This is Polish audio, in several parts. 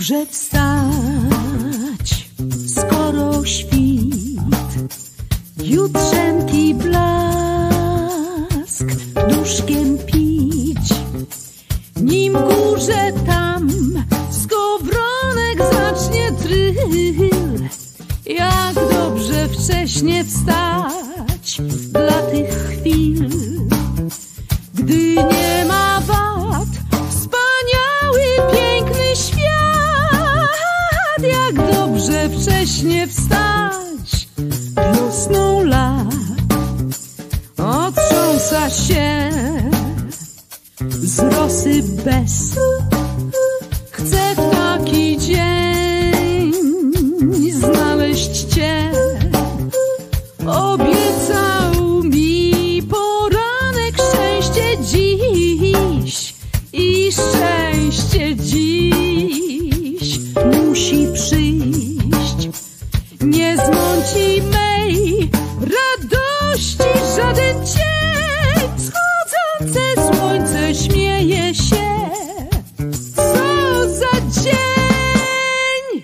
górze wstać, skoro świt, jutrzenki blask, duszkiem pić, nim górze tam skowronek zacznie tryl. Jak dobrze wcześnie wstać dla tych chwil, gdy nie ma wad, wspaniały, piękny świat. Jak dobrze wcześnie wstać wiosną lat, otrząsa się z rosy bez. Chcę w taki dzień znaleźć cię. Obiecał mi poranek szczęście dziś i szczęście dziś musi przyjść. Nie zmąci mej radości żaden cień. Wschodzące słońce śmieje się. Co za dzień!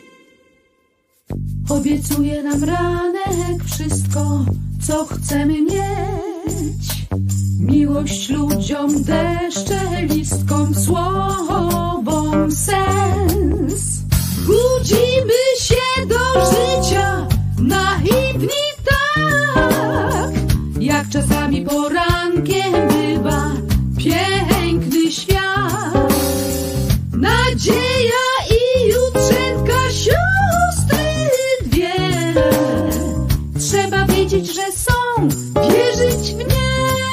Obiecuje nam ranek wszystko, co chcemy mieć. Miłość ludziom, deszcze, listkom, słowom sens. Budzimy się do życia naiwni tak, jak czasami porankiem bywa piękny świat. Nadzieja i jutrzenka, siostry dwie. Trzeba wiedzieć, że są, wierzyć w nie.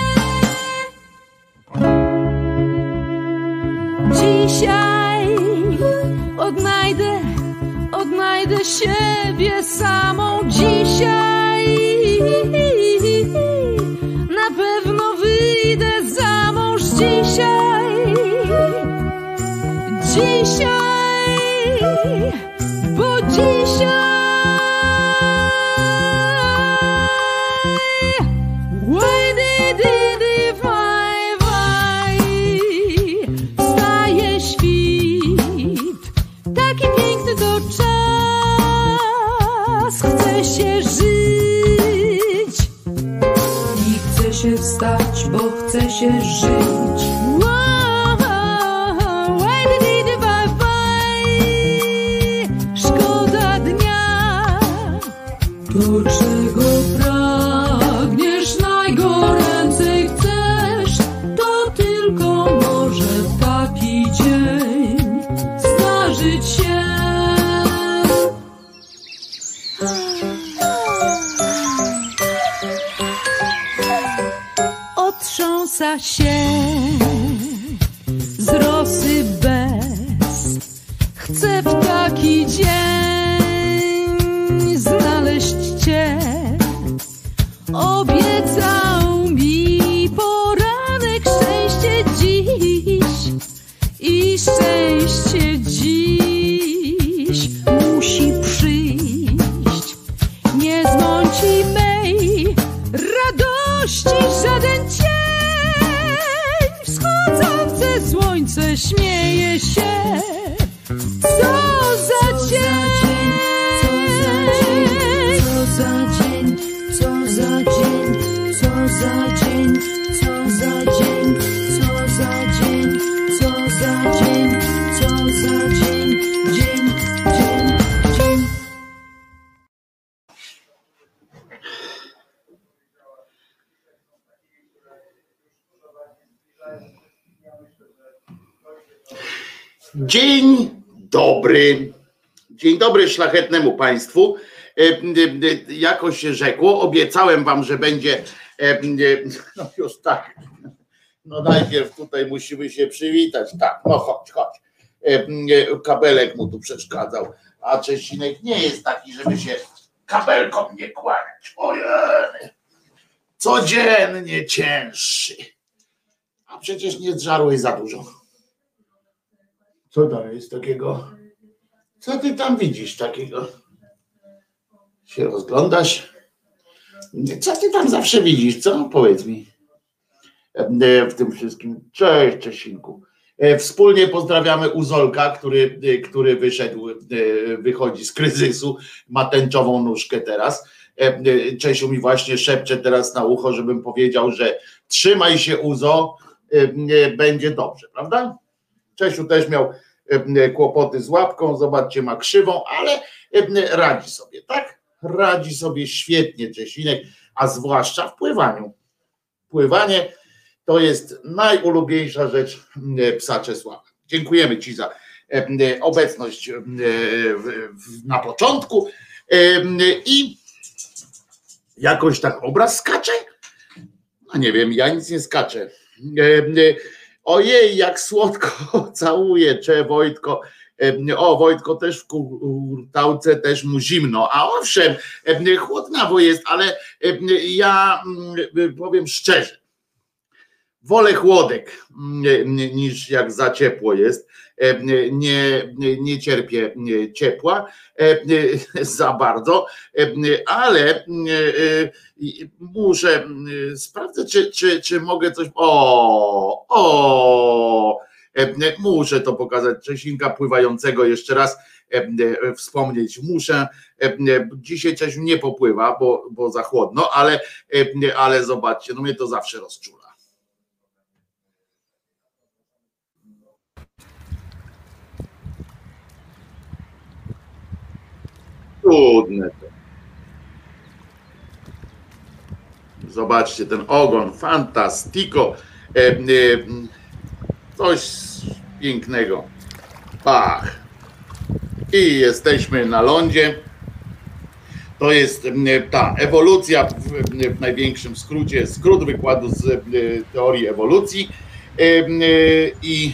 Dzisiaj odnajdę siebie samą. Dzisiaj na pewno wyjdę za mąż. Dzisiaj, bo dzisiaj wstaje świt, taki piękny to czas. Chce się żyć i chce się wstać, bo chce się żyć. Szkoda dnia, do czego pragniesz najgoręcej chcesz, to tylko może w taki dzień zdarzyć się. Otrząsa się z rosy bez. Chcę w taki dzień znaleźć cię. Obiecał mi poranek szczęście dziś i szczęście dziś musi przyjść. Nie zmąci mej radości żaden cień. Wschodzące słońce śmieje się. Co za dzień! Co za dzień! Co za dzień! Co za dzień! Co za dzień! Co za dzień! Co za dzień! Co za dzień! Dzień, dzień, dzień. Dzień dobry. Dzień dobry szlachetnemu państwu. Jakoś się rzekło, obiecałem wam, że będzie, no już tak, no najpierw tutaj musimy się przywitać, tak, no chodź. Kabelek mu tu przeszkadzał, a Czesinek nie jest taki, żeby się kabelkom nie kłaniać. Ojej, codziennie cięższy, a przecież nie zżarłeś za dużo. Co tam jest takiego? Co ty tam widzisz takiego? Się rozglądasz? Co ty tam zawsze widzisz, co? Powiedz mi. W tym wszystkim. Cześć, Czesinku. Wspólnie pozdrawiamy Uzolka, który wychodzi z kryzysu, ma tęczową nóżkę teraz. Czesiu mi właśnie szepcze teraz na ucho, żebym powiedział, że trzymaj się, Uzo, będzie dobrze, prawda? Czesiu też miał kłopoty z łapką, zobaczcie, ma krzywą, ale radzi sobie, tak? Radzi sobie świetnie Czesinek, a zwłaszcza w pływaniu. Pływanie to jest najulubieńsza rzecz psa Czesława. Dziękujemy Ci za obecność na początku i jakoś tak obraz skacze? No nie wiem, ja nic nie skaczę. Ojej, jak słodko całuje, Wojtko. O, Wojtko też w kurtałce, też mu zimno. A owszem, chłodnawo jest, ale ja powiem szczerze, wolę chłodek niż jak za ciepło jest. Nie cierpię ciepła za bardzo, ale muszę sprawdzę, czy mogę coś. Muszę to pokazać. Czesinka pływającego jeszcze raz wspomnieć muszę. Dzisiaj Czesiu nie popływa, bo za chłodno, ale zobaczcie, no mnie to zawsze rozczula. Trudne to. Zobaczcie ten ogon, fantastico. Coś pięknego. Pach. I jesteśmy na lądzie. To jest ta ewolucja w największym skrócie, skrót wykładu z teorii ewolucji. I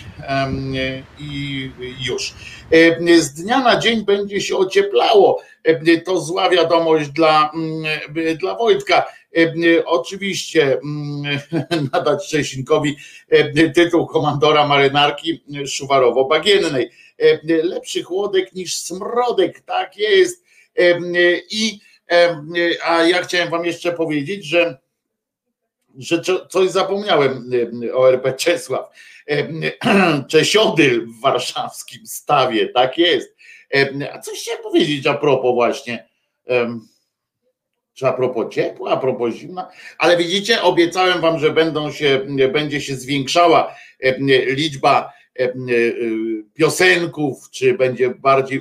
już. Z dnia na dzień będzie się ocieplało. To zła wiadomość dla Wojtka. Oczywiście nadać Czesinkowi tytuł komandora marynarki Szuwarowo-Bagiennej. Lepszy chłodek niż smrodek, tak jest. A ja chciałem wam jeszcze powiedzieć, że coś zapomniałem o RP Czesław. Czesiody w warszawskim stawie, tak jest. A coś chciałem powiedzieć a propos właśnie, czy a propos ciepła, a propos zimna, ale widzicie, obiecałem wam, że będzie się zwiększała liczba piosenków, czy będzie bardziej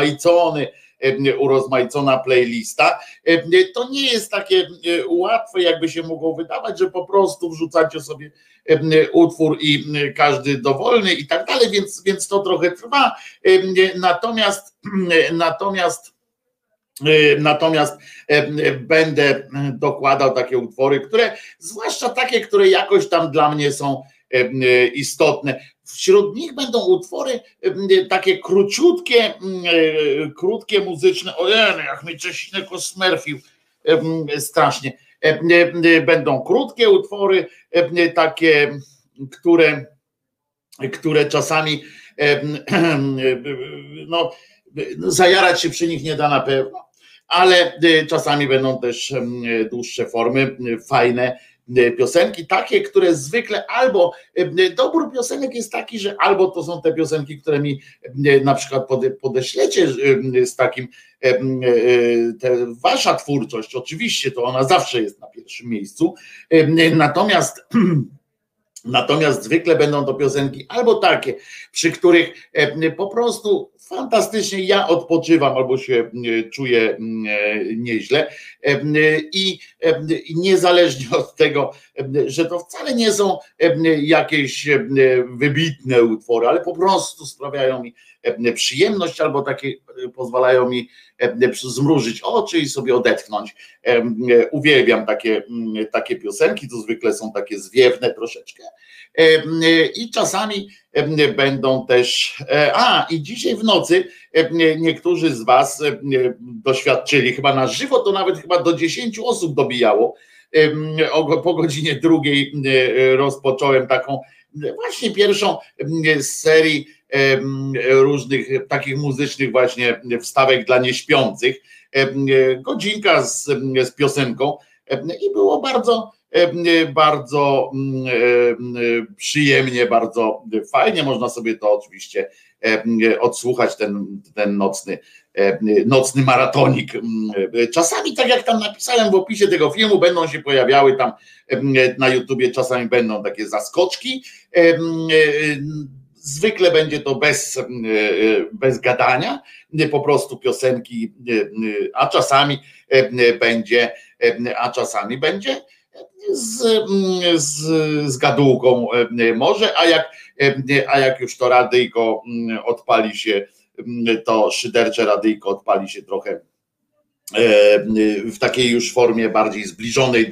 urozmaicona playlista. To nie jest takie łatwe, jakby się mogło wydawać, że po prostu wrzucacie sobie utwór i każdy dowolny i tak dalej, więc to trochę trwa. Natomiast będę dokładał takie utwory, zwłaszcza takie, które jakoś tam dla mnie są istotne. Wśród nich będą utwory takie krótkie muzyczne. Ojej, jak mnie Czesinek osmerfił strasznie. Będą krótkie utwory, takie, które czasami no, zajarać się przy nich nie da na pewno, ale czasami będą też dłuższe formy, fajne piosenki, takie, które zwykle albo dobór piosenek jest taki, że albo to są te piosenki, które mi na przykład podeślecie z takim, wasza twórczość, oczywiście to ona zawsze jest na pierwszym miejscu, natomiast zwykle będą to piosenki albo takie, przy których po prostu fantastycznie ja odpoczywam albo się czuję nieźle i niezależnie od tego, że to wcale nie są jakieś wybitne utwory, ale po prostu sprawiają mi przyjemność albo takie pozwalają mi zmrużyć oczy i sobie odetchnąć. Uwielbiam takie piosenki, to zwykle są takie zwiewne troszeczkę i czasami będą też, i dzisiaj w nocy niektórzy z was doświadczyli, chyba na żywo to nawet chyba do 10 osób dobijało, po godzinie 2 rozpocząłem taką właśnie pierwszą z serii różnych takich muzycznych właśnie wstawek dla nieśpiących, godzinka z piosenką i było bardzo bardzo przyjemnie, bardzo fajnie. Można sobie to oczywiście odsłuchać, ten nocny maratonik. Czasami, tak jak tam napisałem w opisie tego filmu, będą się pojawiały tam na YouTubie, czasami będą takie zaskoczki. Zwykle będzie to bez gadania, po prostu piosenki, a czasami będzie z gadułką może, a jak już to radyjko odpali się, to szydercze radyjko odpali się trochę w takiej już formie bardziej zbliżonej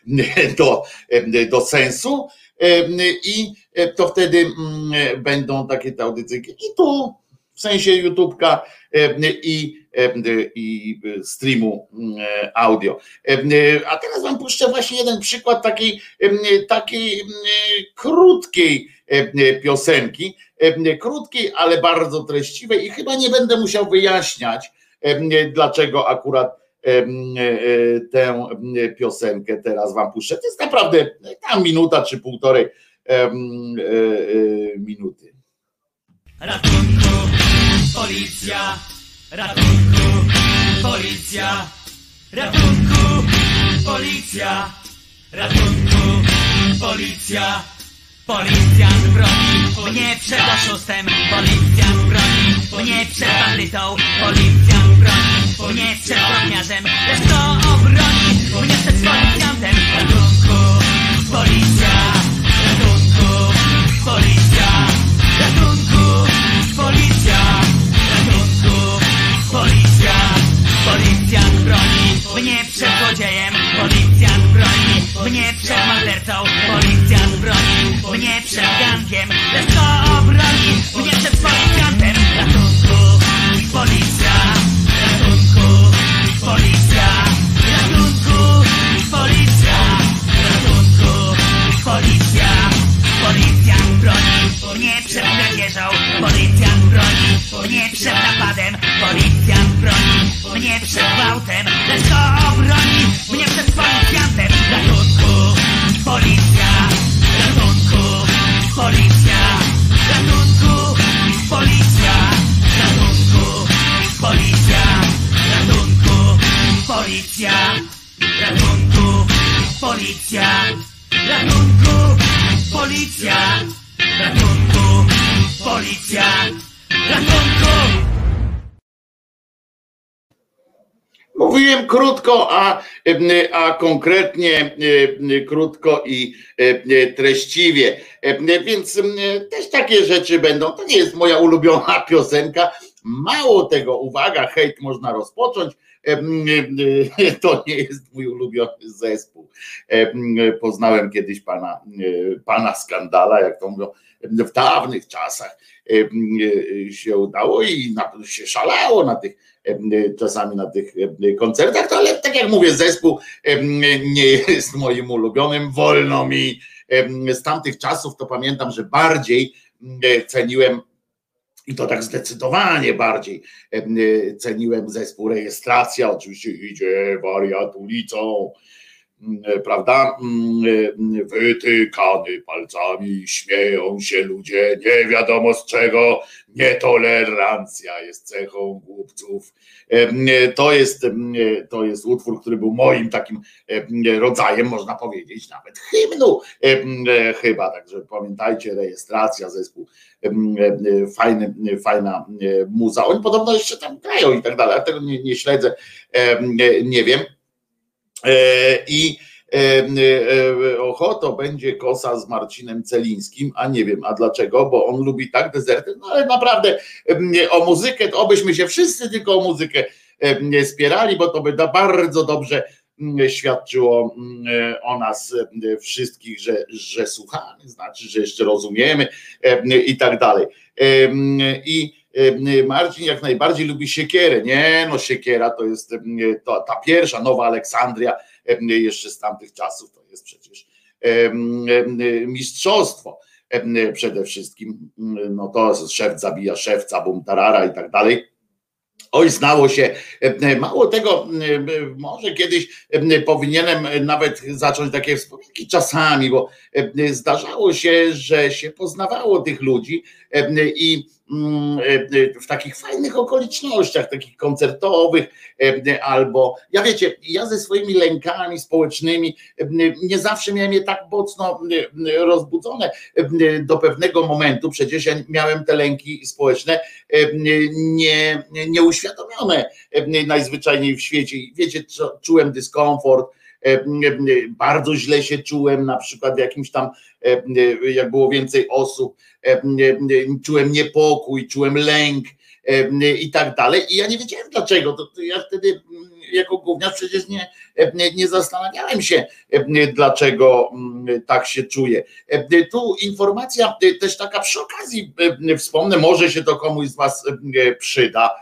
do sensu, i to wtedy będą takie te audycyjki i tu w sensie YouTubka i streamu audio. A teraz wam puszczę właśnie jeden przykład takiej krótkiej piosenki, krótkiej, ale bardzo treściwej i chyba nie będę musiał wyjaśniać, dlaczego akurat tę piosenkę teraz wam puszczę. To jest naprawdę tam minuta czy półtorej minuty. Ratunku, policja, ratunku, policja, ratunku, policja, ratunku, policja. Policjant broni mnie przed oszustem, policjant broni mnie przed bandytą, policjant broni mnie przed zbrodniarzem, lecz kto obroni mnie przed policjantem? Ratunku, policja, ratunku, policja, ratunku, policja, ratunku, policja. Policjant broni mnie przed złodziejem, policjant broni mnie przed mordercą, policjant broni mnie przed gangiem, lecz kto obroni mnie przed policjantem? Ratunku, policja, ratunku, policja, ratunku, policja, ratunku, policja. Policjant broni mnie przed kradzieżą, policjant broni mnie przed napadem, policjant broni mnie przed gwałtem, lecz kto obroni mnie przed policjantem? Ratunku, policja, ratunku, policja, ratunku, policja, ratunku, policja, ratunku, policja, ratunku, policja, ratunku, policja, ratunku, policja, ratunku. Mówiłem krótko, a konkretnie krótko i treściwie, więc też takie rzeczy będą. To nie jest moja ulubiona piosenka. Mało tego, uwaga, hejt można rozpocząć. To nie jest mój ulubiony zespół. Poznałem kiedyś pana Skandala, jak to mówią, w dawnych czasach się udało i się szalało czasami na tych koncertach, to ale tak jak mówię, zespół nie jest moim ulubionym. Wolno mi z tamtych czasów, to pamiętam, że bardziej ceniłem, i to tak zdecydowanie bardziej ceniłem zespół Rejestracja. Oczywiście idzie wariat ulicą, prawda, wytykany palcami, śmieją się ludzie, nie wiadomo z czego, nietolerancja jest cechą głupców. To jest utwór, który był moim takim rodzajem, można powiedzieć, nawet hymnu chyba, także pamiętajcie, Rejestracja, zespół fajna muza. Oni podobno jeszcze tam grają i tak dalej, ja tego nie śledzę, nie wiem. I to będzie kosa z Marcinem Celińskim, a nie wiem, a dlaczego, bo on lubi tak dezerty, no ale naprawdę o muzykę, to obyśmy się wszyscy tylko o muzykę spierali, bo to by bardzo dobrze świadczyło o nas wszystkich, że słuchamy, znaczy, że jeszcze rozumiemy i tak dalej. I Marcin jak najbardziej lubi Siekierę. Nie, no Siekiera to jest ta pierwsza, Nowa Aleksandria, jeszcze z tamtych czasów, to jest przecież mistrzostwo przede wszystkim. No to szef zabija szewca, bum tarara i tak dalej. Oj, znało się. Mało tego, może kiedyś powinienem nawet zacząć takie wspominki czasami, bo zdarzało się, że się poznawało tych ludzi i w takich fajnych okolicznościach, takich koncertowych, albo ja wiecie, ja ze swoimi lękami społecznymi nie zawsze miałem je tak mocno rozbudzone do pewnego momentu. Przecież ja miałem te lęki społeczne nieuświadomione najzwyczajniej w świecie. Wiecie, czułem dyskomfort, bardzo źle się czułem, na przykład w jakimś tam, jak było więcej osób, czułem niepokój, czułem lęk i tak dalej. I ja nie wiedziałem dlaczego. To ja wtedy jako gówniarz przecież nie zastanawiałem się, dlaczego tak się czuję. Tu informacja też taka przy okazji wspomnę, może się to komuś z was przyda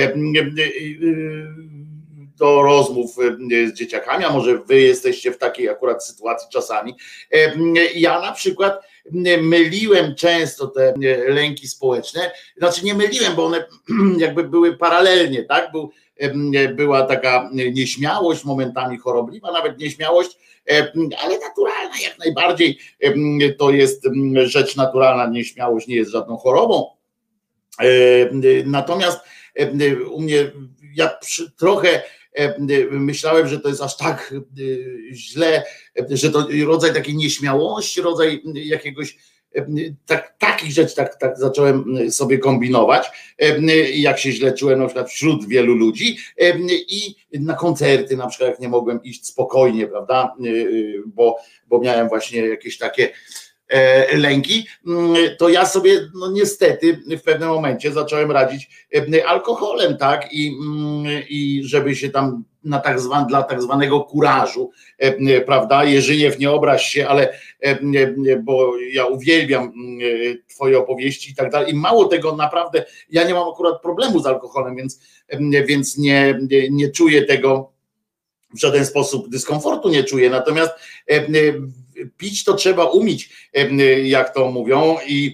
do rozmów z dzieciakami, a może wy jesteście w takiej akurat sytuacji czasami. Ja na przykład myliłem często te lęki społeczne, znaczy nie myliłem, bo one jakby były paralelnie, tak? Była taka nieśmiałość, momentami chorobliwa nawet nieśmiałość, ale naturalna jak najbardziej, to jest rzecz naturalna, nieśmiałość nie jest żadną chorobą. Natomiast u mnie, ja trochę myślałem, że to jest aż tak źle, że to rodzaj takiej nieśmiałości, rodzaj jakiegoś takich rzeczy, tak zacząłem sobie kombinować, jak się źle czułem na przykład wśród wielu ludzi i na koncerty na przykład jak nie mogłem iść spokojnie, prawda, bo miałem właśnie jakieś takie lęki, to ja sobie no niestety w pewnym momencie zacząłem radzić alkoholem, tak, i żeby się tam dla tak zwanego kurażu, prawda, Jerzyjew, nie obraź się, ale bo ja uwielbiam twoje opowieści i tak dalej i mało tego, naprawdę ja nie mam akurat problemu z alkoholem, więc nie czuję tego w żaden sposób, dyskomfortu nie czuję, natomiast pić to trzeba umieć, jak to mówią,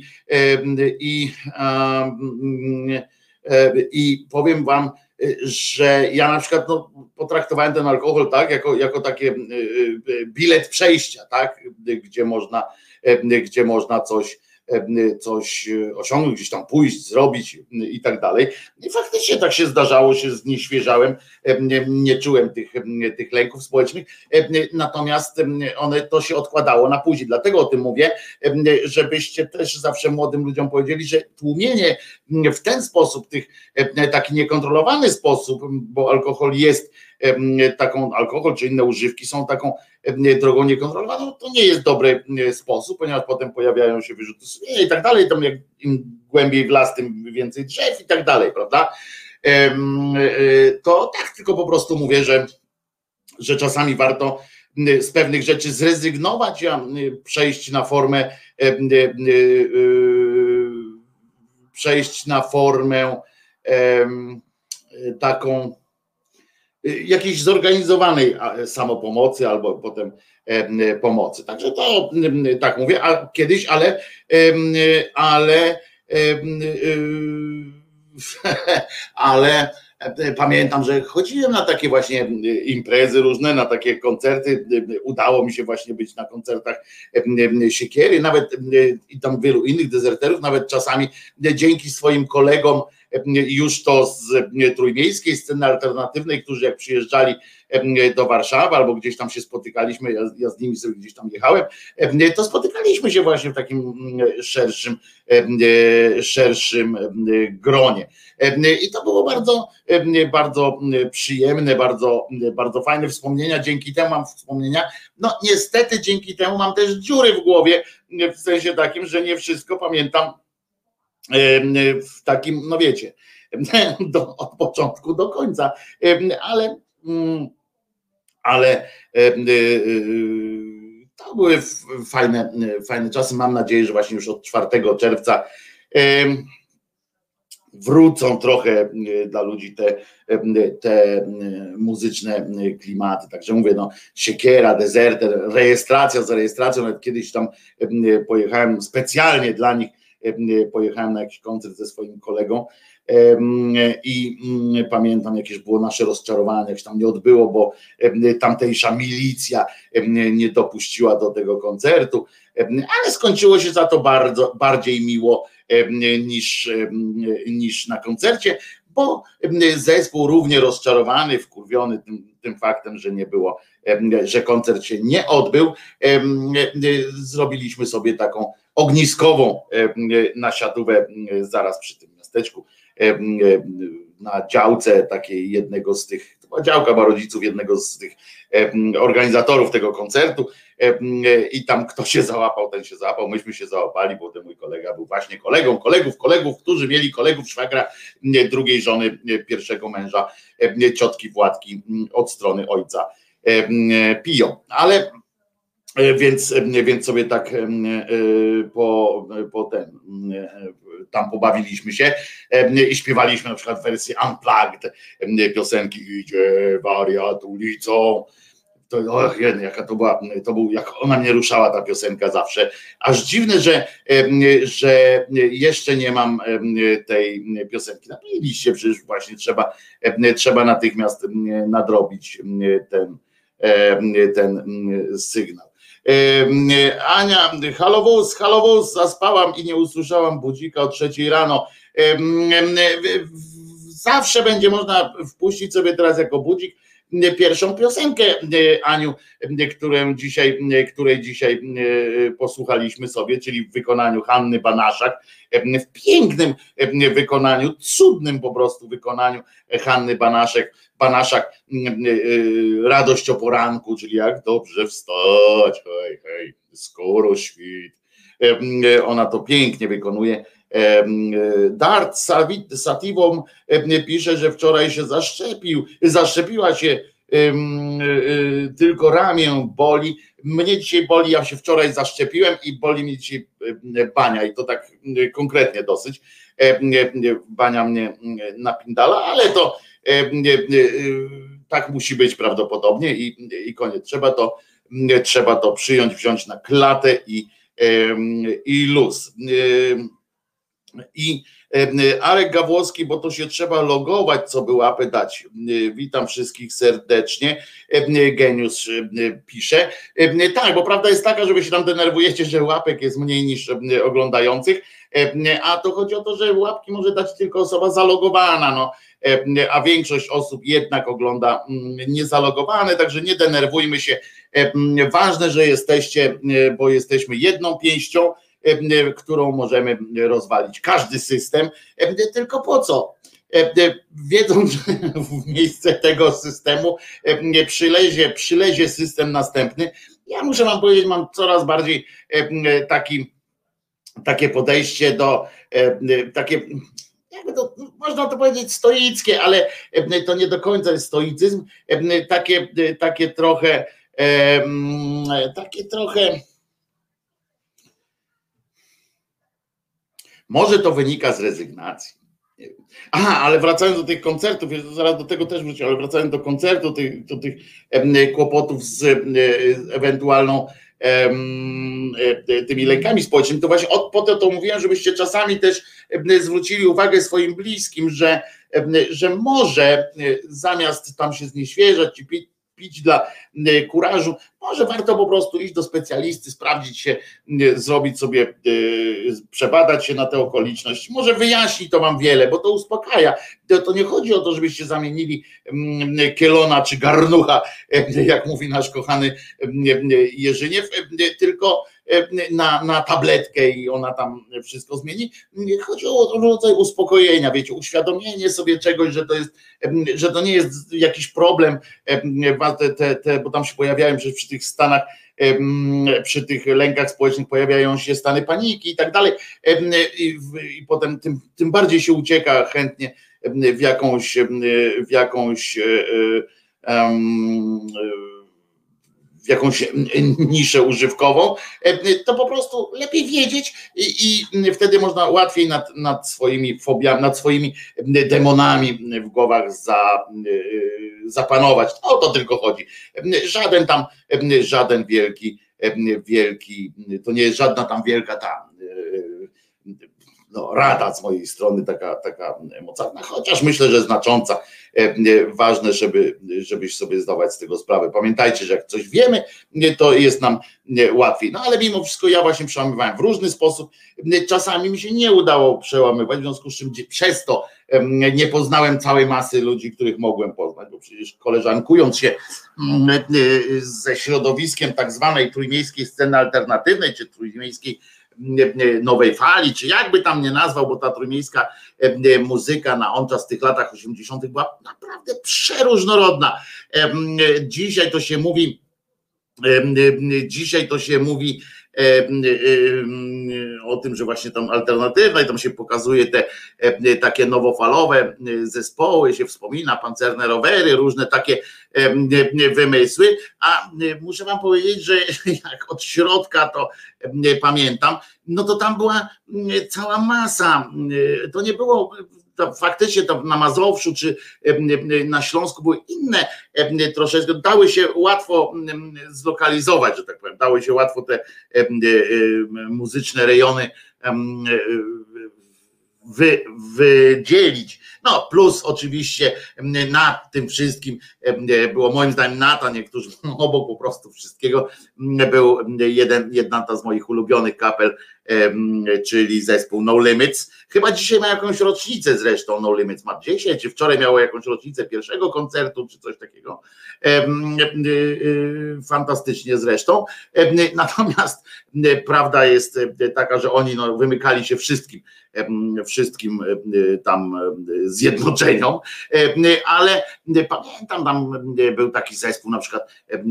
i powiem wam, że ja na przykład potraktowałem ten alkohol tak, jako takie bilet przejścia, tak, gdzie można coś osiągnąć, gdzieś tam pójść, zrobić i tak dalej. I faktycznie tak się zdarzało, się znieświeżałem, nie czułem tych lęków społecznych, natomiast to się odkładało na później. Dlatego o tym mówię, żebyście też zawsze młodym ludziom powiedzieli, że tłumienie w ten sposób, taki niekontrolowany sposób, bo alkohol czy inne używki są taką drogą niekontrolowaną, to nie jest dobry sposób, ponieważ potem pojawiają się wyrzuty sumienia i tak dalej, tam jak im głębiej w las, tym więcej drzew i tak dalej, prawda? To tak tylko po prostu mówię, że czasami warto z pewnych rzeczy zrezygnować, a przejść na formę taką jakiejś zorganizowanej samopomocy albo potem pomocy. Także to tak mówię, a kiedyś, ale pamiętam, że chodziłem na takie właśnie imprezy różne, na takie koncerty. Udało mi się właśnie być na koncertach Siekiery, nawet i tam wielu innych dezerterów, nawet czasami dzięki swoim kolegom już to z trójmiejskiej sceny alternatywnej, którzy jak przyjeżdżali do Warszawy albo gdzieś tam się spotykaliśmy, ja z nimi sobie gdzieś tam jechałem, to spotykaliśmy się właśnie w takim szerszym gronie. I to było bardzo, bardzo przyjemne, bardzo, bardzo fajne wspomnienia. Dzięki temu mam wspomnienia. No niestety dzięki temu mam też dziury w głowie, w sensie takim, że nie wszystko pamiętam w takim, no wiecie, od początku do końca, ale to były fajne czasy. Mam nadzieję, że właśnie już od 4 czerwca wrócą trochę dla ludzi te muzyczne klimaty. Także mówię, no Siekiera, Dezerter, rejestracja za rejestracją, nawet kiedyś tam pojechałem specjalnie dla nich, pojechałem na jakiś koncert ze swoim kolegą I pamiętam, jakież było nasze rozczarowanie, jak się tam nie odbyło, bo tamtejsza milicja nie dopuściła do tego koncertu, ale skończyło się za to bardziej miło niż na koncercie, bo zespół równie rozczarowany, wkurwiony tym faktem, że nie było, że koncert się nie odbył, zrobiliśmy sobie taką ogniskową nasiadówę zaraz przy tym miasteczku, na działce takiej jednego z tych, to była działka rodziców jednego z tych organizatorów tego koncertu, i tam kto się załapał, ten się załapał, myśmy się załapali, bo ten mój kolega był właśnie kolegów, którzy mieli kolegów szwagra drugiej żony pierwszego męża ciotki Władki od strony ojca Pijo, ale więc sobie tak tam pobawiliśmy się i śpiewaliśmy na przykład wersję Unplugged piosenki Idzie wariat ulicą. Jaka to był, jak ona mnie ruszała ta piosenka zawsze. Aż dziwne, że jeszcze nie mam tej piosenki. Napiliście, przecież właśnie trzeba natychmiast nadrobić ten sygnał. Ania, halowóz, zaspałam i nie usłyszałam budzika o 3 rano. Zawsze będzie można wpuścić sobie teraz jako budzik pierwszą piosenkę, Aniu, której dzisiaj posłuchaliśmy sobie, czyli w wykonaniu Hanny Banaszak, w pięknym wykonaniu, cudnym po prostu wykonaniu Hanny Banaszak, Radość o poranku, czyli jak dobrze wstać, hej, skoro świt. Ona to pięknie wykonuje. Dart Sativą pisze, że wczoraj się zaszczepiła się, tylko ramię boli. Mnie dzisiaj boli, ja się wczoraj zaszczepiłem i boli mnie dzisiaj bania i to tak konkretnie dosyć. Bania mnie napindala, ale to tak musi być prawdopodobnie i koniec. Trzeba to przyjąć, wziąć na klatę i luz. I Arek Gawłowski, bo to się trzeba logować, co by łapę dać. Witam wszystkich serdecznie. Geniusz pisze. Tak, bo prawda jest taka, że wy się tam denerwujecie, że łapek jest mniej niż oglądających, a to chodzi o to, że łapki może dać tylko osoba zalogowana, a większość osób jednak ogląda niezalogowane, także nie denerwujmy się. Ważne, że jesteście, bo jesteśmy jedną pięścią, którą możemy rozwalić każdy system, tylko po co? Wiedząc, że w miejsce tego systemu przylezie system następny. Ja muszę wam powiedzieć, mam coraz bardziej takie podejście do takie, jakby to, można to powiedzieć stoickie, ale to nie do końca jest stoicyzm, takie trochę może to wynika z rezygnacji. Ale wracając do tych koncertów, zaraz do tego też wrócę, ale wracając do koncertu, do tych kłopotów z ewentualną tymi lękami społecznymi, to właśnie po to mówiłem, żebyście czasami też zwrócili uwagę swoim bliskim, że może zamiast tam się znieświeżać i pić dla kurażu, może warto po prostu iść do specjalisty, sprawdzić się, zrobić sobie, przebadać się na tę okoliczność. Może wyjaśni to wam wiele, bo to uspokaja. To nie chodzi o to, żebyście zamienili kielona czy garnucha, jak mówi nasz kochany Jerzyniew, tylko na tabletkę i ona tam wszystko zmieni. Chodzi o rodzaj uspokojenia, wiecie, uświadomienie sobie czegoś, że to nie jest jakiś problem, bo tam się pojawiają przecież przy tych stanach, przy tych lękach społecznych pojawiają się stany paniki i tak dalej, i potem tym bardziej się ucieka chętnie w jakąś niszę używkową, to po prostu lepiej wiedzieć i wtedy można łatwiej nad swoimi fobiami, nad swoimi demonami w głowach zapanować. O to tylko chodzi. Żaden wielki, to nie jest żadna tam wielka ta no, rada z mojej strony taka mocna, chociaż myślę, że znacząca. Ważne, żebyś sobie zdawać z tego sprawę. Pamiętajcie, że jak coś wiemy, to jest nam łatwiej. No ale mimo wszystko ja właśnie przełamywałem w różny sposób. Czasami mi się nie udało przełamywać, w związku z czym przez to nie poznałem całej masy ludzi, których mogłem poznać, bo przecież koleżankując się ze środowiskiem tak zwanej trójmiejskiej sceny alternatywnej, czy trójmiejskiej nowej fali, czy jakby tam nie nazwał, bo ta trójmiejska muzyka na on czas w tych latach 80. była naprawdę przeróżnorodna. Dzisiaj to się mówi o tym, że właśnie tam alternatywna i tam się pokazuje te takie nowofalowe zespoły, się wspomina, pancerne rowery, różne takie wymysły, a muszę wam powiedzieć, że jak od środka to pamiętam, no to tam była cała masa, to nie było faktycznie tam na Mazowszu czy na Śląsku były inne troszeczkę, dały się łatwo zlokalizować, że tak powiem, dały się łatwo te muzyczne rejony wydzielić. No plus oczywiście nad tym wszystkim było moim zdaniem Nata, niektórzy obok po prostu wszystkiego był jedna z moich ulubionych kapel, czyli zespół No Limits. Chyba dzisiaj ma jakąś rocznicę zresztą, No Limits ma 10, czy wczoraj miało jakąś rocznicę pierwszego koncertu, czy coś takiego. Fantastycznie zresztą. Natomiast prawda jest taka, że oni wymykali się wszystkim tam zjednoczeniom, ale pamiętam, tam był taki zespół na przykład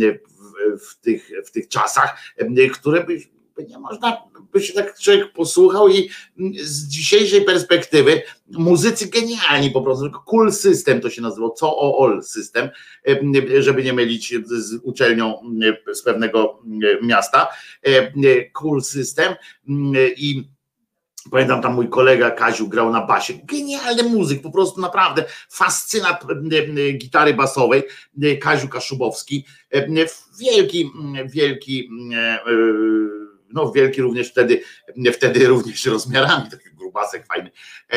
w tych czasach, które nie można by się tak człowiek posłuchał i z dzisiejszej perspektywy muzycy genialni po prostu, Cool System to się nazywało, COOL System, żeby nie mylić z uczelnią z pewnego miasta, Cool System i pamiętam tam mój kolega Kaziu grał na basie, genialny muzyk, po prostu naprawdę fascynat gitary basowej, Kaziu Kaszubowski, wielki również wtedy również rozmiarami, taki grubasek fajny,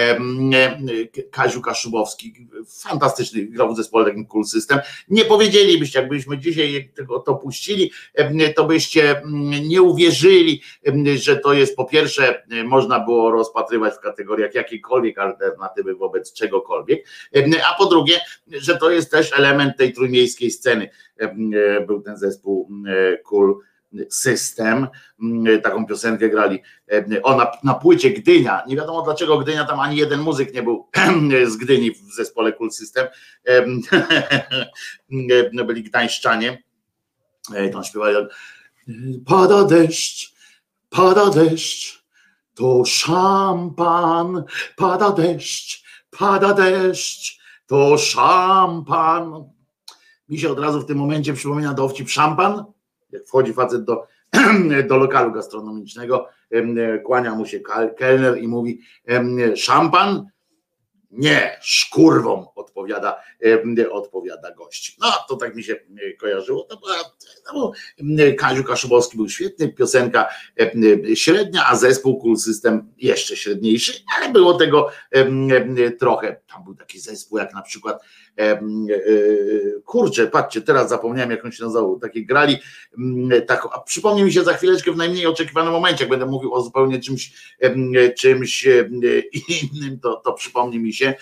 Kaziu Kaszubowski, fantastyczny, grał w zespole takim Cool System. Nie powiedzielibyście, jakbyśmy dzisiaj to puścili, to byście nie uwierzyli, że to jest po pierwsze, można było rozpatrywać w kategoriach jakiejkolwiek alternatywy wobec czegokolwiek, a po drugie, że to jest też element tej trójmiejskiej sceny. Był ten zespół Cool System, taką piosenkę grali. Ona na płycie Gdynia, nie wiadomo dlaczego Gdynia, tam ani jeden muzyk nie był z Gdyni w zespole Cool System. Byli gdańszczanie, tam śpiewali: pada deszcz, to szampan, pada deszcz, to szampan. Mi się od razu w tym momencie przypomina dowcip szampan. Jak wchodzi facet do lokalu gastronomicznego, kłania mu się kelner i mówi: szampan? Nie, szkurwą, odpowiada gość. No to tak mi się kojarzyło. To był Kaziu Kaszubowski, był świetny, piosenka średnia, a zespół Cool System jeszcze średniejszy, ale było tego trochę. Tam był taki zespół jak na przykład, kurczę, patrzcie, teraz zapomniałem jak on się nazywał, takie grali, a przypomni mi się za chwileczkę w najmniej oczekiwanym momencie, jak będę mówił o zupełnie czymś innym, to przypomni mi się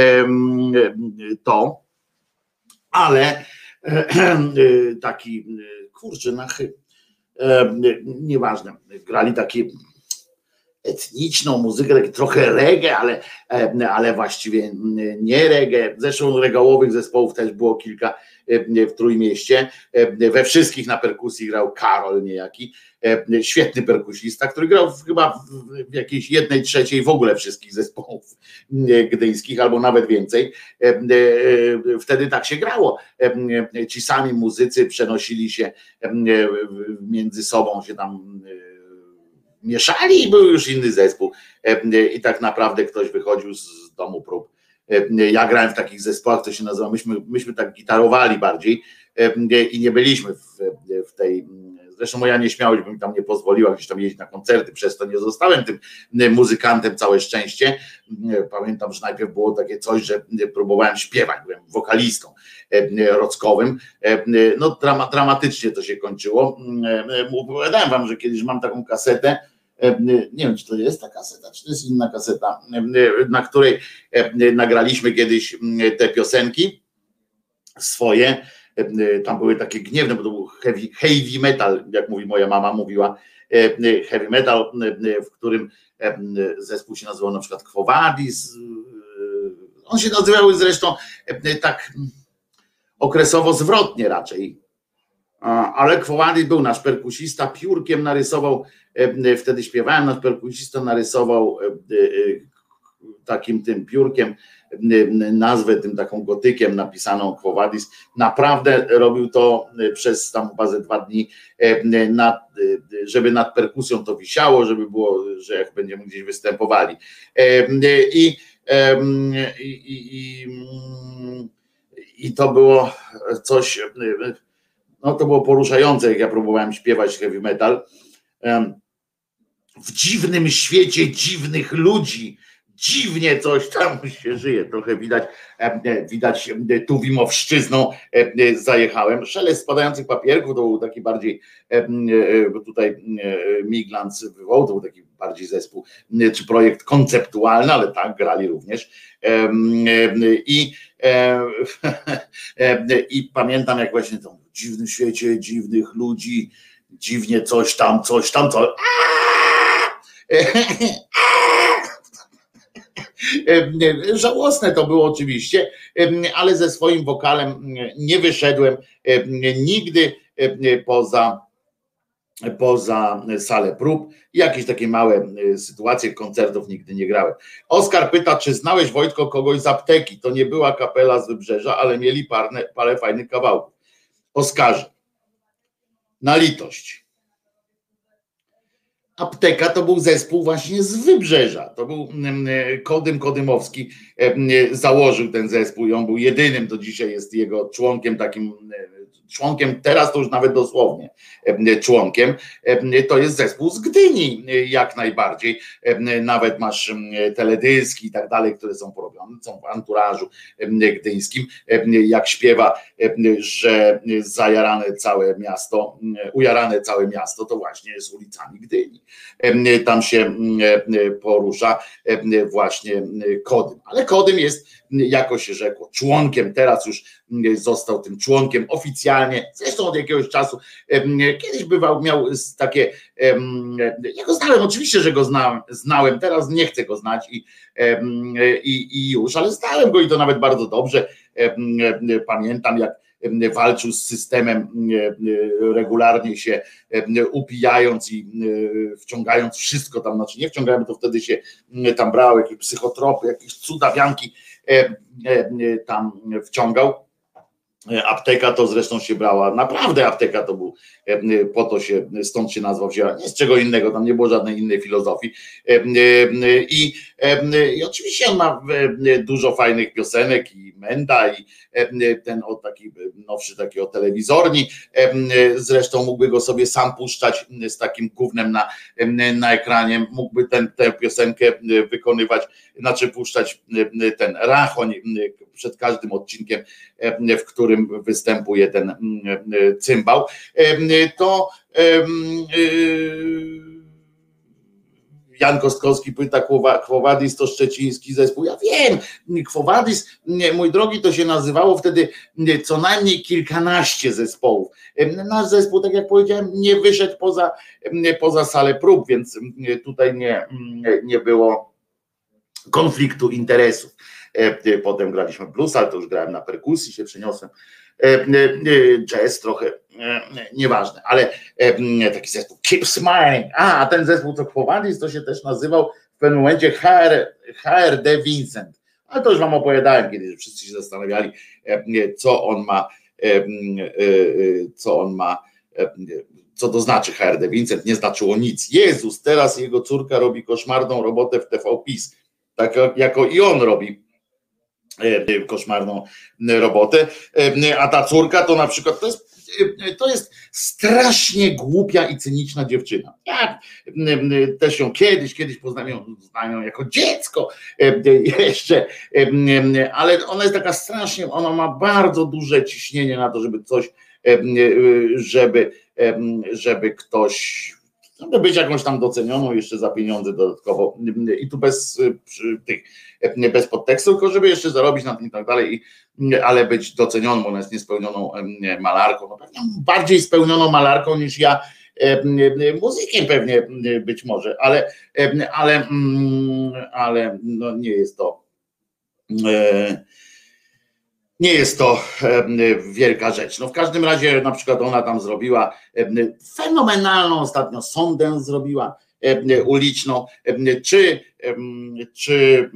to, ale taki, kurczę, nieważne, grali takie etniczną muzykę, takie trochę reggae, ale właściwie nie reggae. Zresztą regałowych zespołów też było kilka w Trójmieście. We wszystkich na perkusji grał Karol niejaki, świetny perkusista, który grał chyba w jakiejś 1/3 w ogóle wszystkich zespołów gdyńskich, albo nawet więcej. Wtedy tak się grało. Ci sami muzycy przenosili się między sobą, się tam mieszali i był już inny zespół. I tak naprawdę ktoś wychodził z domu prób. Ja grałem w takich zespołach, to się nazywa, myśmy tak gitarowali bardziej i nie byliśmy w tej Zresztą moja nieśmiałość by mi tam nie pozwoliła gdzieś tam jeździć na koncerty, przez to nie zostałem tym muzykantem, całe szczęście. Pamiętam, że najpierw było takie coś, że próbowałem śpiewać, byłem wokalistą rockowym. No dramatycznie to się kończyło. Opowiadałem wam, że kiedyś mam taką kasetę, nie wiem, czy to jest ta kaseta, czy to jest inna kaseta, na której nagraliśmy kiedyś te piosenki swoje. Tam były takie gniewne, bo to był heavy metal, jak mówi moja mama, mówiła heavy metal, w którym zespół się nazywał na przykład Quo Vadis. On się nazywały zresztą tak okresowo zwrotnie raczej, ale Quo Vadis był nasz perkusista, piórkiem narysował, wtedy śpiewałem, nasz perkusista narysował takim tym piórkiem nazwę, tym taką gotykiem napisaną Quo Vadis. Naprawdę robił to przez tam chyba ze 2 dni, żeby nad perkusją to wisiało, żeby było, że jak będziemy gdzieś występowali. I to było coś, no to było poruszające, jak ja próbowałem śpiewać heavy metal. W dziwnym świecie dziwnych ludzi, dziwnie coś tam się żyje, trochę widać Tuwimowszczyzną zajechałem. Szelest spadających papierków to był taki bardziej, tutaj Miglans wywołał, to był taki bardziej zespół, czy projekt konceptualny, ale tak, grali również. I pamiętam, jak właśnie to w dziwnym świecie dziwnych ludzi, dziwnie coś tam, co. Żałosne to było oczywiście, ale ze swoim wokalem nie wyszedłem nigdy poza salę prób. Jakieś takie małe sytuacje, koncertów nigdy nie grałem. Oskar pyta, czy znałeś, Wojtko, kogoś z Apteki? To nie była kapela z Wybrzeża, ale mieli parę fajnych kawałków. Oskarze, na litość. Apteka to był zespół właśnie z Wybrzeża. To był Kodymowski założył ten zespół i on był jedynym, do dzisiaj jest jego członkiem, takim członkiem, teraz to już nawet dosłownie członkiem. To jest zespół z Gdyni jak najbardziej. Nawet masz teledyski i tak dalej, które są porobione, są w anturażu gdyńskim. Jak śpiewa, że ujarane całe miasto, to właśnie jest ulicami Gdyni. Tam się porusza właśnie Kodym. Ale Kodym jest, jako się rzekło, członkiem, teraz już został tym członkiem oficjalnie, zresztą od jakiegoś czasu. Kiedyś miał takie, ja go znałem, oczywiście, że go znałem, teraz nie chcę go znać i już, ale znałem go i to nawet bardzo dobrze. Pamiętam, jak walczył z systemem, regularnie się upijając i wciągając wszystko tam, znaczy nie wciągałem, to wtedy się tam brało jakieś psychotropy, jakieś cudawianki tam wciągał. Apteka to zresztą się brała, naprawdę Apteka to był, po to się, stąd się nazwa wzięła, nie z czego innego, tam nie było żadnej innej filozofii. I oczywiście on ma dużo fajnych piosenek i Menda i ten taki nowszy, taki o telewizorni, zresztą mógłby go sobie sam puszczać z takim gównem na ekranie, mógłby tę piosenkę wykonywać, znaczy puszczać ten rachoń przed każdym odcinkiem, w którym występuje ten cymbał. To Jan Kostkowski pyta, Quo Vadis to szczeciński zespół. Ja wiem, Quo Vadis, mój drogi, to się nazywało wtedy co najmniej kilkanaście zespołów. Nasz zespół, tak jak powiedziałem, nie wyszedł poza salę prób, więc tutaj nie było konfliktu interesów. Potem graliśmy blues, ale to już grałem na perkusji, się przeniosłem. Jazz trochę, nieważne, ale taki zespół Keep Smiling. A ten zespół, co Quo Vadis, to się też nazywał w pewnym momencie HRD Vincent. Ale to już wam opowiadałem kiedyś, że wszyscy się zastanawiali, co on ma, co to znaczy HRD Vincent. Nie znaczyło nic. Jezus, teraz jego córka robi koszmarną robotę w TV PiS. Tak jako i on robi koszmarną robotę, a ta córka to na przykład to jest to jest strasznie głupia i cyniczna dziewczyna. Ja też ją kiedyś poznałem ją jako dziecko jeszcze, ale ona jest taka strasznie, ona ma bardzo duże ciśnienie na to, żeby coś, żeby ktoś, żeby być jakąś tam docenioną jeszcze za pieniądze dodatkowo i tu bez podtekstu, tylko żeby jeszcze zarobić na tym i tak dalej, ale być docenioną, ona jest niespełnioną malarką, no pewnie bardziej spełnioną malarką niż ja, muzykiem pewnie być może, ale no nie jest to wielka rzecz. No w każdym razie na przykład ona tam zrobiła fenomenalną ostatnio sondę zrobiła uliczną, czy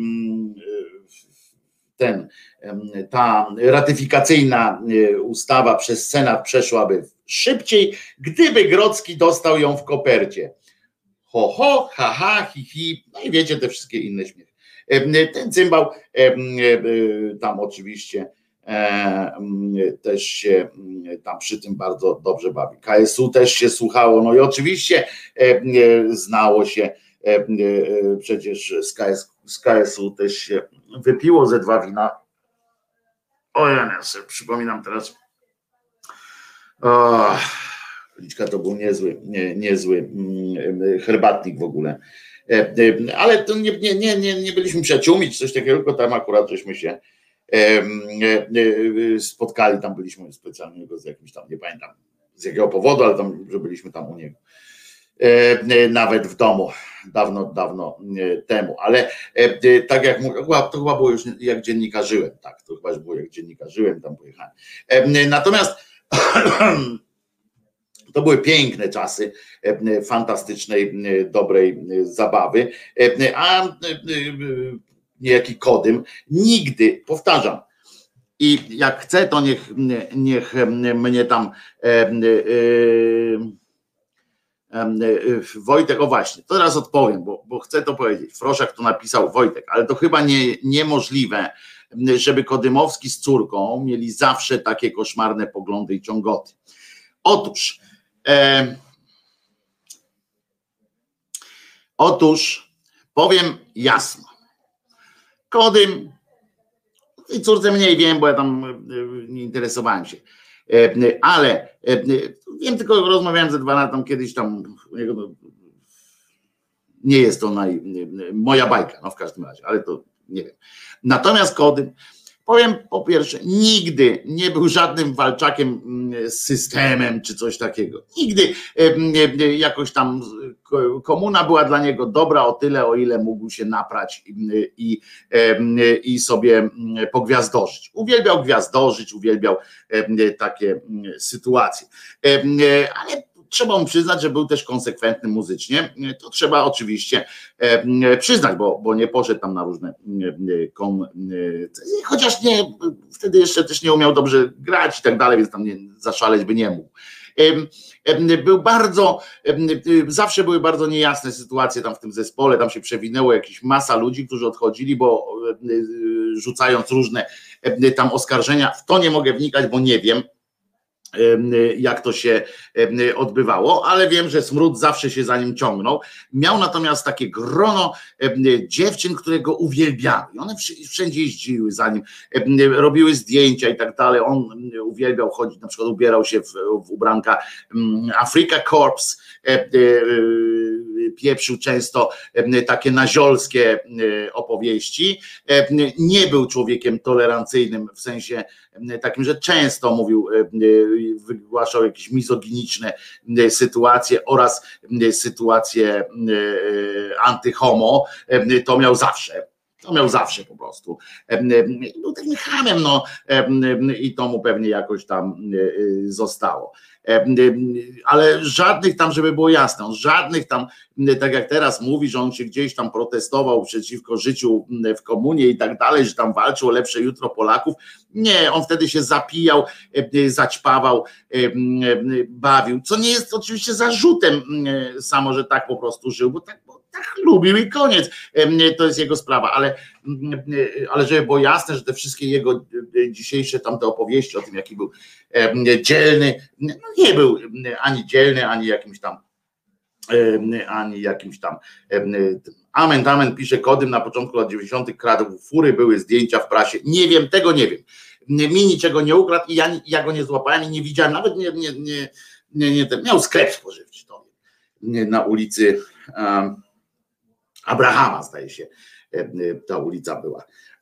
ta ratyfikacyjna ustawa przez Senat przeszłaby szybciej, gdyby Grodzki dostał ją w kopercie. Ho, ho, ha, ha, hi, hi, no i wiecie te wszystkie inne śmiechy. Ten cymbał tam oczywiście też się tam przy tym bardzo dobrze bawi. KSU też się słuchało, no i oczywiście znało się, przecież z KSU też się wypiło ze 2 wina. O ja sobie przypominam teraz. Liczka to był niezły herbatnik w ogóle. Ale to nie byliśmy przyjaciółmi czy coś takiego, tylko tam akurat żeśmy się spotkali, tam byliśmy specjalnie z jakimś tam, nie pamiętam z jakiego powodu, ale tam, że byliśmy tam u niego. Nawet w domu, dawno temu, ale tak jak mówię, to chyba było już jak dziennikarzyłem, tak, to chyba było jak dziennikarzyłem, tam pojechałem. Natomiast to były piękne czasy fantastycznej, dobrej zabawy, a niejaki Kodym nigdy, powtarzam, i jak chce, to niech mnie tam Wojtek, o właśnie, to teraz odpowiem, bo chcę to powiedzieć. Froszak to napisał Wojtek, ale to chyba niemożliwe, żeby Kodymowski z córką mieli zawsze takie koszmarne poglądy i ciągoty. Otóż powiem jasno. Kodym, i córce mniej wiem, bo ja tam nie interesowałem się, ale wiem, tylko rozmawiałem ze 2 lata tam kiedyś tam, nie jest to moja bajka, no w każdym razie, ale to nie wiem. Natomiast Kodym, powiem po pierwsze, nigdy nie był żadnym walczakiem z systemem czy coś takiego. Nigdy jakoś tam komuna była dla niego dobra o tyle, o ile mógł się naprać i sobie pogwiazdorzyć. Uwielbiał gwiazdorzyć, uwielbiał takie sytuacje. Ale trzeba mu przyznać, że był też konsekwentny muzycznie. To trzeba oczywiście przyznać, bo nie poszedł tam na różne chociaż wtedy jeszcze też nie umiał dobrze grać i tak dalej, więc tam zaszaleć by nie mógł. Był zawsze były bardzo niejasne sytuacje tam w tym zespole, tam się przewinęło jakieś masa ludzi, którzy odchodzili, bo rzucając różne tam oskarżenia, w to nie mogę wnikać, bo nie wiem, jak to się odbywało, ale wiem, że Smród zawsze się za nim ciągnął. Miał natomiast takie grono dziewczyn, które go uwielbiały. I one wszędzie jeździły za nim, robiły zdjęcia i tak dalej. On uwielbiał chodzić, na przykład ubierał się w ubranka Africa Corps, pieprzył często takie naziolskie opowieści. Nie był człowiekiem tolerancyjnym w sensie takim, że często mówił, wygłaszał jakieś mizoginiczne sytuacje oraz sytuacje antyhomo. To miał zawsze po prostu. Był takim chamem, no i to mu pewnie jakoś tam zostało. Ale żadnych tam, żeby było jasne, on żadnych tam, tak jak teraz mówi, że on się gdzieś tam protestował przeciwko życiu w komunie i tak dalej, że tam walczył o lepsze jutro Polaków. Nie, on wtedy się zapijał, zaćpawał, bawił, co nie jest oczywiście zarzutem samo, że tak po prostu żył, bo tak lubił i koniec. To jest jego sprawa, ale żeby było jasne, że te wszystkie jego dzisiejsze tamte opowieści o tym, jaki był dzielny, no nie był ani dzielny, ani jakimś tam Amen, pisze Kodym, na początku lat 90. kradł fury, były zdjęcia w prasie. Nie wiem, tego nie wiem. Mi niczego nie ukradł i ja go nie złapałem i nie widziałem, nawet nie miał sklep spożywczy to na ulicy Abrahama, zdaje się, ta ulica była.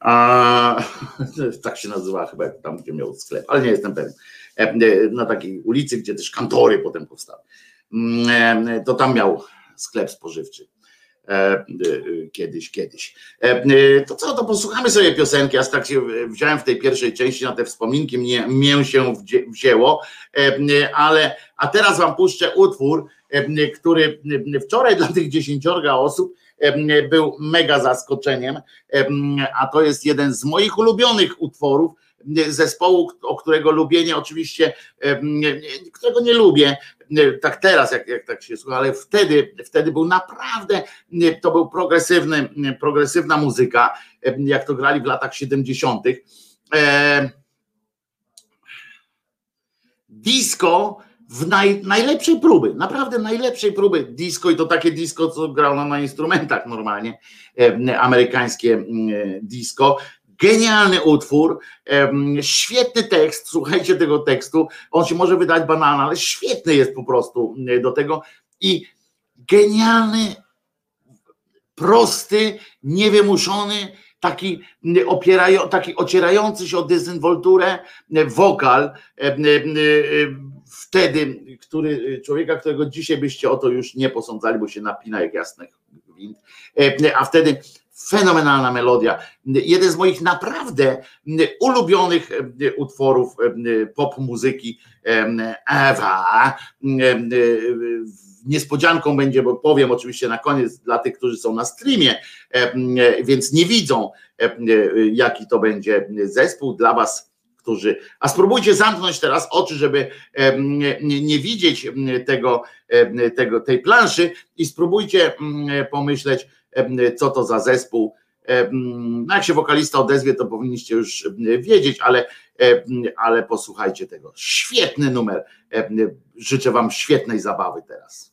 Tak się nazywała chyba, tam gdzie miał sklep, ale nie jestem pewien. Na takiej ulicy, gdzie też kantory potem powstały. To tam miał sklep spożywczy. Kiedyś. To co, to posłuchamy sobie piosenki, aż tak się wziąłem w tej pierwszej części na te wspominki, mnie się wzięło, a teraz wam puszczę utwór, który wczoraj dla tych 10 osób był mega zaskoczeniem, a to jest jeden z moich ulubionych utworów zespołu, o którego lubienie oczywiście, którego nie lubię, tak teraz, jak tak się słucha, ale wtedy był naprawdę, to był progresywna muzyka, jak to grali w latach 70. Disco w najlepszej próby, naprawdę najlepszej próby disco i to takie disco, co grał na instrumentach normalnie, amerykańskie disco. Genialny utwór, świetny tekst, słuchajcie tego tekstu, on się może wydać banalny, ale świetny jest po prostu do tego i genialny, prosty, niewymuszony, taki ocierający się o dezynwolturę wokal, wtedy, człowieka, którego dzisiaj byście o to już nie posądzali, bo się napina jak jasny gwint, a wtedy fenomenalna melodia. Jeden z moich naprawdę ulubionych utworów pop muzyki Ewa. Niespodzianką będzie, bo powiem oczywiście na koniec dla tych, którzy są na streamie, więc nie widzą, jaki to będzie zespół dla was, którzy... A spróbujcie zamknąć teraz oczy, żeby nie widzieć tej planszy i spróbujcie pomyśleć, co to za zespół. No jak się wokalista odezwie, to powinniście już wiedzieć, ale posłuchajcie tego. Świetny numer. Życzę wam świetnej zabawy teraz.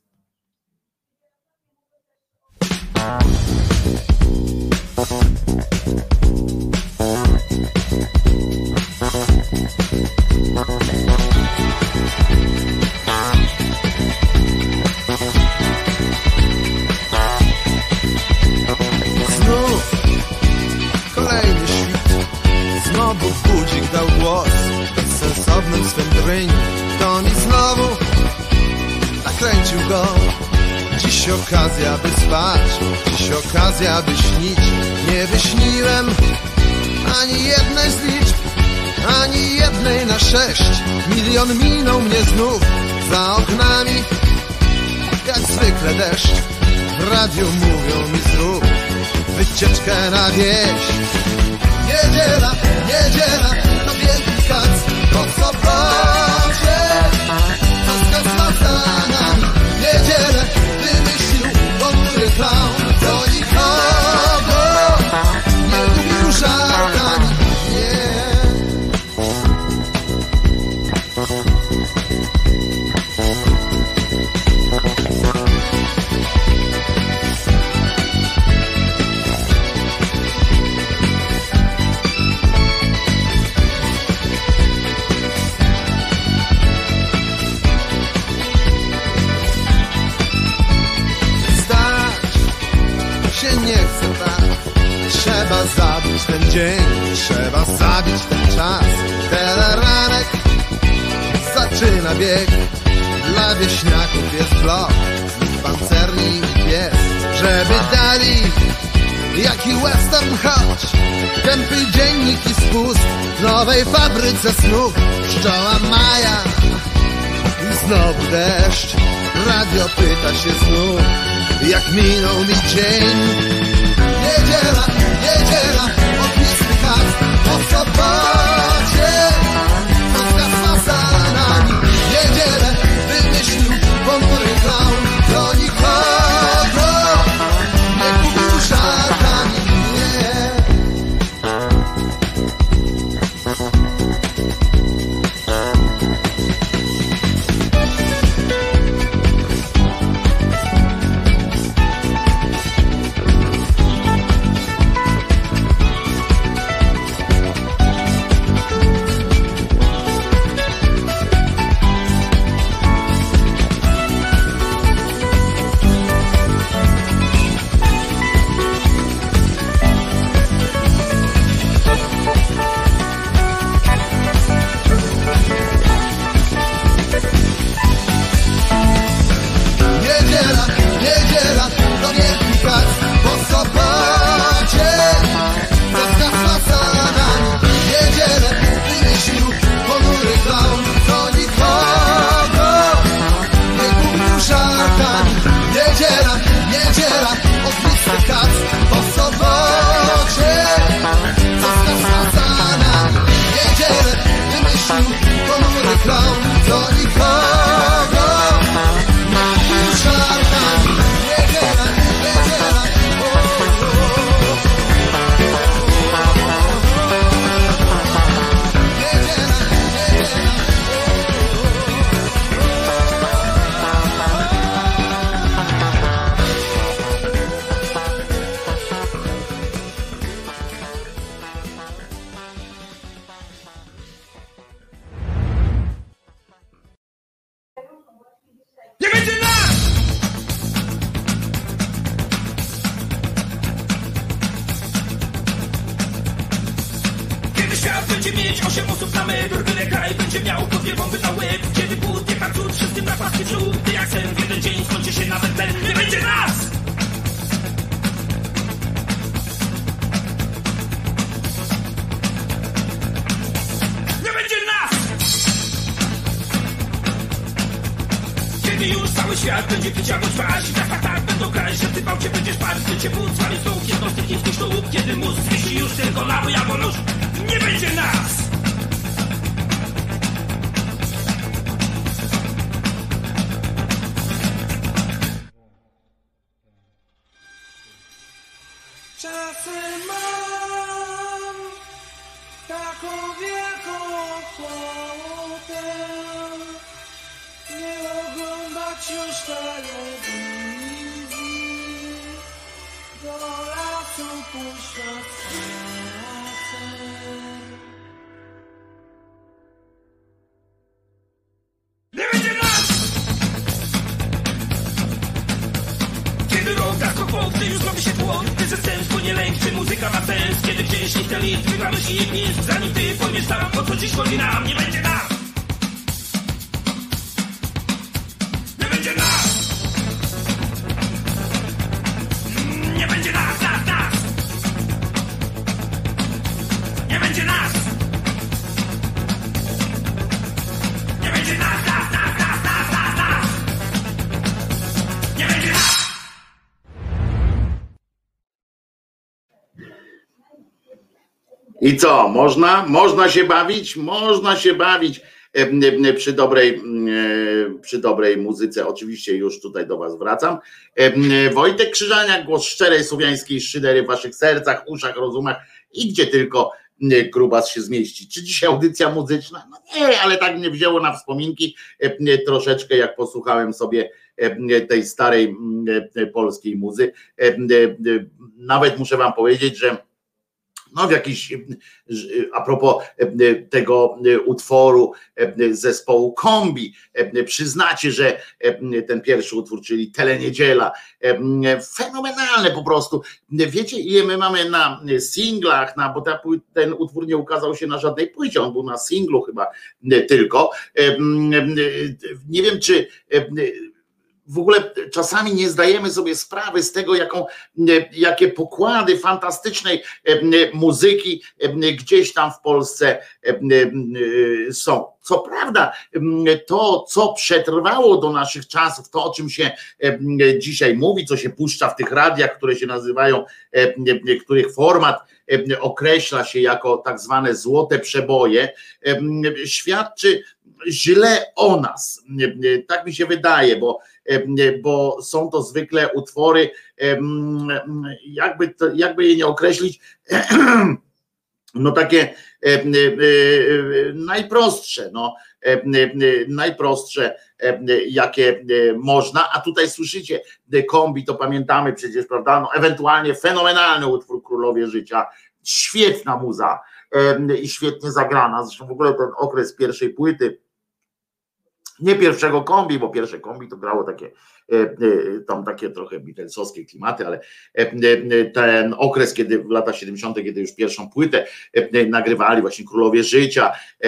Kolejny świt, znowu budzik dał głos bezsensownym swym dryniem. To mi znowu nakręcił go. Dziś okazja, by spać, dziś okazja, by śnić. Nie wyśniłem ani jednej z liczb, ani jednej na 6. Milion minął mnie znów za oknami, jak zwykle deszcz. W radiu mówią mi zrób wycieczkę na wieś. Niedziela, to wielki kac, po sobocie maska z matanami. Niedzielę wymyślił ponury clown, co nikogo nie lubił żartami. Nie. Nie chcę tak. Trzeba zabić ten dzień, trzeba zabić ten czas. Teleranek zaczyna bieg. Dla wieśniaków jest blok, znów pancerni i pies. Żeby dali jaki western choć, tępy dziennik i spust w nowej fabryce snów. Pszczoła Maja i znowu deszcz. Radio pyta się znów, jak minął mi dzień. Niedziela, ognisty kac, po sobocie maska z fasanami. Niedzielę wymyślił ponury clown, do nikogo będzie mieć 8 osób na metr, byle kraj będzie miał po 2 bomby na łeb. Kiedy głód nie ma cud, wszystkim na płaski wśród. Gdy jak sen w jeden dzień skończy się nawet ten, nie będzie nas! Nie będzie nas! Kiedy już cały świat będzie picia bądź paść, w miastach tak będą kraść, że ty bałcie będziesz paść, gdy cię wód zwali z nóg jednostek chińskich sztuk. Kiedy mózg wisi już tylko na bój albo nóż, nie będzie nas! Czasem mam taką wielką ochotę nie oglądać już telewizji, do lasu puszczać spacer. Nie będzie nas! Kiedy rok za skok, gdy już robi się tłon, gdy ze scen płynie lęk, czy muzyka ma sens? Kiedy gdzieś nikt elit wygramy się i gnieźdź, zanim ty pojmiesz sam, o co dziś chodzi nam, nie będzie nas! Nie będzie nas! Nie będzie nas, nas! Nie będzie nas! Nie będzie nas, nas! Nie będzie nas! I co, można się bawić? Można się bawić przy dobrej muzyce. Oczywiście już tutaj do was wracam. Wojtek Krzyżaniak, głos szczerej słowiańskiej szydery w waszych sercach, uszach, rozumach i gdzie tylko grubas się zmieści. Czy dzisiaj audycja muzyczna? No nie, ale tak mnie wzięło na wspominki troszeczkę, jak posłuchałem sobie tej starej polskiej muzy. Nawet muszę wam powiedzieć, że no w jakiś, a propos tego utworu zespołu Kombi, przyznacie, że ten pierwszy utwór, czyli Teleniedziela, fenomenalne po prostu. Wiecie, ile my mamy na singlach, bo ten utwór nie ukazał się na żadnej płycie, on był na singlu chyba tylko. Nie wiem, czy w ogóle czasami nie zdajemy sobie sprawy z tego, jakie pokłady fantastycznej muzyki gdzieś tam w Polsce są. Co prawda, to, co przetrwało do naszych czasów, to, o czym się dzisiaj mówi, co się puszcza w tych radiach, które się nazywają, których format określa się jako tak zwane złote przeboje, świadczy źle o nas. Tak mi się wydaje, bo są to zwykle utwory, jakby je nie określić, no takie najprostsze, najprostsze, jakie można, a tutaj słyszycie Kombi, to pamiętamy przecież, prawda, no ewentualnie fenomenalny utwór Królowie Życia, świetna muza i świetnie zagrana, zresztą w ogóle ten okres pierwszej płyty, nie pierwszego Kombi, bo pierwsze Kombi to grało tam takie trochę Beatlesowskie klimaty, ale ten okres, kiedy w latach 70., kiedy już pierwszą płytę nagrywali właśnie Królowie Życia,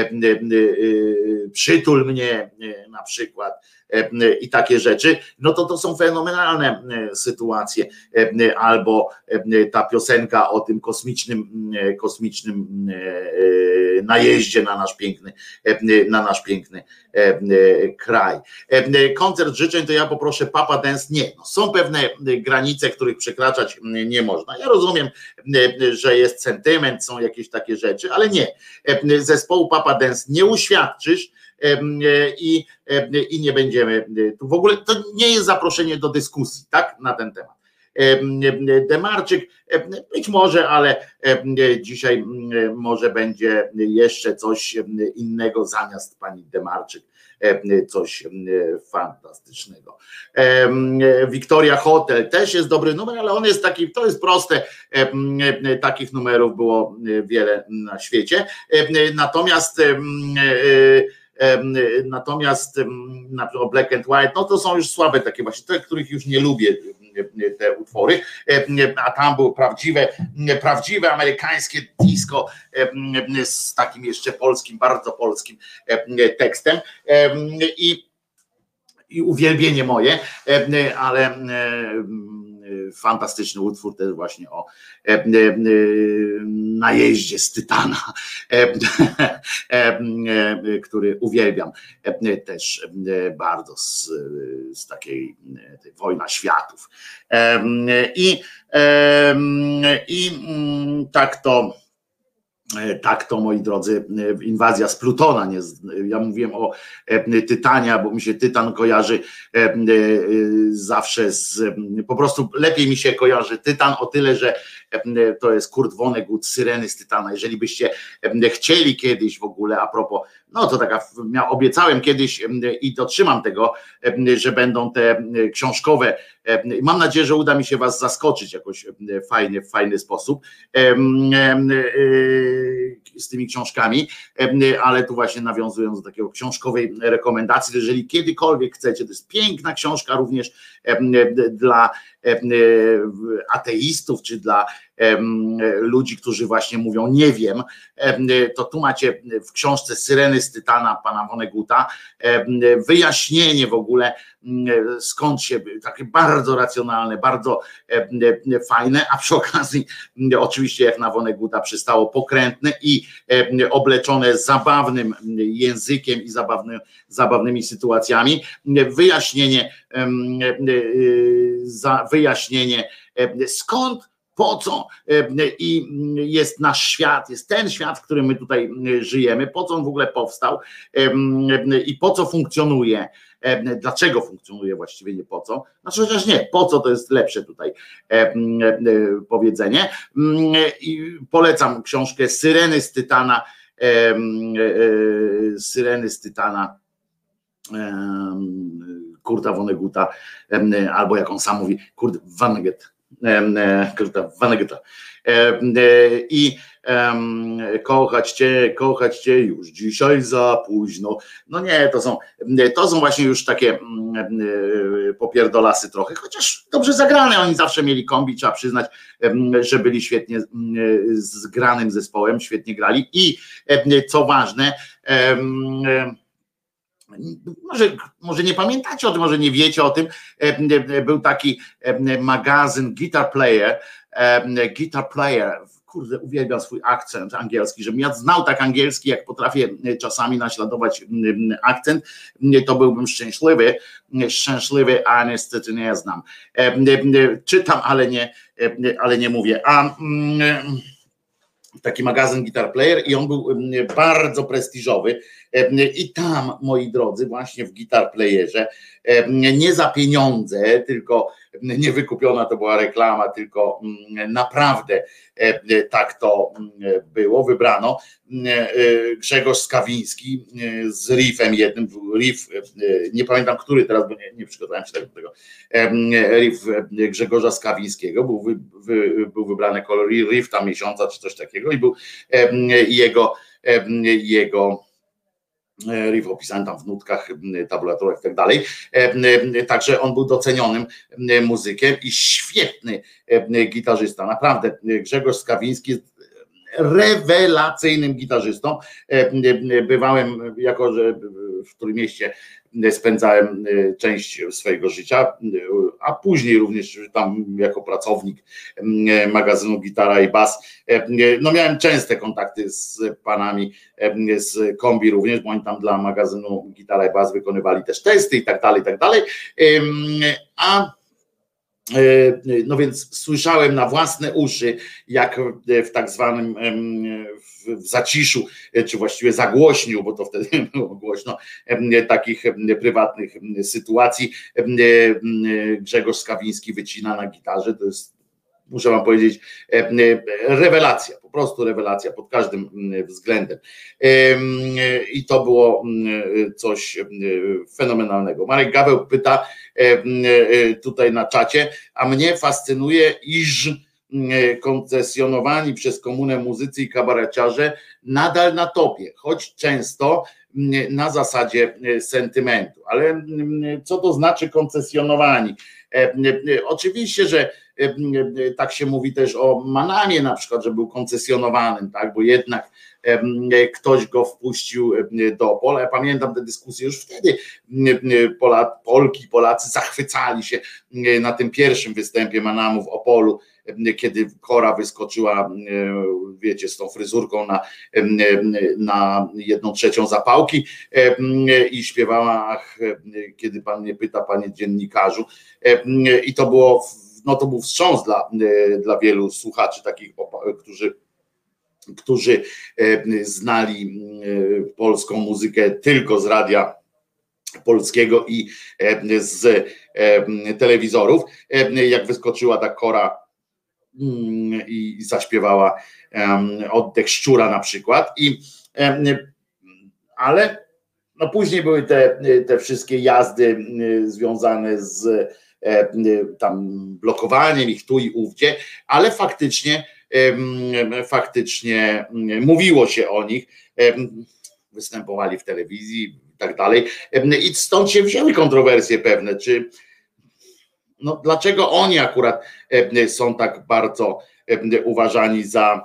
Przytul mnie na przykład i takie rzeczy, no to są fenomenalne sytuacje, albo ta piosenka o tym kosmicznym najeździe na nasz piękny kraj. Koncert życzeń to ja poproszę Papa Dance. Nie, no są pewne granice, których przekraczać nie można. Ja rozumiem, że jest sentyment, są jakieś takie rzeczy, ale nie. Zespołu Papa Dance nie uświadczysz i nie będziemy. Tu w ogóle to nie jest zaproszenie do dyskusji, tak, na ten temat. Demarczyk, być może, ale dzisiaj może będzie jeszcze coś innego zamiast pani Demarczyk, coś fantastycznego. Wiktoria Hotel też jest dobry numer, ale on jest taki, to jest proste, takich numerów było wiele na świecie, natomiast na przykład Black and White, no to są już słabe takie właśnie, te, których już nie lubię te utwory, a tam było prawdziwe amerykańskie disco z takim jeszcze polskim, bardzo polskim tekstem i uwielbienie moje, ale fantastyczny utwór też właśnie o najeździe z Tytana, który uwielbiam też bardzo z takiej Wojna Światów. I tak to, moi drodzy, inwazja z Plutona. Ja mówiłem o Tytanie, bo mi się Tytan kojarzy zawsze po prostu lepiej mi się kojarzy Tytan o tyle, że to jest Kurt Vonnegut, Syreny z Tytana. Jeżeli byście chcieli kiedyś w ogóle, a propos, no to taka, obiecałem kiedyś i dotrzymam tego, że będą te książkowe, mam nadzieję, że uda mi się was zaskoczyć jakoś w fajny sposób z tymi książkami, ale tu właśnie nawiązując do takiego książkowej rekomendacji, że jeżeli kiedykolwiek chcecie, to jest piękna książka również dla ateistów, czy dla ludzi, którzy właśnie mówią nie wiem, to tu macie w książce Syreny z Tytana pana Vonneguta wyjaśnienie w ogóle skąd się, takie bardzo racjonalne, bardzo fajne, a przy okazji oczywiście jak na Vonneguta przystało pokrętne i obleczone zabawnym językiem i zabawnymi sytuacjami, wyjaśnienie skąd, po co i jest nasz świat, jest ten świat, w którym my tutaj żyjemy, po co on w ogóle powstał i po co funkcjonuje, dlaczego funkcjonuje właściwie, nie po co, znaczy chociaż nie, po co to jest lepsze tutaj powiedzenie. I polecam książkę Syreny z Tytana, Kurta Vonneguta, albo jak on sam mówi, Kurt Vonnegut. I kochać cię już dzisiaj za późno. No nie, to są właśnie już takie popierdolasy trochę, chociaż dobrze zagrane, oni zawsze mieli kombi, trzeba przyznać, że byli świetnie zgranym zespołem, świetnie grali i co ważne, może nie pamiętacie o tym, może nie wiecie o tym, był taki magazyn Guitar Player, kurde, uwielbiam swój akcent angielski, żebym ja znał tak angielski, jak potrafię czasami naśladować akcent, to byłbym szczęśliwy, a niestety nie znam. Czytam, ale nie mówię. Taki magazyn Guitar Player i on był bardzo prestiżowy i tam, moi drodzy, właśnie w Guitar Playerze, nie za pieniądze, tylko nie wykupiona to była reklama, tylko naprawdę tak to było, wybrano Grzegorz Skawiński z riffem jednym, riff, nie pamiętam który teraz, bo nie przygotowałem się do tego, riff Grzegorza Skawińskiego, był wybrany kolor riff tam miesiąca czy coś takiego i był jego riff opisany tam w nutkach, tabulaturach i tak dalej. Także on był docenionym muzykiem i świetny gitarzysta. Naprawdę Grzegorz Skawiński jest rewelacyjnym gitarzystą. Bywałem, jako że w Trójmieście spędzałem część swojego życia, a później również tam jako pracownik magazynu Gitara i Bas, no miałem częste kontakty z panami z kombi również, bo oni tam dla magazynu Gitara i Bas wykonywali też testy i tak dalej, no więc słyszałem na własne uszy, jak w tak zwanym w zaciszu, czy właściwie zagłośniu, bo to wtedy było głośno, takich prywatnych sytuacji, Grzegorz Skawiński wycina na gitarze, to jest, muszę wam powiedzieć, rewelacja, po prostu rewelacja pod każdym względem. I to było coś fenomenalnego. Marek Gaweł pyta tutaj na czacie, a mnie fascynuje, iż koncesjonowani przez komunę muzycy i kabareciarze nadal na topie, choć często na zasadzie sentymentu. Ale co to znaczy koncesjonowani? Oczywiście, że tak się mówi też o Manamie na przykład, że był koncesjonowanym, tak, bo jednak ktoś go wpuścił do Opola. Ja pamiętam te dyskusje już wtedy. Polki, Polacy zachwycali się na tym pierwszym występie Manamu w Opolu, kiedy Kora wyskoczyła, wiecie, z tą fryzurką na 1/3 zapałki i śpiewała "Ach, kiedy pan mnie pyta, panie dziennikarzu", i to było, no to był wstrząs dla wielu słuchaczy takich, którzy znali polską muzykę tylko z radia polskiego i z telewizorów. Jak wyskoczyła ta Kora i zaśpiewała Oddech szczura na przykład, ale no później były te wszystkie jazdy związane z tam blokowaniem ich tu i ówdzie, ale faktycznie mówiło się o nich, występowali w telewizji i tak dalej, i stąd się wzięły kontrowersje pewne, czy no dlaczego oni akurat są tak bardzo uważani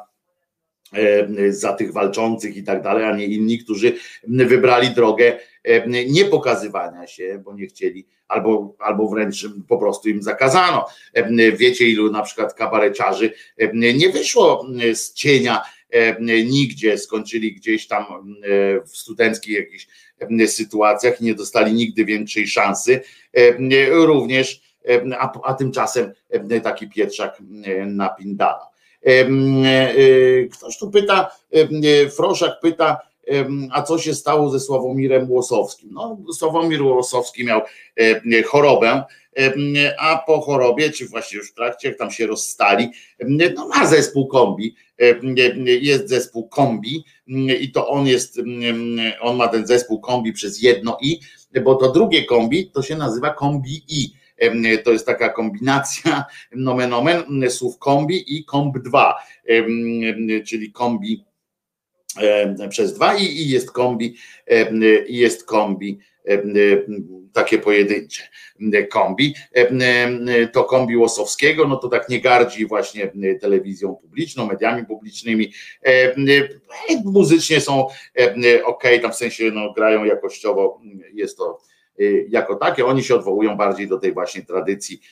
za tych walczących i tak dalej, a nie inni, którzy wybrali drogę nie pokazywania się, bo nie chcieli, albo wręcz po prostu im zakazano. Wiecie, ilu na przykład kabareciarzy nie wyszło z cienia nigdzie, skończyli gdzieś tam w studenckich jakichś sytuacjach i nie dostali nigdy większej szansy, również, a tymczasem taki Pietrzak napindala. Ktoś tu pyta, Froszak pyta, a co się stało ze Sławomirem Łosowskim? No, Sławomir Łosowski miał chorobę, a po chorobie, czy właśnie już w trakcie, jak tam się rozstali, no ma zespół kombi, jest zespół kombi i to on ma ten zespół kombi przez jedno i, bo to drugie kombi to się nazywa kombi i. To jest taka kombinacja nomen omen słów kombi i komb 2, czyli kombi przez 2 i jest kombi takie pojedyncze kombi. To kombi Łosowskiego, no to tak nie gardzi właśnie telewizją publiczną, mediami publicznymi. Muzycznie są okej, tam w sensie no, grają jakościowo, jest to jako takie, oni się odwołują bardziej do tej właśnie tradycji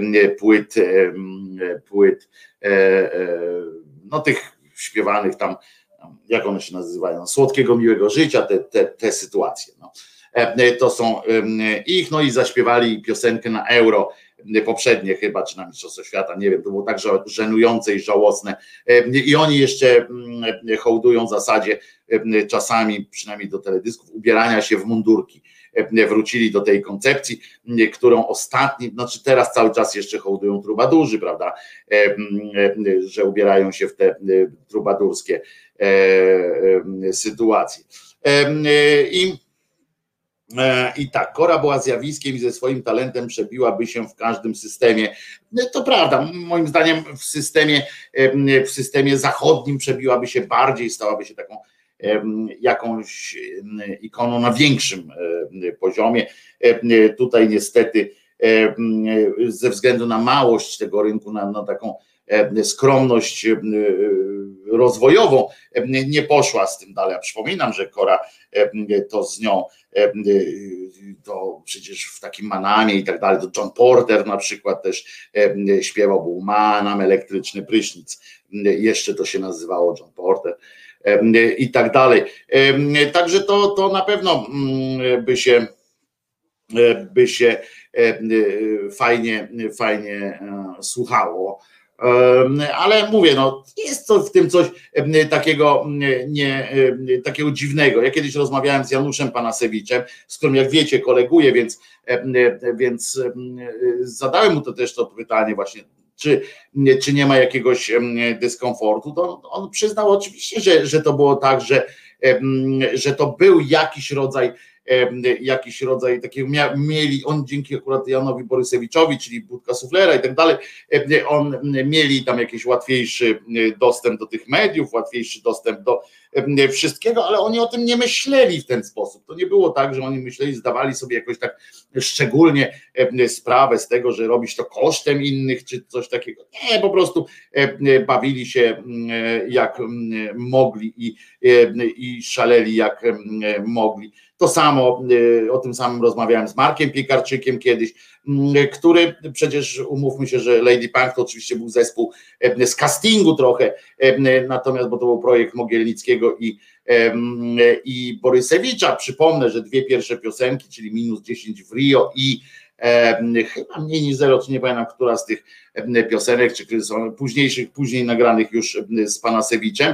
płyt no tych śpiewanych tam, jak one się nazywają, Słodkiego Miłego Życia, te sytuacje. No. To są ich, no i zaśpiewali piosenkę na Euro, poprzednie chyba, czy na Mistrzostwo Świata, nie wiem, to było tak żenujące i żałosne. I oni jeszcze hołdują w zasadzie czasami, przynajmniej do teledysków, ubierania się w mundurki. Wrócili do tej koncepcji, którą ostatni, znaczy teraz cały czas jeszcze hołdują trubadurzy, prawda, że ubierają się w te trubadurskie sytuacje. I tak, Kora była zjawiskiem i ze swoim talentem przebiłaby się w każdym systemie. To prawda, moim zdaniem w systemie zachodnim przebiłaby się bardziej, stałaby się taką jakąś ikoną na większym poziomie. Tutaj niestety ze względu na małość tego rynku, na taką skromność rozwojową, nie poszła z tym dalej. Ja przypominam, że Kora to z nią, to przecież w takim Manamie i tak dalej, to John Porter na przykład też śpiewał, był Manam, elektryczny prysznic, jeszcze to się nazywało John Porter i tak dalej. Także to na pewno by się fajnie słuchało. Ale mówię, no jest to w tym coś takiego dziwnego. Ja kiedyś rozmawiałem z Januszem Panasewiczem, z którym, jak wiecie, koleguję, więc zadałem mu też to pytanie właśnie, czy nie ma jakiegoś dyskomfortu. To on przyznał oczywiście, że to było tak, że to był jakiś rodzaj jakiś rodzaj takiego mieli, on dzięki akurat Janowi Borysewiczowi, czyli Budka Suflera i tak dalej, mieli tam jakiś łatwiejszy dostęp do tych mediów, łatwiejszy dostęp do wszystkiego, ale oni o tym nie myśleli w ten sposób. To nie było tak, że oni myśleli, zdawali sobie jakoś tak szczególnie sprawę z tego, że robić to kosztem innych, czy coś takiego. Nie, po prostu bawili się jak mogli i szaleli jak mogli. To samo, o tym samym rozmawiałem z Markiem Piekarczykiem kiedyś, który przecież, umówmy się, że Lady Punk to oczywiście był zespół z castingu trochę, natomiast, bo to był projekt Mogielnickiego i Borysewicza. Przypomnę, że dwie pierwsze piosenki, czyli -10 w Rio i chyba mniej niż 0, czy nie pamiętam, która z tych piosenek, czy są później nagranych już z Panasewiczem,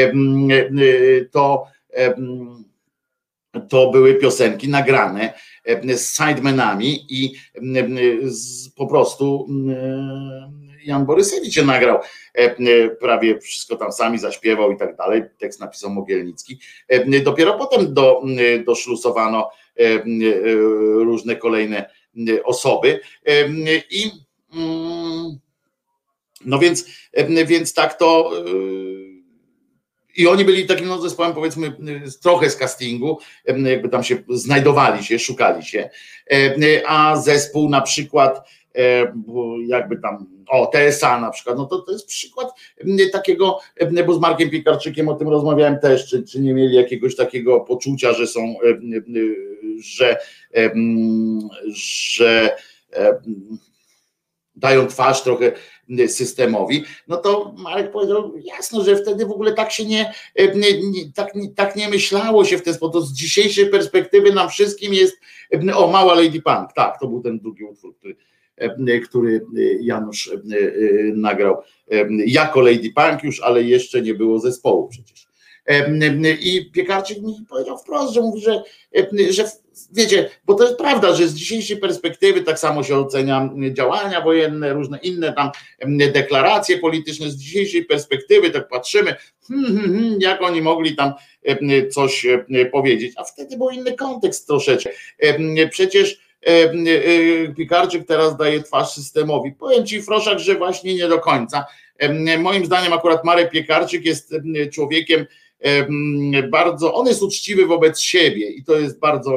to były piosenki nagrane z sidemenami i po prostu Jan Borysewicz je nagrał, prawie wszystko tam sami zaśpiewał i tak dalej, tekst napisał Mogielnicki. Dopiero potem doszlusowano różne kolejne osoby i no więc tak to. I oni byli takim zespołem, powiedzmy, trochę z castingu, jakby tam się znajdowali się, szukali się, a zespół na przykład, jakby tam, TSA na przykład, no to jest przykład takiego, bo z Markiem Piekarczykiem o tym rozmawiałem też, czy nie mieli jakiegoś takiego poczucia, że są, że dają twarz trochę systemowi, no to Marek powiedział jasno, że wtedy w ogóle tak się tak nie myślało się w ten sposób. To z dzisiejszej perspektywy nam wszystkim jest Mała Lady Punk. Tak, to był ten drugi utwór, który Janusz nagrał jako Lady Punk już, ale jeszcze nie było zespołu przecież. I Piekarczyk mi powiedział wprost, że mówi, że wiecie, bo to jest prawda, że z dzisiejszej perspektywy tak samo się ocenia działania wojenne, różne inne tam deklaracje polityczne, z dzisiejszej perspektywy tak patrzymy, jak oni mogli tam coś powiedzieć, a wtedy był inny kontekst troszeczkę. Przecież Piekarczyk teraz daje twarz systemowi. Powiem ci, Froszak, że właśnie nie do końca. Moim zdaniem akurat Marek Piekarczyk jest człowiekiem bardzo, on jest uczciwy wobec siebie i to jest bardzo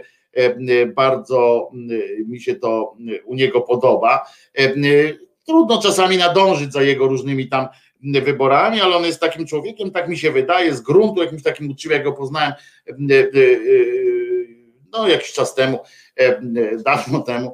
mi się to u niego podoba. Trudno czasami nadążyć za jego różnymi tam wyborami, ale on jest takim człowiekiem, tak mi się wydaje, z gruntu jakimś takim uczciwym, jak go poznałem no jakiś czas temu, dawno temu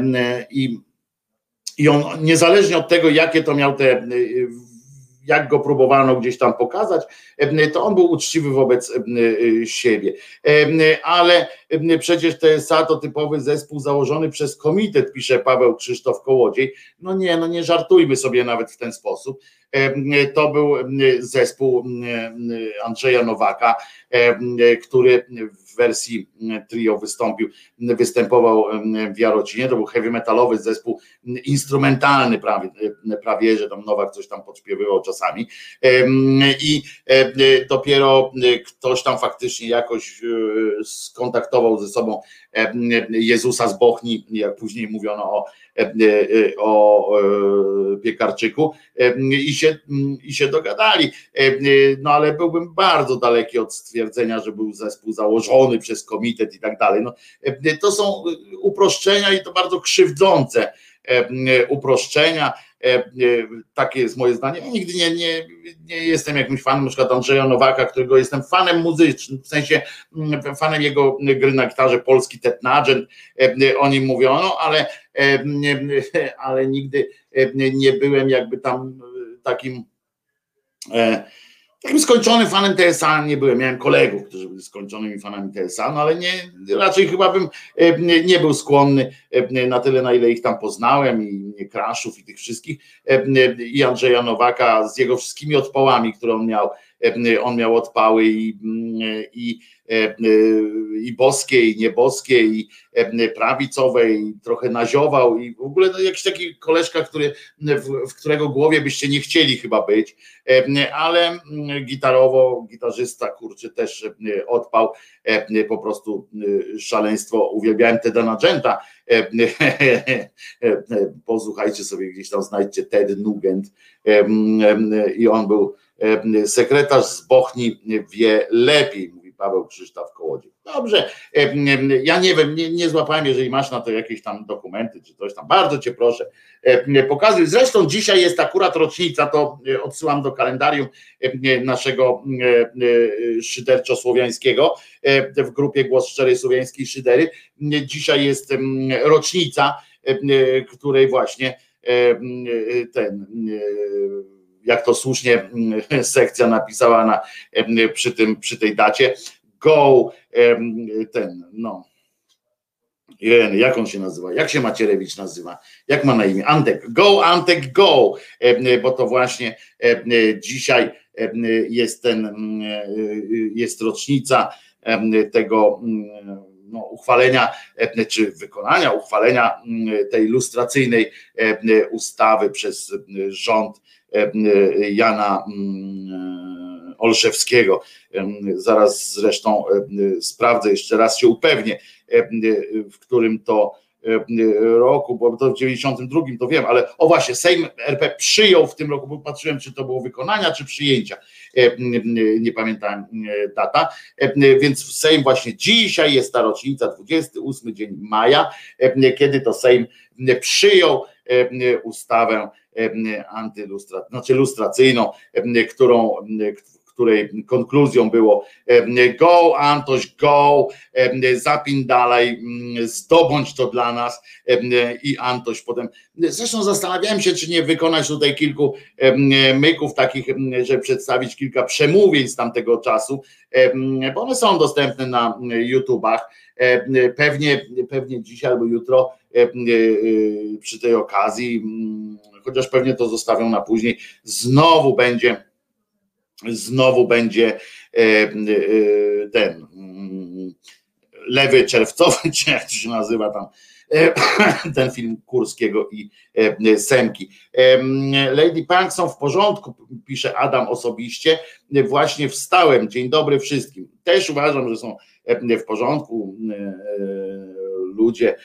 i on niezależnie od tego, jakie to miał jak go próbowano gdzieś tam pokazać, to on był uczciwy wobec siebie. Ale przecież TSA to typowy zespół założony przez komitet, pisze Paweł Krzysztof Kołodziej. No nie żartujmy sobie nawet w ten sposób. To był zespół Andrzeja Nowaka, który w wersji trio występował w Jarocinie. To był heavy metalowy zespół instrumentalny prawie, że tam Nowak coś tam podśpiewywał czasami i dopiero ktoś tam faktycznie jakoś skontaktował ze sobą Jezusa z Bochni, jak później mówiono o Piekarczyku i się dogadali, no ale byłbym bardzo daleki od stwierdzenia, że był zespół założony przez komitet i tak dalej. No, to są uproszczenia i to bardzo krzywdzące uproszczenia. Takie jest moje zdanie. Ja nigdy nie jestem jakimś fanem na przykład Andrzeja Nowaka, którego jestem fanem muzycznym, w sensie fanem jego gry na gitarze, polski Ted Nugent, o nim mówiono, ale nigdy nie byłem jakby tam takim skończonym fanem TSA nie byłem. Miałem kolegów, którzy byli skończonymi fanami TSA, no ale raczej chyba bym nie był skłonny na tyle, na ile ich tam poznałem i Kraszów i tych wszystkich i Andrzeja Nowaka z jego wszystkimi odpałami, które on miał odpały i i boskie, i nieboskie, i prawicowe, i trochę naziował, i w ogóle no, jakiś taki koleżka, w którego głowie byście nie chcieli chyba być, ale gitarzysta, kurczę, też odpał, po prostu szaleństwo. Uwielbiałem Teda Nugenta, posłuchajcie sobie, gdzieś tam znajdźcie Ted Nugent, i on był sekretarz z Bochni wie lepiej, mówi Paweł Krzysztof Kołodziej. Dobrze, ja nie wiem, nie złapałem, jeżeli masz na to jakieś tam dokumenty czy coś tam, bardzo cię proszę, pokazuj. Zresztą dzisiaj jest akurat rocznica, to odsyłam do kalendarium naszego szyderczo-słowiańskiego w grupie Głos Szczerej Słowiańskiej Szydery. Dzisiaj jest rocznica, której właśnie jak to słusznie sekcja napisała przy tej dacie, go jak on się nazywa, jak się Macierewicz nazywa, jak ma na imię, Antek, go Antek go, bo to właśnie dzisiaj jest rocznica tego uchwalenia czy wykonania uchwalenia tej lustracyjnej ustawy przez rząd Jana Olszewskiego. Zaraz zresztą sprawdzę, jeszcze raz się upewnię, w którym to roku, bo to w 92 to wiem, ale o właśnie, Sejm RP przyjął w tym roku, bo patrzyłem, czy to było wykonania, czy przyjęcia, nie pamiętałem data, więc w Sejm właśnie dzisiaj jest ta rocznica, 28 dzień maja, kiedy to Sejm przyjął ustawę lustracyjną, której konkluzją było go Antoś, go, zapindalaj, zdobądź to dla nas, i Antoś potem, zresztą zastanawiałem się, czy nie wykonać tutaj kilku myków takich, żeby przedstawić kilka przemówień z tamtego czasu, bo one są dostępne na YouTubach, pewnie dzisiaj albo jutro przy tej okazji, chociaż pewnie to zostawią na później, znowu będzie ten Lewy Czerwcowy, czy jak to się nazywa tam, ten film Kurskiego i Semki. Lady Punk są w porządku, pisze Adam osobiście. Właśnie wstałem. Dzień dobry wszystkim. Też uważam, że są w porządku ludzie,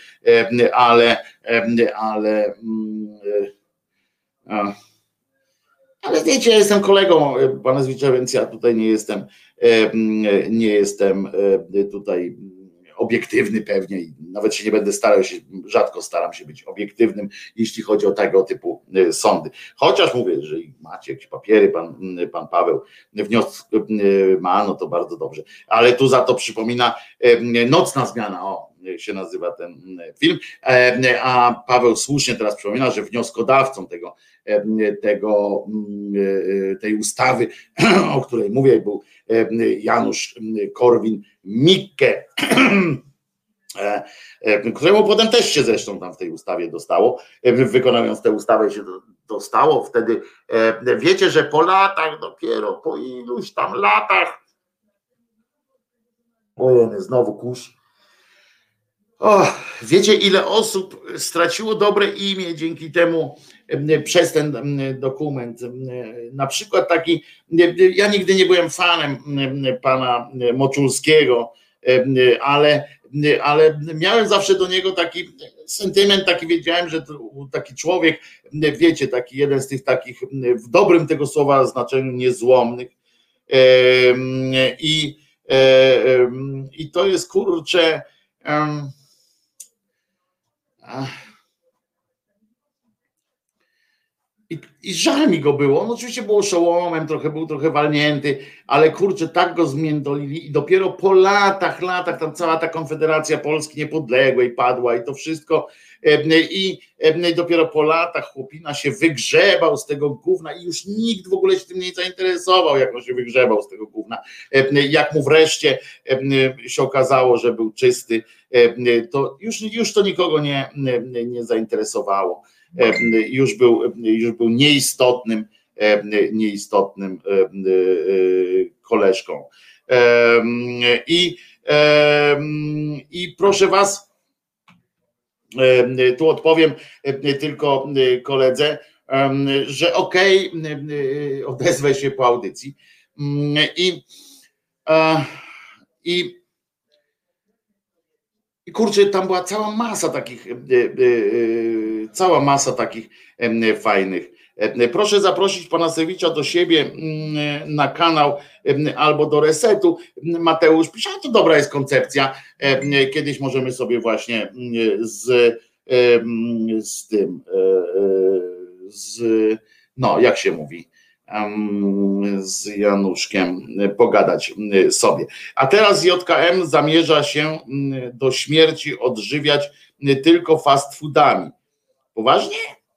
ale wiecie, ja jestem kolegą pana Zwicza, więc ja tutaj nie jestem tutaj obiektywny pewnie i nawet się nie będę starał się, rzadko staram się być obiektywnym, jeśli chodzi o tego typu sądy. Chociaż mówię, jeżeli macie jakieś papiery, pan Paweł wniósł ma, no to bardzo dobrze. Ale tu za to przypomina Nocna Zmiana, się nazywa ten film, a Paweł słusznie teraz przypomina, że wnioskodawcą tej ustawy, o której mówię, był Janusz Korwin-Mikke, któremu potem też się zresztą tam w tej ustawie dostało, wykonując tę ustawę się dostało wtedy, wiecie, że po latach dopiero, po iluś tam latach, znowu kurz. Wiecie, ile osób straciło dobre imię dzięki temu, przez ten dokument. Na przykład taki, ja nigdy nie byłem fanem pana Moczulskiego, ale miałem zawsze do niego taki sentyment, taki wiedziałem, że to taki człowiek, wiecie, taki jeden z tych takich w dobrym tego słowa znaczeniu niezłomnych, i to jest kurczę, i żal mi go było. On oczywiście był oszołomem, był trochę walnięty, ale kurczę, tak go zmiętolili i dopiero po latach, tam cała ta Konfederacja Polski Niepodległej padła i to wszystko, i dopiero po latach chłopina się wygrzebał z tego gówna i już nikt w ogóle się tym nie zainteresował, jak on się wygrzebał z tego gówna. Jak mu wreszcie się okazało, że był czysty, to już to nikogo nie zainteresowało. Już był nieistotnym koleżką. I proszę was, tu odpowiem tylko koledze, że okej, odezwę się po audycji. I kurczę, tam była cała masa takich fajnych. Proszę zaprosić pana Sewicza do siebie na kanał albo do Resetu. Mateusz pisze, to dobra jest koncepcja. Kiedyś możemy sobie właśnie no jak się mówi, z Januszkiem pogadać sobie. A teraz JKM zamierza się do śmierci odżywiać tylko fast foodami. Poważnie?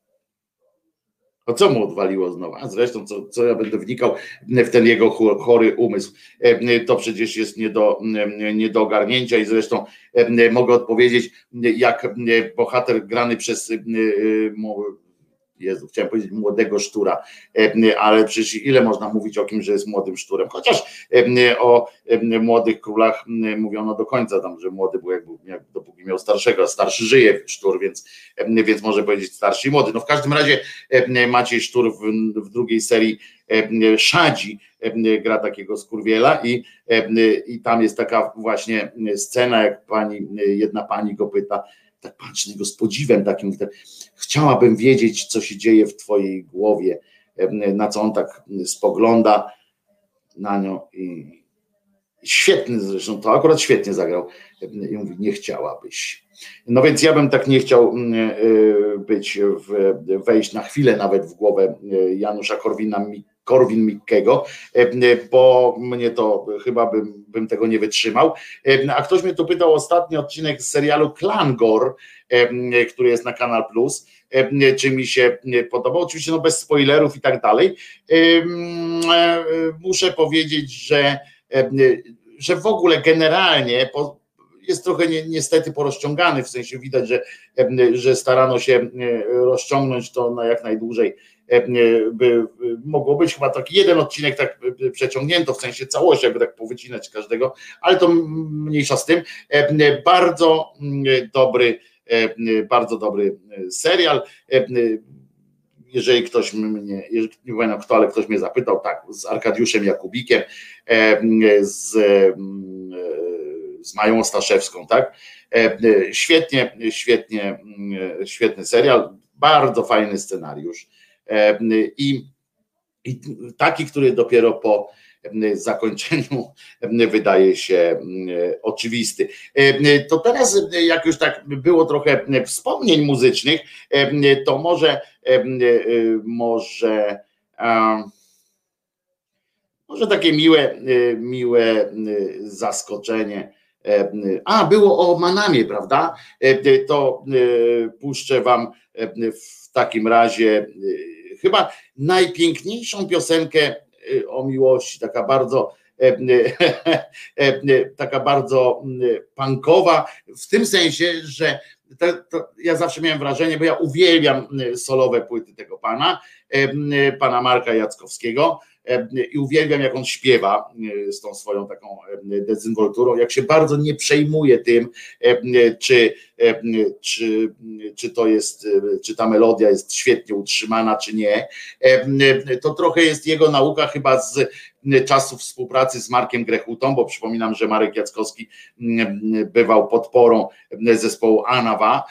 O co mu odwaliło znowu? A zresztą, co ja będę wnikał w ten jego chory umysł? To przecież jest nie do ogarnięcia i zresztą mogę odpowiedzieć, jak bohater grany przez Jezu, chciałem powiedzieć młodego szczura, ale przecież ile można mówić o kimś, że jest młodym szczurem, chociaż o młodych królach mówiono do końca tam, że młody był dopóki miał starszego, a starszy żyje szczur, więc może powiedzieć starszy i młody. No w każdym razie Maciej Sztur w drugiej serii Szadzi gra takiego skurwiela i tam jest taka właśnie scena, jak jedna pani go pyta, tak patrzy na niego z podziwem takim, chciałabym wiedzieć, co się dzieje w twojej głowie, na co on tak spogląda na nią i świetny zresztą, to akurat świetnie zagrał i mówi, nie chciałabyś. No więc ja bym tak nie chciał wejść na chwilę nawet w głowę Janusza Korwin-Mikkego, bo mnie to chyba bym tego nie wytrzymał. A ktoś mnie tu pytał ostatni odcinek z serialu Klangor, który jest na Kanal Plus, czy mi się podobał, oczywiście no bez spoilerów i tak dalej. Muszę powiedzieć, że w ogóle generalnie jest trochę niestety porozciągany, w sensie widać, że starano się rozciągnąć to na jak najdłużej, by mogło być chyba taki jeden odcinek tak przeciągnięto, w sensie całości, jakby tak powycinać każdego, ale to mniejsza z tym. Bardzo dobry serial. Jeżeli ktoś mnie, nie pamiętam kto, ale ktoś mnie zapytał, tak, z Arkadiuszem Jakubikiem, z Mają Staszewską, tak? Świetny serial, bardzo fajny scenariusz i taki, który dopiero po zakończeniu wydaje się oczywisty. To teraz, jak już tak było trochę wspomnień muzycznych, to może takie miłe zaskoczenie. Było o Manamie, prawda? To puszczę wam w takim razie chyba najpiękniejszą piosenkę o miłości, taka bardzo punkowa, w tym sensie, że ja zawsze miałem wrażenie, bo ja uwielbiam solowe płyty tego pana Marka Jackowskiego i uwielbiam, jak on śpiewa z tą swoją taką dezynwolturą, jak się bardzo nie przejmuje tym, czy to jest, czy ta melodia jest świetnie utrzymana, czy nie. To trochę jest jego nauka chyba z czasów współpracy z Markiem Grechutą, bo przypominam, że Marek Jackowski bywał podporą zespołu Anawa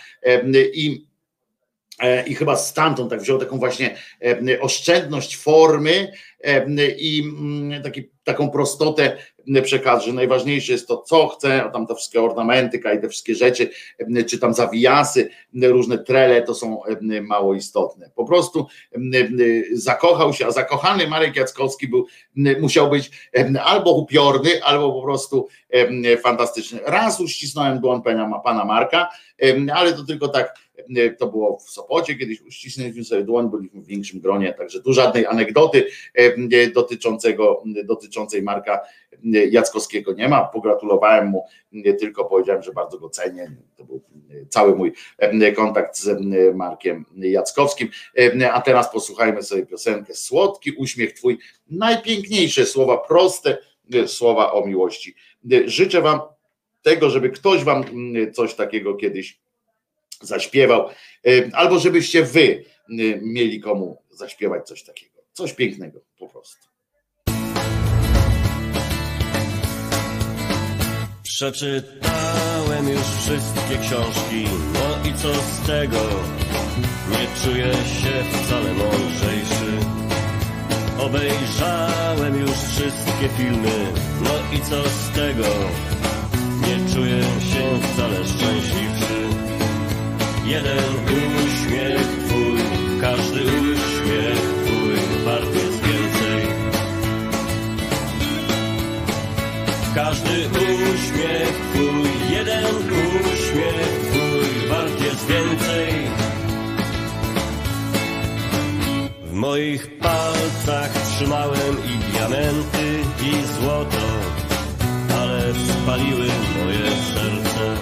i chyba stamtąd tak wziął taką właśnie oszczędność formy i taką prostotę przekazu, że najważniejsze jest to, co chce, a tam te wszystkie ornamenty i te wszystkie rzeczy, czy tam zawijasy, różne trele, to są mało istotne. Po prostu zakochał się, a zakochany Marek Jackowski musiał być albo upiorny, albo po prostu fantastyczny. Raz uścisnąłem dłoń pana Marka, ale to tylko tak, to było w Sopocie, kiedyś uścisnęliśmy sobie dłoń, byliśmy w większym gronie, także tu żadnej anegdoty dotyczącej Marka Jackowskiego nie ma. Pogratulowałem mu, tylko powiedziałem, że bardzo go cenię. To był cały mój kontakt z Markiem Jackowskim. A teraz posłuchajmy sobie piosenkę Słodki uśmiech twój. Najpiękniejsze słowa, proste, słowa o miłości. Życzę wam tego, żeby ktoś wam coś takiego kiedyś zaśpiewał, albo żebyście wy mieli komu zaśpiewać coś takiego. Coś pięknego po prostu. Przeczytałem już wszystkie książki, no i co z tego? Nie czuję się wcale mądrzejszy. Obejrzałem już wszystkie filmy, no i co z tego? Nie czuję się wcale szczęśliwszy. Jeden uśmiech twój, każdy uśmiech twój wart jest więcej. Każdy uśmiech twój, jeden uśmiech twój wart jest więcej. W moich palcach trzymałem i diamenty, i złoto, ale spaliły moje serce.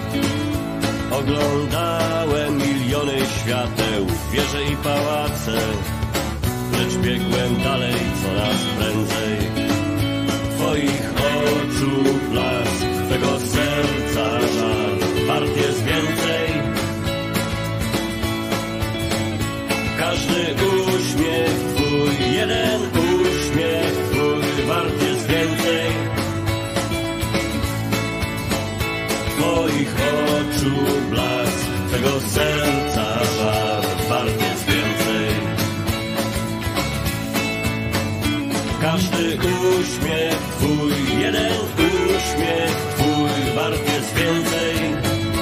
Oglądałem miliony świateł, wieże i pałace, lecz biegłem dalej coraz prędzej. Twoich oczu blask, twego serca żar wart jest więcej. Każdy uśmiech twój, jeden uśmiech twój wart jest więcej. Twoich oczu blask, twego serca żar wart jest więcej. Każdy uśmiech twój, jeden uśmiech twój wart jest więcej.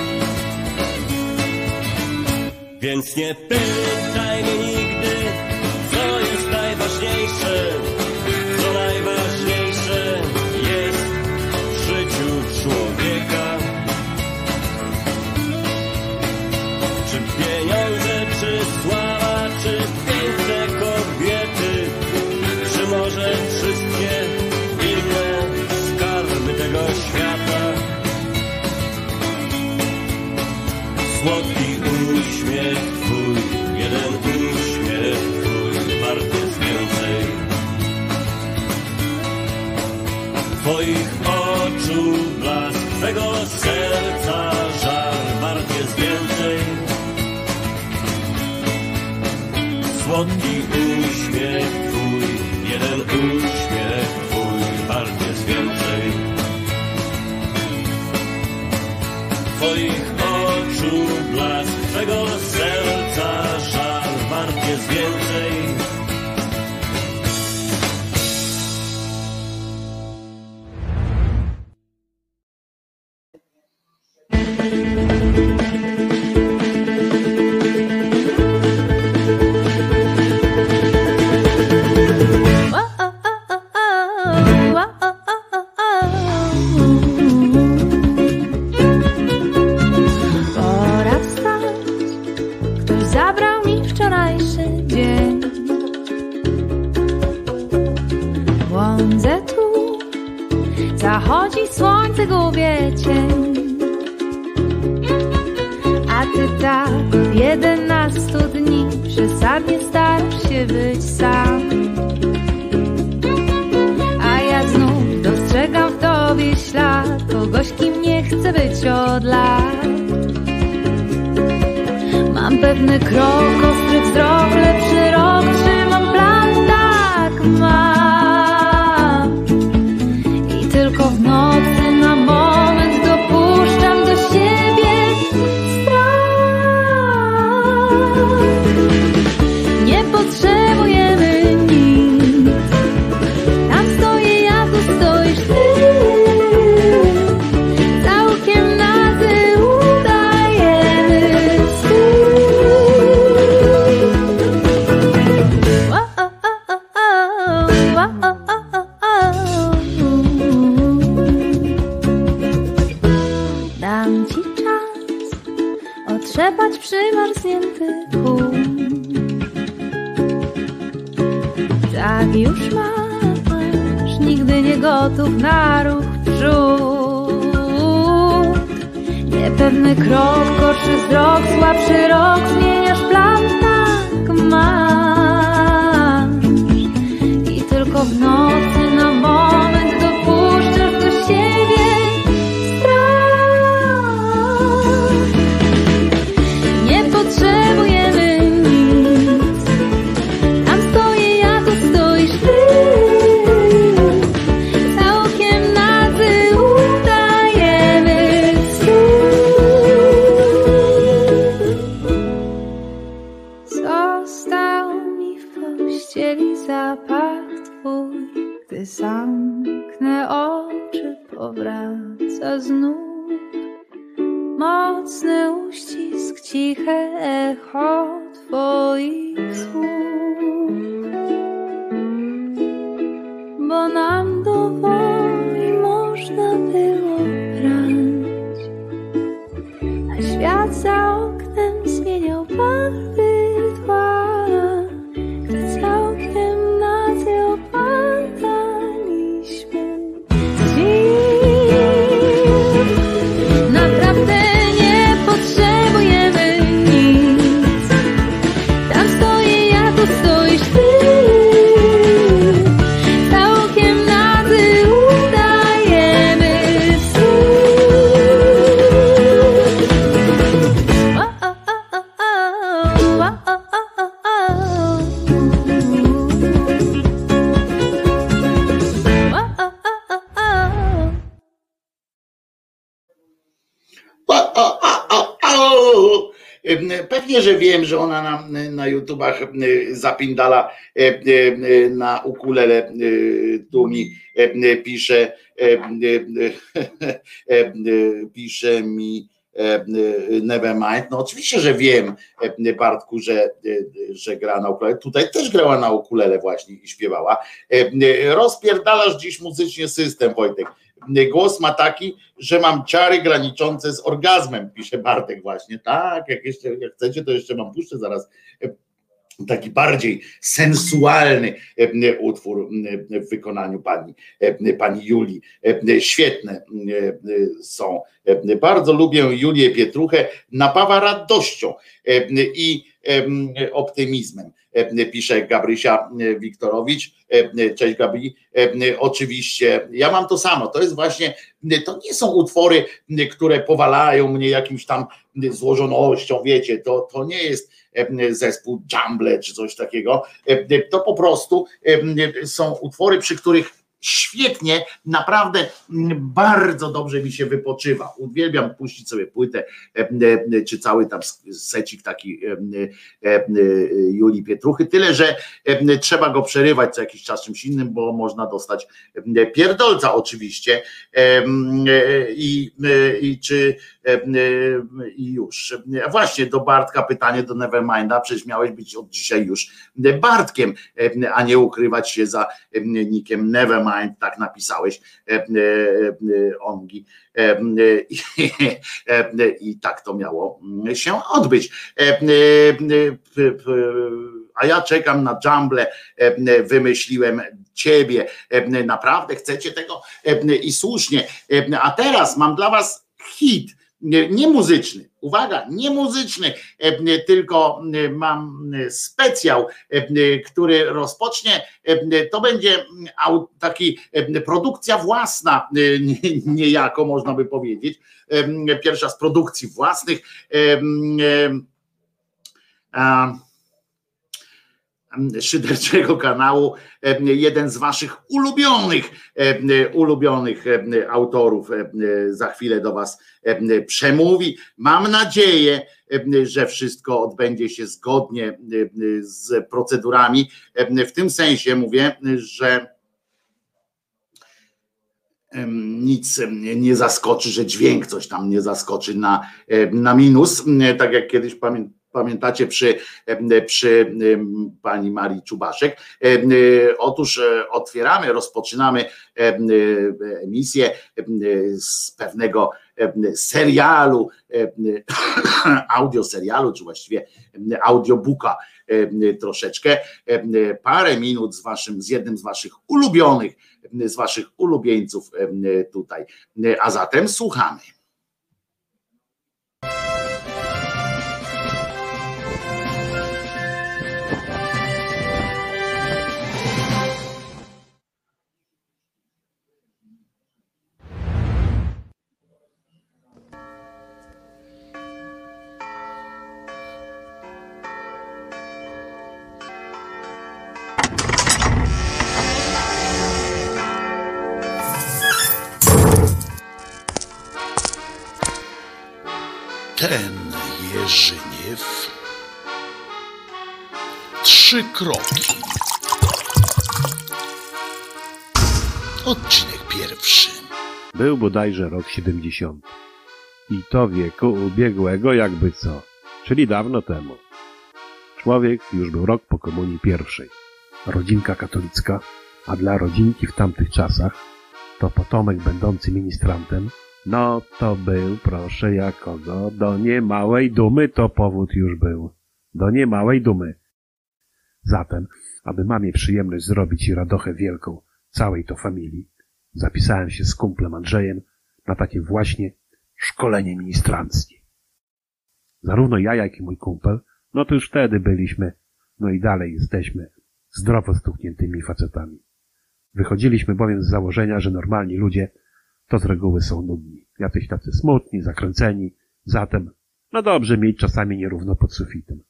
Więc nie pytaj mnie nigdy, co jest najważniejsze, co najważniejsze jest w życiu człowieka. Czy pieniądze, czy sława, czy piękne kobiety, czy może wszystkie inne skarby tego świata. Słodki uśmiech twój, jeden uśmiech twój wart jest więcej. Twoich oczu blask, twego serca żar wart jest więcej. Słodki uśmiech twój, jeden uśmiech twój wart jest więcej. Twoich oczu blask, twego serca żar wart jest więcej. Zachodzi słońce, gubię cień, a ty tak od 11 dni przesadnie starasz się być sam. A ja znów dostrzegam w tobie ślad kogoś, kim nie chcę być od lat. Mam pewny krok, ostry wzrok, lepszy rok, trzymam plan, tak mam. Tylko w nocy na moment dopuszczam do siebie strach. Nie potrzebujemy nic. Tam stoję ja, tu stoisz ty. Całkiem nazy udajemy Dam ci czas otrzepać przymarznięty tłum. Tak już masz, nigdy nie gotów na ruch przód. Niepewny krok, gorszy wzrok, słabszy rok, zmieniasz plan, tak masz. I tylko w nocy na moment dopuszczasz Został mi w pościeli zapach twój. Gdy zamknę oczy, powraca znów mocny uścisk, ciche echo twoich słów. Bo nam do woli można było brać, a świat za oknem zmieniał barwy tła. Gdy całkiem nocy opadaliśmy naprawdę nie potrzebujemy nic. Tam stoję ja, tu stoisz ty. Całkiem nazy udajemy Pewnie, że wiem, że ona na YouTubach zapindala na ukulele. Tu mi pisze mi Nevermind. No oczywiście, że wiem, Bartku, że gra na ukulele. Tutaj też grała na ukulele właśnie i śpiewała. Rozpierdalasz dziś muzycznie system, Wojtek. Głos ma taki, że mam ciary graniczące z orgazmem, pisze Bartek właśnie. Tak, jak chcecie, to jeszcze mam puszczę zaraz taki bardziej sensualny utwór w wykonaniu pani Julii. Świetne są. Bardzo lubię Julię Pietruchę, napawa radością i optymizmem, pisze Gabrysia Wiktorowicz. Cześć Gabi. Oczywiście ja mam to samo. To jest właśnie, to nie są utwory, które powalają mnie jakimś tam złożonością, wiecie, to nie jest zespół Jumble czy coś takiego. To po prostu są utwory, przy których świetnie, naprawdę bardzo dobrze mi się wypoczywa. Uwielbiam puścić sobie płytę, czy cały tam secik taki Julii Pietruchy, tyle, że trzeba go przerywać co jakiś czas czymś innym, bo można dostać pierdolca oczywiście i już. Właśnie do Bartka pytanie, do Neverminda, przecież miałeś być od dzisiaj już Bartkiem, a nie ukrywać się za nickiem Nevermind, tak napisałeś, Ongi, i tak to miało się odbyć. A ja czekam na Jumble, wymyśliłem ciebie. Naprawdę chcecie tego? I słusznie. A teraz mam dla was hit, nie muzyczny. Uwaga, nie muzyczny, tylko mam specjał, który rozpocznie, to będzie taki produkcja własna, niejako można by powiedzieć, pierwsza z produkcji własnych, szyderczego kanału, jeden z waszych ulubionych autorów za chwilę do was przemówi. Mam nadzieję, że wszystko odbędzie się zgodnie z procedurami. W tym sensie mówię, że nic nie zaskoczy, że dźwięk coś tam nie zaskoczy na minus, tak jak kiedyś pamiętacie przy pani Marii Czubaszek. Otóż rozpoczynamy emisję z pewnego serialu, audioserialu, czy właściwie audiobooka troszeczkę, parę minut z jednym z waszych ulubieńców tutaj. A zatem słuchamy. 3 kroki. Odcinek pierwszy. Był bodajże rok 70. I to wieku ubiegłego jakby co, czyli dawno temu. Człowiek już był rok po komunii pierwszej. Rodzinka katolicka, a dla rodzinki w tamtych czasach to potomek będący ministrantem, no to był, proszę jakogo, do niemałej dumy to powód już był. Do niemałej dumy. Zatem, aby mamie przyjemność zrobić i radochę wielką całej to familii, zapisałem się z kumplem Andrzejem na takie właśnie szkolenie ministranckie. Zarówno ja, jak i mój kumpel, no to już wtedy byliśmy, no i dalej jesteśmy zdrowo stukniętymi facetami. Wychodziliśmy bowiem z założenia, że normalni ludzie to z reguły są nudni, jacyś tacy smutni, zakręceni, zatem no dobrze mieć czasami nierówno pod sufitem.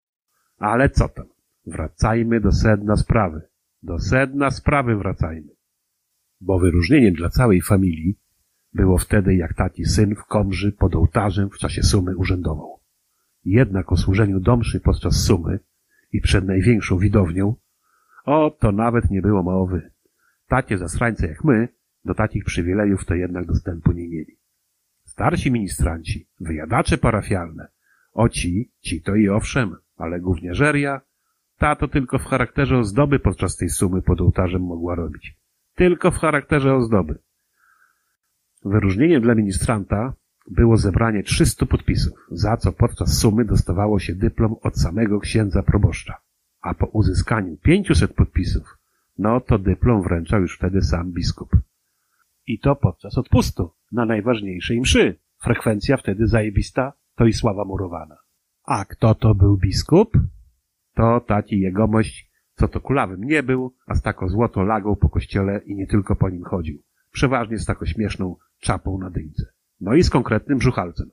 Ale co tam? Wracajmy do sedna sprawy. Do sedna sprawy wracajmy. Bo wyróżnieniem dla całej familii było wtedy, jak taci syn w komży pod ołtarzem w czasie sumy urzędował. Jednak o służeniu domszy podczas sumy i przed największą widownią, o, to nawet nie było mowy. Tacie zasrańce jak my, do takich przywilejów to jednak dostępu nie mieli. Starsi ministranci, wyjadacze parafialne, o ci to i owszem, ale gówniarzeria, ta to tylko w charakterze ozdoby podczas tej sumy pod ołtarzem mogła robić. Tylko w charakterze ozdoby. Wyróżnieniem dla ministranta było zebranie 300 podpisów, za co podczas sumy dostawało się dyplom od samego księdza proboszcza. A po uzyskaniu 500 podpisów, no to dyplom wręczał już wtedy sam biskup. I to podczas odpustu, na najważniejszej mszy. Frekwencja wtedy zajebista, to i sława murowana. A kto to był biskup? To taci jegomość, co to kulawym nie był, a z tako złoto lagą po kościele i nie tylko po nim chodził. Przeważnie z taką śmieszną czapą na dyńce. No i z konkretnym brzuchalcem.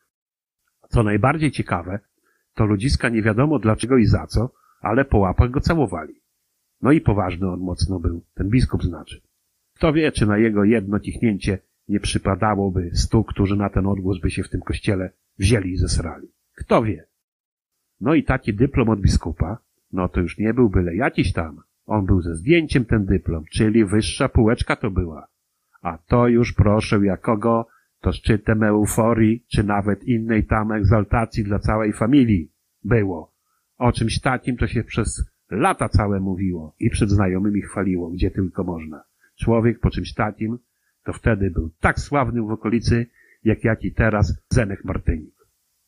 Co najbardziej ciekawe, to ludziska nie wiadomo dlaczego i za co, ale po łapach go całowali. No i poważny on mocno był, ten biskup znaczy. Kto wie, czy na jego jedno cichnięcie nie przypadałoby 100, którzy na ten odgłos by się w tym kościele wzięli i zesrali. Kto wie? No i taki dyplom od biskupa, no to już nie był byle jakiś tam. On był ze zdjęciem ten dyplom, czyli wyższa półeczka to była. A to już proszę jakogo, to szczytem euforii, czy nawet innej tam egzaltacji dla całej familii było. O czymś takim to się przez lata całe mówiło i przed znajomymi chwaliło, gdzie tylko można. Człowiek po czymś takim to wtedy był tak sławnym w okolicy, jak i teraz Zenek Martynik.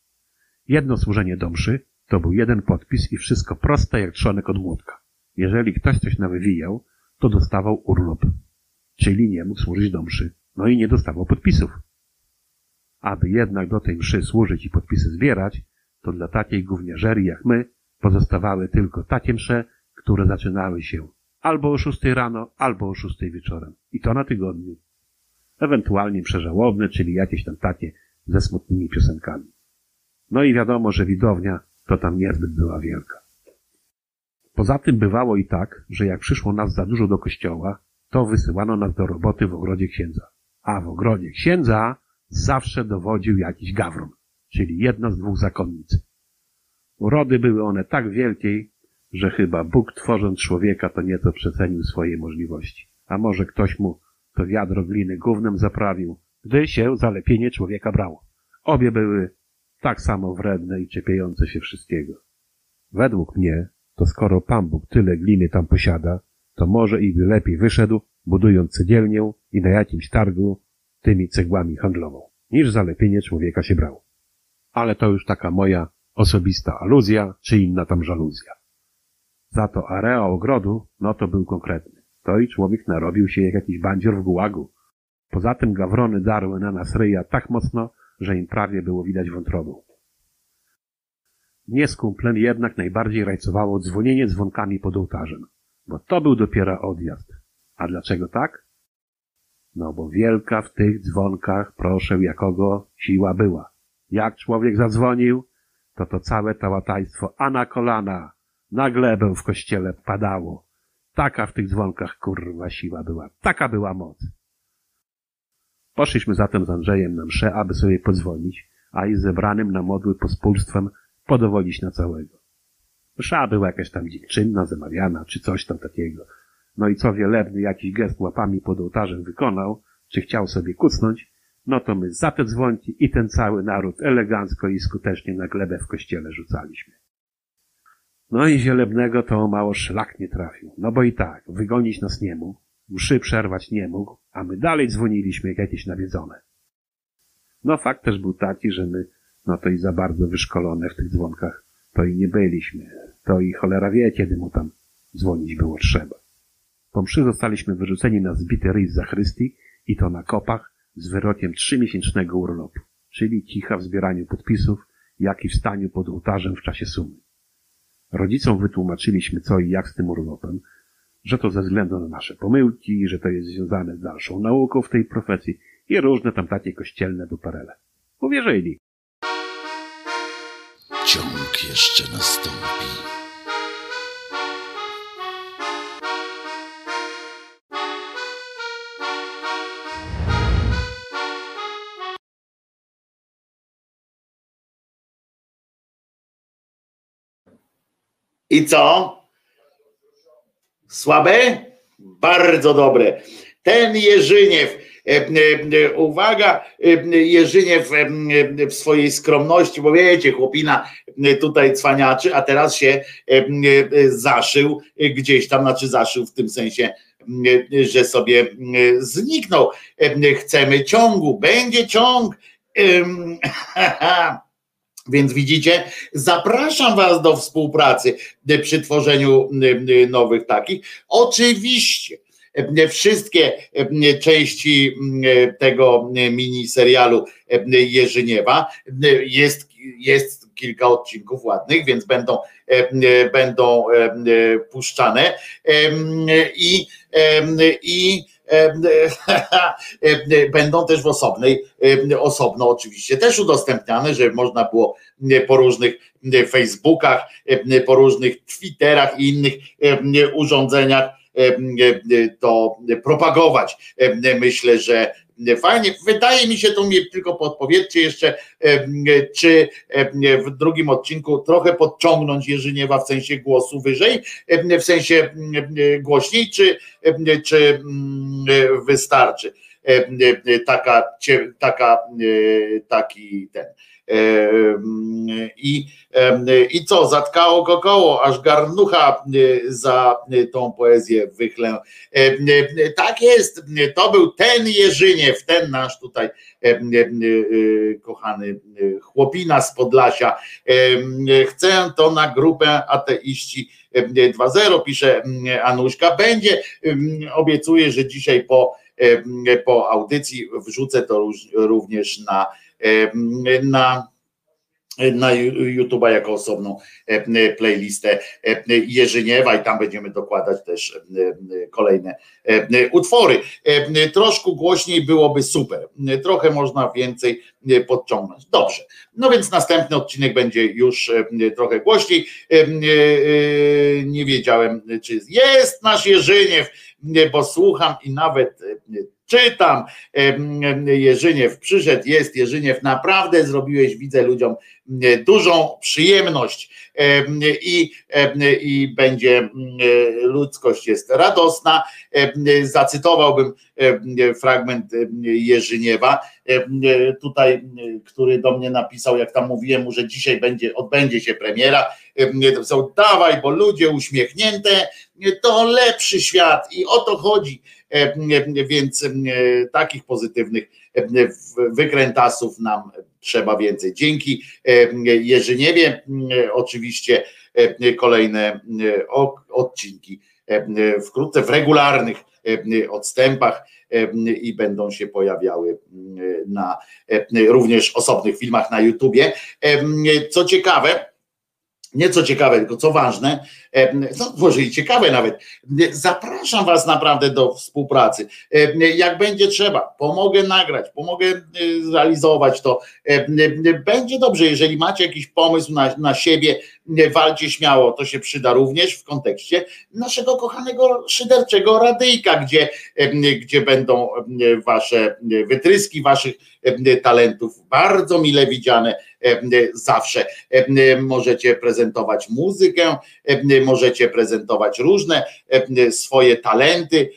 Jedno służenie do mszy to był jeden podpis i wszystko proste jak trzonek od młotka. Jeżeli ktoś coś nawywijał, to dostawał urlop, czyli nie mógł służyć do mszy, no i nie dostawał podpisów. Aby jednak do tej mszy służyć i podpisy zbierać, to dla takiej gówniarzerii jak my pozostawały tylko takie msze, które zaczynały się albo o 6 rano, albo o 6 wieczorem. I to na tygodniu. Ewentualnie przeżałobne, czyli jakieś tam takie ze smutnymi piosenkami. No i wiadomo, że widownia to tam niezbyt była wielka. Poza tym bywało i tak, że jak przyszło nas za dużo do kościoła, to wysyłano nas do roboty w ogrodzie księdza. A w ogrodzie księdza zawsze dowodził jakiś gawron, czyli jedna z 2 zakonnic. Urody były one tak wielkiej, że chyba Bóg, tworząc człowieka, to nieco przecenił swoje możliwości. A może ktoś mu to wiadro gliny gównem zaprawił, gdy się za lepienie człowieka brało. Obie były tak samo wredne i czepiające się wszystkiego. Według mnie, to skoro Pan Bóg tyle gliny tam posiada, to może i by lepiej wyszedł, budując cegielnię i na jakimś targu tymi cegłami handlował, niż za lepienie człowieka się brało. Ale to już taka moja osobista aluzja, czy inna tam żaluzja. Za to areał ogrodu, no to był konkretny. To i człowiek narobił się jak jakiś bandzior w gułagu. Poza tym gawrony darły na nas ryja tak mocno, że im prawie było widać wątrobę. Mnie z kumplem jednak najbardziej rajcowało dzwonienie dzwonkami pod ołtarzem, bo to był dopiero odjazd. A dlaczego tak? No bo wielka w tych dzwonkach, proszę jakogo, siła była. Jak człowiek zadzwonił, to całe tałataństwo, a na kolana, na glebę w kościele padało. Taka w tych dzwonkach, kurwa, siła była. Taka była moc. Poszliśmy zatem z Andrzejem na mszę, aby sobie podzwonić, a i zebranym na modły pospólstwem podowolić na całego. Msza była jakaś tam dziewczynna, zamawiana, czy coś tam takiego. No i co wielebny jakiś gest łapami pod ołtarzem wykonał, czy chciał sobie kucnąć, no to my za te dzwonki i ten cały naród elegancko i skutecznie na glebę w kościele rzucaliśmy. No i wielebnego to mało szlak nie trafił, no bo i tak, wygonić nas nie mógł, mszy przerwać nie mógł, a my dalej dzwoniliśmy jak jakieś nawiedzone. No fakt też był taki, że my, no to i za bardzo wyszkolone w tych dzwonkach, to i nie byliśmy, to i cholera wie, kiedy mu tam dzwonić było trzeba. Po mszy zostaliśmy wyrzuceni na zbity ryj z zachrystii i to na kopach z wyrokiem 3-miesięcznego urlopu, czyli cicha w zbieraniu podpisów, jak i w staniu pod ołtarzem w czasie sumy. Rodzicom wytłumaczyliśmy co i jak z tym urlopem, że to ze względu na nasze pomyłki, że to jest związane z dalszą nauką w tej profesji i różne tam takie kościelne duperele. Uwierzyli. Ciąg jeszcze nastąpi. I co? Słabe? Bardzo dobre. Ten Jerzyniew, uwaga, Jerzyniew w swojej skromności, bo wiecie, chłopina tutaj cwaniaczy, a teraz się zaszył gdzieś tam, znaczy zaszył w tym sensie, że sobie zniknął. Chcemy ciągu, będzie ciąg. Więc widzicie, zapraszam was do współpracy przy tworzeniu nowych takich. Oczywiście wszystkie części tego miniserialu Jerzyniewa jest kilka odcinków ładnych, więc będą puszczane i będą też osobno oczywiście też udostępniane, żeby można było po różnych Facebookach, po różnych Twitterach i innych urządzeniach to propagować. Myślę, że fajnie. Wydaje mi się, to mnie tylko podpowiedzcie jeszcze, czy w drugim odcinku trochę podciągnąć Jerzyniewa w sensie głosu wyżej, w sensie głośniej, czy wystarczy taki ten. I co, zatkało go koło, aż garnucha za tą poezję wychlę. Tak jest, to był ten Jerzyniew, ten nasz tutaj kochany chłopina z Podlasia. Chcę to na grupę Ateiści 2.0, pisze Anuśka. Będzie, obiecuję, że dzisiaj po audycji wrzucę to również na YouTube'a jako osobną playlistę Jerzyniewa i tam będziemy dokładać też kolejne utwory. Troszkę głośniej byłoby super. Trochę można więcej podciągnąć. Dobrze. No więc następny odcinek będzie już trochę głośniej. Nie wiedziałem, czy jest nasz Jerzyniew, bo słucham i nawet czytam. Jerzyniew przyszedł, jest Jerzyniew, naprawdę zrobiłeś, widzę, ludziom dużą przyjemność i będzie, ludzkość jest radosna. Zacytowałbym fragment Jerzyniewa tutaj, który do mnie napisał, jak tam mówiłem mu, że dzisiaj odbędzie się premiera, napisał: dawaj, bo ludzie uśmiechnięte to lepszy świat i o to chodzi. Więc takich pozytywnych wykrętasów nam trzeba więcej. Dzięki Jerzyniewie. Oczywiście kolejne odcinki wkrótce w regularnych odstępach i będą się pojawiały na również osobnych filmach na YouTubie. Co ciekawe, nie co ciekawe, tylko co ważne, no może i ciekawe nawet, zapraszam was naprawdę do współpracy. Jak będzie trzeba, pomogę nagrać, pomogę zrealizować to. Będzie dobrze, jeżeli macie jakiś pomysł na siebie, walcie śmiało, to się przyda również w kontekście naszego kochanego szyderczego radyjka, gdzie będą wasze wytryski waszych talentów bardzo mile widziane zawsze. Możecie prezentować muzykę, możecie prezentować różne swoje talenty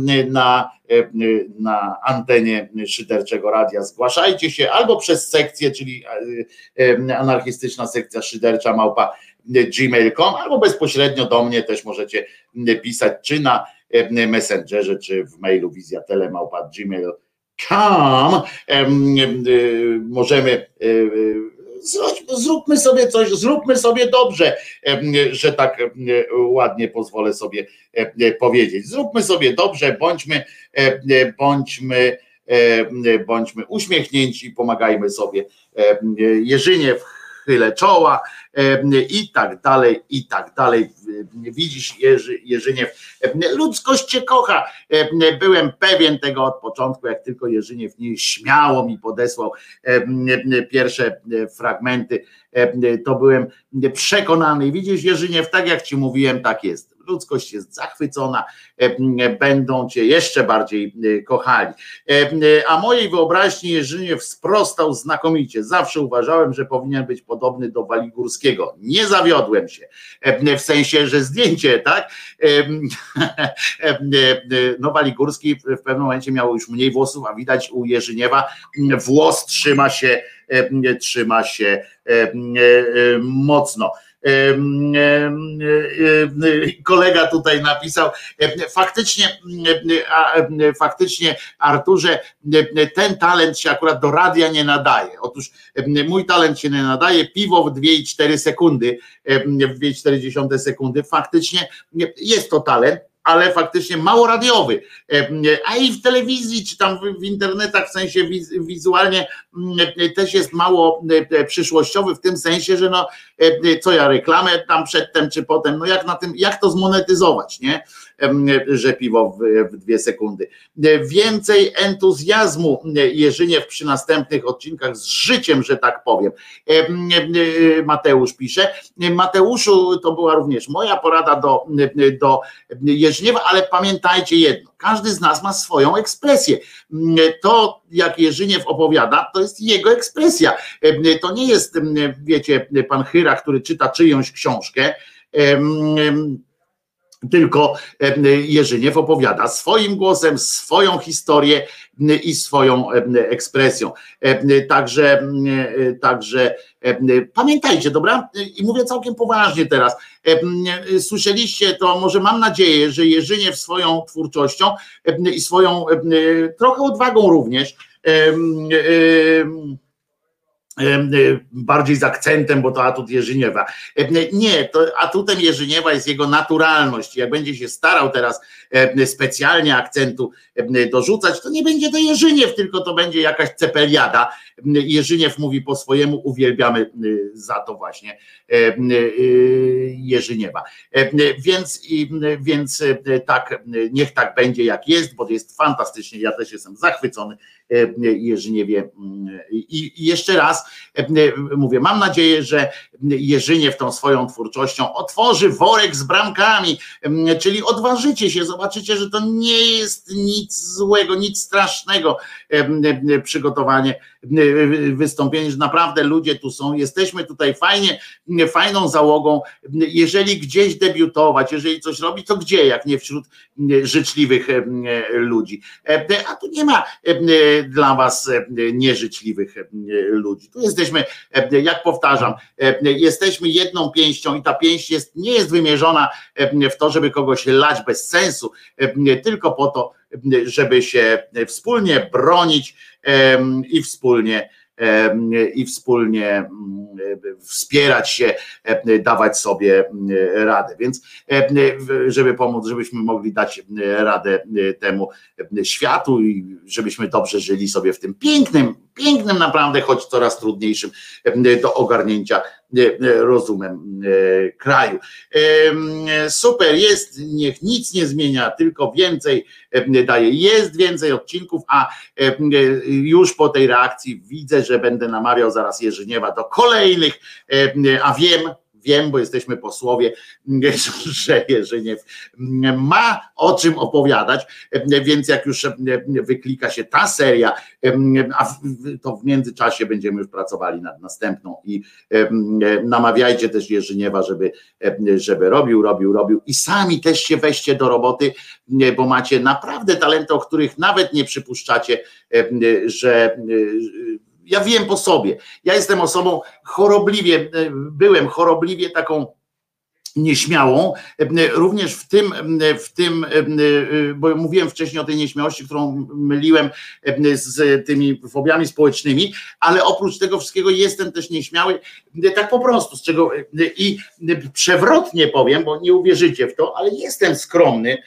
na antenie Szyderczego Radia. Zgłaszajcie się albo przez sekcję, czyli anarchistyczna sekcja szydercza @gmail.com, albo bezpośrednio do mnie też możecie pisać, czy na Messengerze, czy w mailu wizjatele@gmail.com. Możemy zróbmy sobie coś, zróbmy sobie dobrze, że tak ładnie pozwolę sobie powiedzieć. Zróbmy sobie dobrze, bądźmy uśmiechnięci, pomagajmy sobie. Jerzyniew, chylę czoła i tak dalej, i tak dalej. Widzisz, Jerzyniew, ludzkość cię kocha. Byłem pewien tego od początku, jak tylko Jerzyniew śmiało mi podesłał pierwsze fragmenty, to byłem przekonany. Widzisz, Jerzyniew, tak jak ci mówiłem, tak jest. Ludzkość jest zachwycona, będą cię jeszcze bardziej kochali. A mojej wyobraźni Jerzyniew sprostał znakomicie. Zawsze uważałem, że powinien być podobny do Waligórskiego. Nie zawiodłem się. W sensie, że zdjęcie, tak? No Waligórski w pewnym momencie miał już mniej włosów, a widać u Jerzyniewa włos trzyma się mocno. Kolega tutaj napisał, faktycznie Arturze, ten talent się akurat do radia nie nadaje. Otóż mój talent się nie nadaje, piwo w 2,4 sekundy, w 2,4 sekundy, faktycznie jest to talent, ale faktycznie mało radiowy, a i w telewizji, czy tam w internetach, w sensie wizualnie też jest mało przyszłościowy, w tym sensie, że no, co ja reklamę tam przedtem czy potem, no jak to zmonetyzować, nie? Że piwo w 2 sekundy. Więcej entuzjazmu, Jerzyniew, przy następnych odcinkach z życiem, że tak powiem. Mateusz pisze. Mateuszu, to była również moja porada do Jerzyniewa, ale pamiętajcie jedno, każdy z nas ma swoją ekspresję. To, jak Jerzyniew opowiada, to jest jego ekspresja. To nie jest, wiecie, pan Chyra, który czyta czyjąś książkę, tylko Jerzyniew opowiada swoim głosem, swoją historię i swoją ekspresją. Także pamiętajcie, dobra? I mówię całkiem poważnie teraz. Słyszeliście to, może mam nadzieję, że Jerzyniew swoją twórczością i swoją trochę odwagą również, bardziej z akcentem, bo to atut Jerzyniewa. Nie, to atutem Jerzyniewa jest jego naturalność. Jak będzie się starał teraz specjalnie akcentu dorzucać, to nie będzie to Jerzyniew, tylko to będzie jakaś cepeliada. Jerzyniew mówi po swojemu, uwielbiamy za to właśnie Jerzyniewa. Więc tak, niech tak będzie jak jest, bo to jest fantastycznie. Ja też jestem zachwycony Jerzyniewie. I jeszcze raz mówię, mam nadzieję, że Jerzyniew tą swoją twórczością otworzy worek z bramkami, czyli odważycie się, zobaczycie, że to nie jest nic złego, nic strasznego przygotowanie, wystąpienie, że naprawdę ludzie tu są, jesteśmy tutaj fajną załogą. Jeżeli gdzieś debiutować, jeżeli coś robić, to gdzie, jak nie wśród życzliwych ludzi. A tu nie ma dla was nieżyczliwych ludzi. Tu jesteśmy, jak powtarzam, jesteśmy jedną pięścią i ta pięść nie jest wymierzona w to, żeby kogoś lać bez sensu, tylko po to, żeby się wspólnie bronić i wspólnie wspierać się, dawać sobie radę. Więc żeby pomóc, żebyśmy mogli dać radę temu światu i żebyśmy dobrze żyli sobie w tym pięknym naprawdę, choć coraz trudniejszym do ogarnięcia rozumem kraju. Super jest, niech nic nie zmienia, tylko więcej daje. Jest więcej odcinków, a już po tej reakcji widzę, że będę namawiał zaraz Jerzyniewa do kolejnych, a wiem, wiem, bo jesteśmy posłowie, że Jerzyniew ma o czym opowiadać, więc jak już wyklika się ta seria, to w międzyczasie będziemy już pracowali nad następną i namawiajcie też Jerzyniewa, żeby robił i sami też się weźcie do roboty, bo macie naprawdę talenty, o których nawet nie przypuszczacie, że ja wiem po sobie. Ja jestem osobą byłem chorobliwie taką nieśmiałą, również w tym, bo mówiłem wcześniej o tej nieśmiałości, którą myliłem z tymi fobiami społecznymi, ale oprócz tego wszystkiego jestem też nieśmiały, tak po prostu, z czego i przewrotnie powiem, bo nie uwierzycie w to, ale jestem skromny,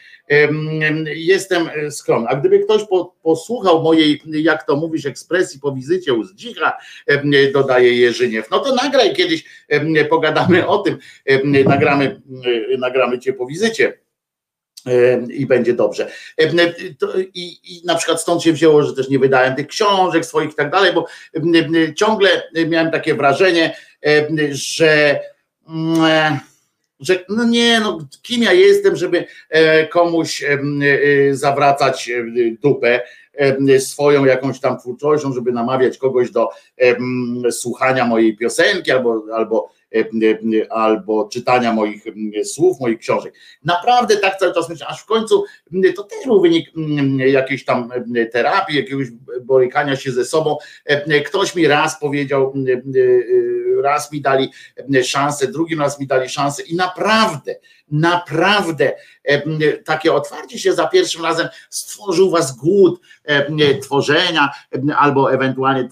a gdyby ktoś posłuchał mojej, jak to mówisz, ekspresji po wizycie u Zdzicha, dodaje Jerzyniew, no to nagraj kiedyś, pogadamy o tym, nagramy cię po wizycie i będzie dobrze. I na przykład stąd się wzięło, że też nie wydałem tych książek swoich i tak dalej, bo ciągle miałem takie wrażenie, że no nie, no kim ja jestem, żeby komuś zawracać dupę swoją jakąś tam twórczością, żeby namawiać kogoś do słuchania mojej piosenki albo czytania moich słów, moich książek. Naprawdę tak cały czas myślę, aż w końcu to też był wynik jakiejś tam terapii, jakiegoś borykania się ze sobą. Ktoś mi raz powiedział, raz mi dali szansę, drugi raz mi dali szansę i naprawdę takie otwarcie się za pierwszym razem stworzył was głód tworzenia albo ewentualnie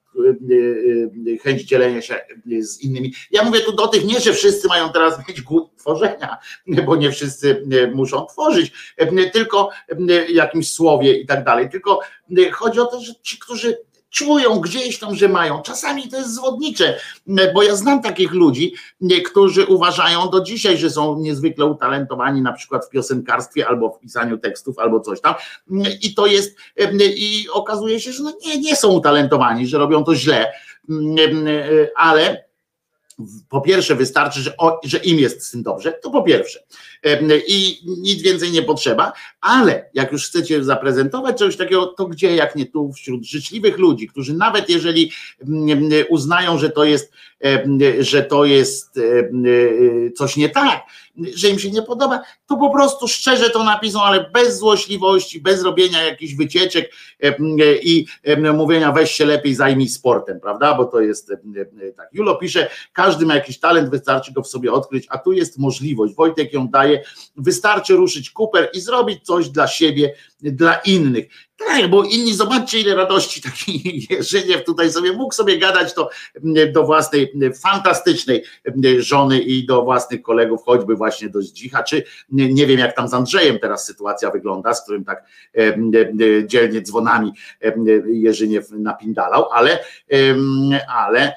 chęć dzielenia się z innymi. Ja mówię tu do tych, nie, że wszyscy mają teraz mieć głód tworzenia, bo nie wszyscy muszą tworzyć, tylko jakimś słowie i tak dalej, tylko chodzi o to, że ci, którzy czują gdzieś tam, że mają. Czasami to jest zwodnicze, bo ja znam takich ludzi, którzy uważają do dzisiaj, że są niezwykle utalentowani na przykład w piosenkarstwie albo w pisaniu tekstów albo coś tam i to jest, i okazuje się, że no nie są utalentowani, że robią to źle, ale po pierwsze wystarczy, że im jest z tym dobrze, to po pierwsze i nic więcej nie potrzeba, ale jak już chcecie zaprezentować coś takiego, to gdzie jak nie tu wśród życzliwych ludzi, którzy nawet jeżeli uznają, że to jest coś nie tak, że im się nie podoba, to po prostu szczerze to napiszą, ale bez złośliwości, bez robienia jakichś wycieczek i mówienia weź się lepiej zajmij sportem, prawda, bo to jest tak. Julo pisze, każdy ma jakiś talent, wystarczy go w sobie odkryć, a tu jest możliwość, Wojtek ją daje, wystarczy ruszyć kuper i zrobić coś dla siebie, dla innych. Tak, bo inni, zobaczcie ile radości taki Jerzyniew tutaj sobie mógł sobie gadać to do własnej fantastycznej żony i do własnych kolegów, choćby właśnie do Zdzicha, czy nie wiem jak tam z Andrzejem teraz sytuacja wygląda, z którym tak dzielnie dzwonami Jerzyniew napindalał, ale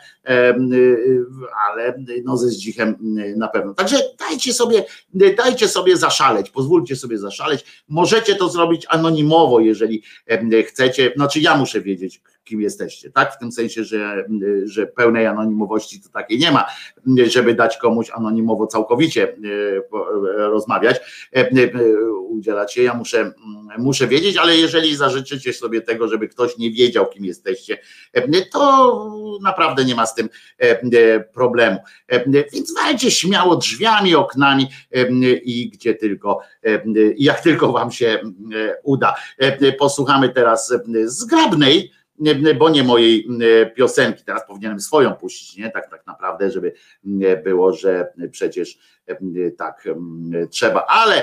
no ze Zdzichem na pewno. Także dajcie sobie zaszaleć, pozwólcie sobie zaszaleć. Możecie to zrobić anonimowo, jeżeli chcecie. Znaczy ja muszę wiedzieć, kim jesteście, tak? W tym sensie, że pełnej anonimowości to takiej nie ma, żeby dać komuś anonimowo całkowicie rozmawiać, udzielać się. Ja muszę wiedzieć, ale jeżeli zażyczycie sobie tego, żeby ktoś nie wiedział, kim jesteście, to naprawdę nie ma z tym problemu. Więc walcie śmiało drzwiami, oknami i gdzie tylko, jak tylko wam się uda. Posłuchamy teraz zgrabnej, bo nie mojej piosenki, teraz powinienem swoją puścić, nie? Tak naprawdę, żeby było, że przecież tak trzeba, ale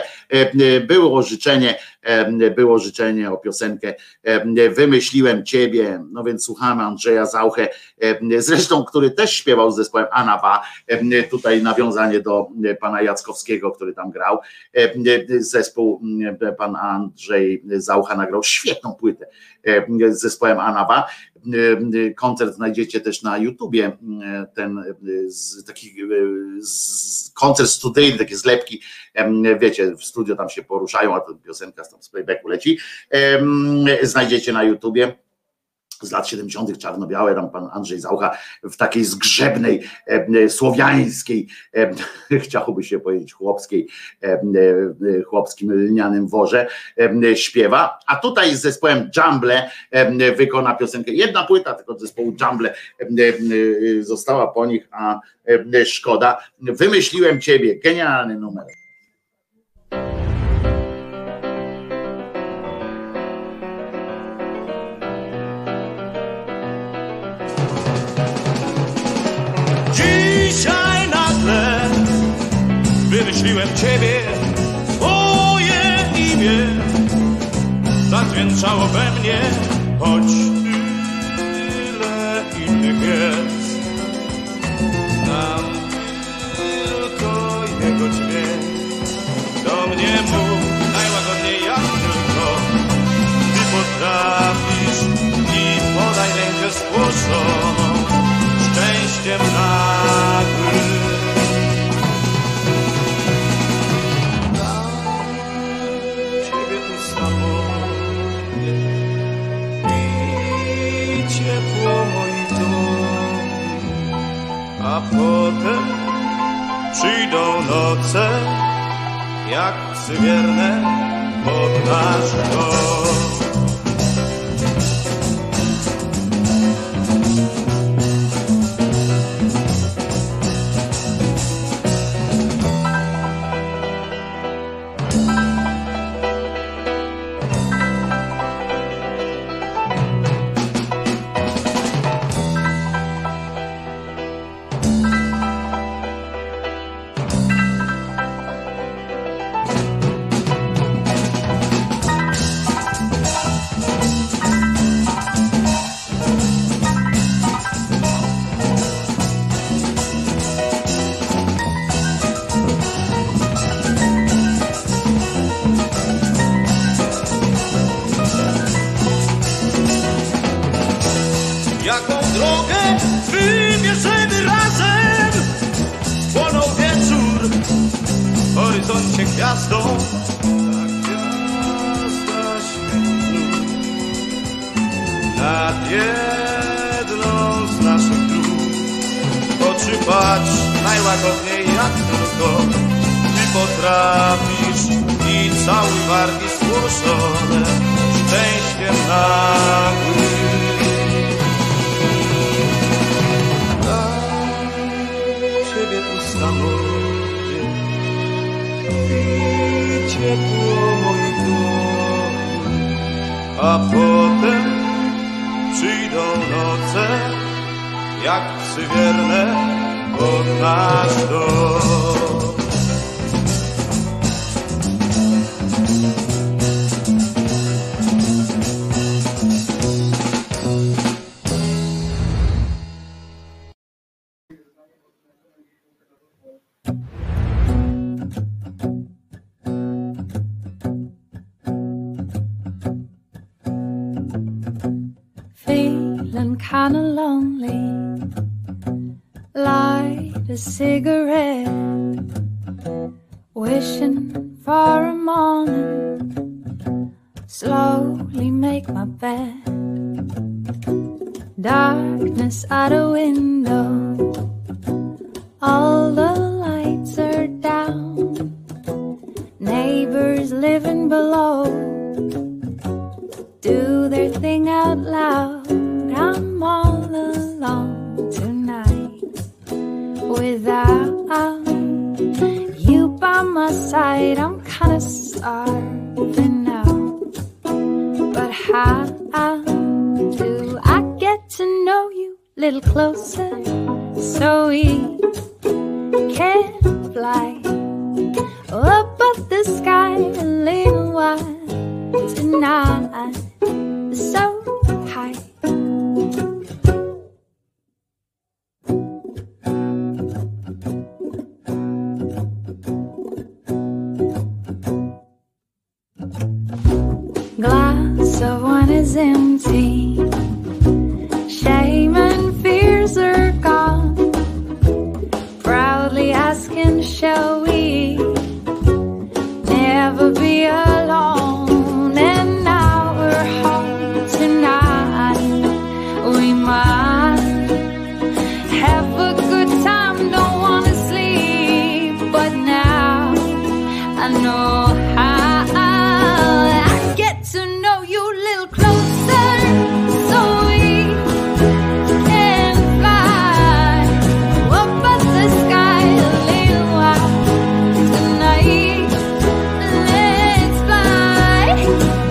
było życzenie o piosenkę Wymyśliłem Ciebie, no więc słuchamy Andrzeja Zauchę, zresztą który też śpiewał z zespołem Anawa, tutaj nawiązanie do pana Jackowskiego, który tam grał, zespół pan Andrzej Zaucha nagrał świetną płytę z zespołem Anawa. Koncert znajdziecie też na YouTubie, ten taki koncert studyjny, takie zlepki, wiecie, w studio tam się poruszają, a to piosenka z playbacku leci, znajdziecie na YouTubie. z lat 70. czarno-białe, tam pan Andrzej Zaucha w takiej zgrzebnej, słowiańskiej, chciałoby się powiedzieć chłopskim lnianym worze śpiewa, a tutaj z zespołem Jumble wykona piosenkę. Jedna płyta tylko zespołu Jumble została po nich, a szkoda. Wymyśliłem ciebie, genialny numer. Dzisiaj nagle wymyśliłem ciebie, twoje imię zadźwięczało we mnie, choć tyle innych jest. Znam tylko jego dźwięk, do mnie mów najłagodniej jak tylko ty potrafisz i podaj rękę spłoszoną szczęściem nagłym. Ciebie tu samotnie i ciepło moich dłoni, a potem przyjdą noce jak psy wierne pod nasz dom. Gwiazdą, tak gwiazda świetlu nad jedną z naszych dróg. Oczy patrz najłagodniej jak tylko ty potrafisz i cały wargi zgłoszone szczęściem nagłym. Dla ciebie tu samotnie i ciepło moich dłoni, a potem przyjdą noce jak psy wierne pod nasz dom. Feeling kinda lonely, light a cigarette, wishing for a morning, slowly make my bed, darkness out a window, all the lights are down, neighbors living below do their thing out loud. I'm all alone tonight without you by my side. I'm kinda starving now, but how do I get to know you a little closer so we can fly above the sky a little while tonight? So high. Glass of wine is empty, shame and fears are gone, proudly asking, shall we never be alone? And now we're home tonight, I know how. I get to know you a little closer, so we can fly up at the sky a little while tonight. Let's fly.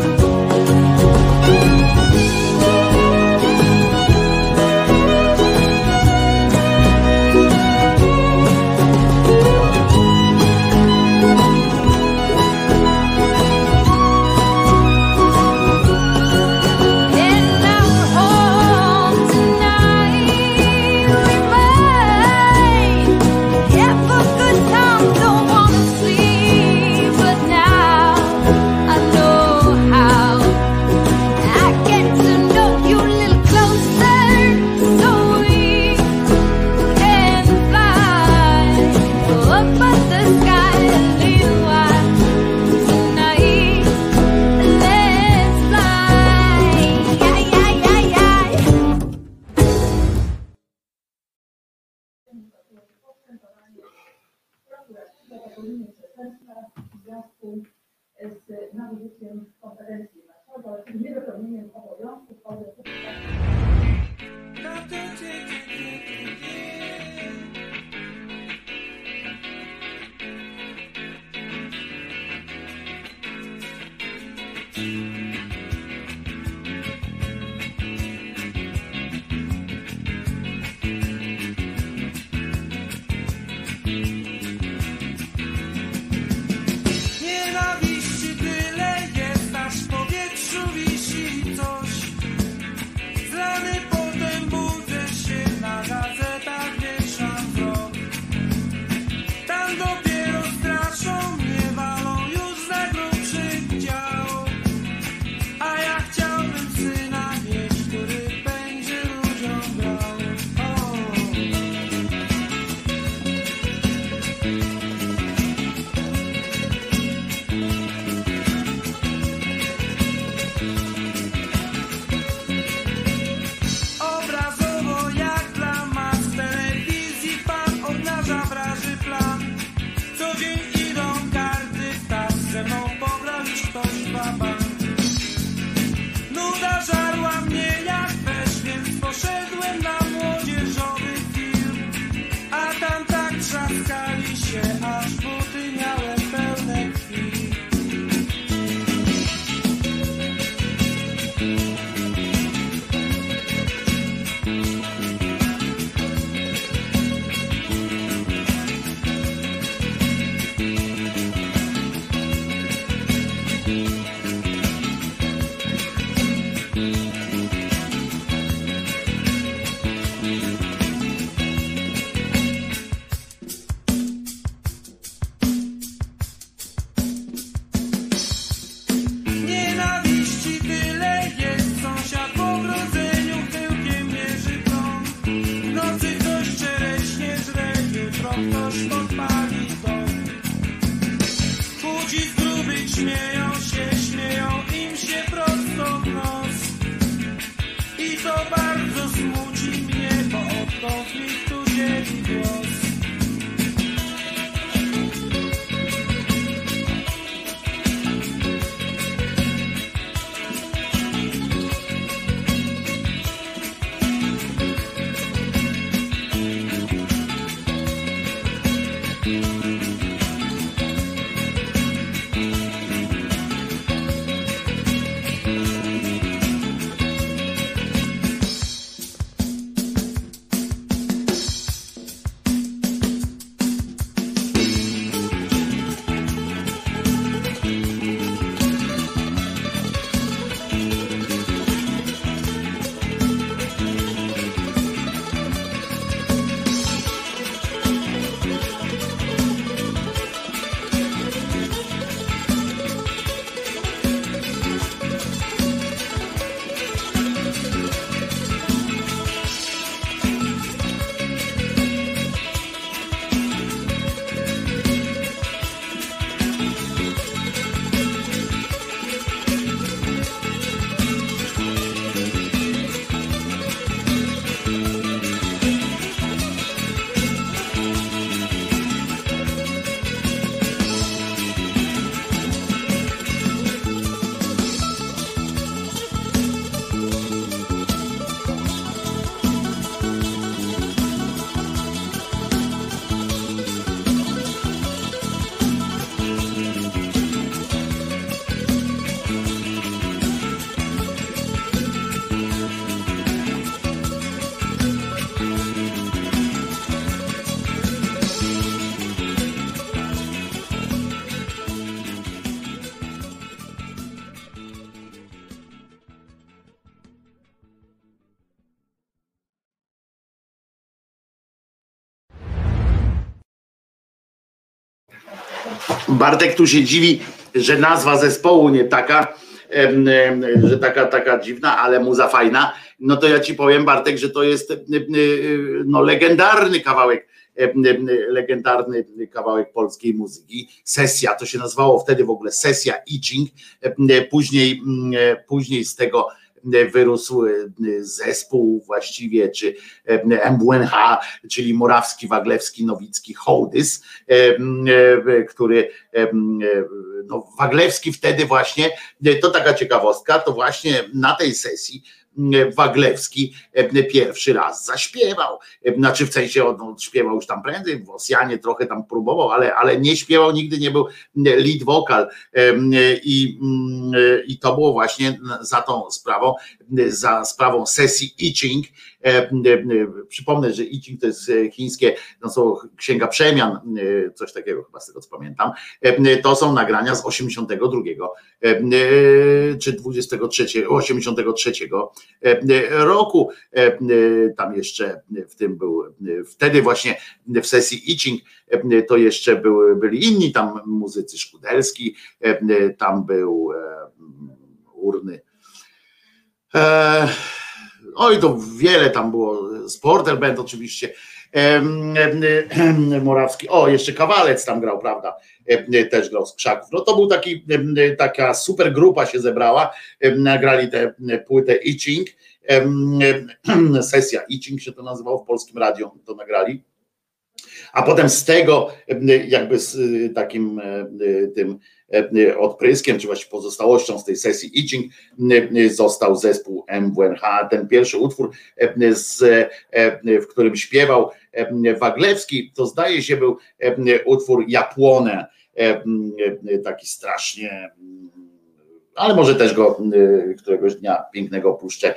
Nienawiści tyle jest, aż w powietrzu wisi coś. Zlany potem budzę się, na gazetach wieszam wzrok. Tam dopiero straszą mnie, walą już za grubszych dział. A ja chciałbym syna mieć, który będzie ludziom grał. Obrazowo jak dla mas, w telewizji pan obnaża wraży plan. Co dzień idą karty, tak ze mną pograł już ktoś wabank. Nuda żarła mnie jak wesz, więc poszedłem na młodzieżowy film. A tam tak trzaskali się, aż buty miałem pełne krwi. Nienawiści tyle jest, sąsiad po ogrodzeniu chyłkiem mierzy prąd. W nocy ktoś czereśnie żre, jutro ktoś podpali dom. Płci z grubych śmieją im się prosto w nos. I to bardzo smuci mnie, bo odtąd mi tu dzieli głos. Bartek tu się dziwi, że nazwa zespołu nie taka, że taka dziwna, ale muza fajna. No to ja ci powiem, Bartek, że to jest no, legendarny kawałek polskiej muzyki. Sesja, to się nazywało wtedy w ogóle Sesja Itching. Później z tego wyrósł zespół właściwie, czy MWNH, czyli Morawski, Waglewski, Nowicki, Hołdys, który no, Waglewski wtedy właśnie, to taka ciekawostka, to właśnie na tej sesji Waglewski pierwszy raz zaśpiewał, znaczy w sensie on śpiewał już tam prędzej, w Osjanie trochę tam próbował, ale nie śpiewał, nigdy nie był lead vocal i to było właśnie za tą sprawą, za sprawą sesji Itching. Przypomnę, że Itching to jest chińskie, no są księga przemian, coś takiego chyba z tego co pamiętam, to są nagrania z 82 czy 83 roku, tam jeszcze w tym był, wtedy właśnie w sesji Itching to jeszcze byli inni tam muzycy, Szkudelski, tam był Urny, oj to wiele tam było, Sporter Band oczywiście, Morawski, o jeszcze Kawalec tam grał, prawda, też grał z Krzaków, no to był taka super grupa się zebrała, nagrali tę płytę Itching, sesja Itching się to nazywało, w Polskim Radiu to nagrali, a potem z tego jakby z takim tym odpryskiem, czy właściwie pozostałością z tej sesji Itching został zespół MWNH. Ten pierwszy utwór, w którym śpiewał Waglewski, to zdaje się był utwór Ja płonę, taki strasznie, ale może też go któregoś dnia pięknego puszczę,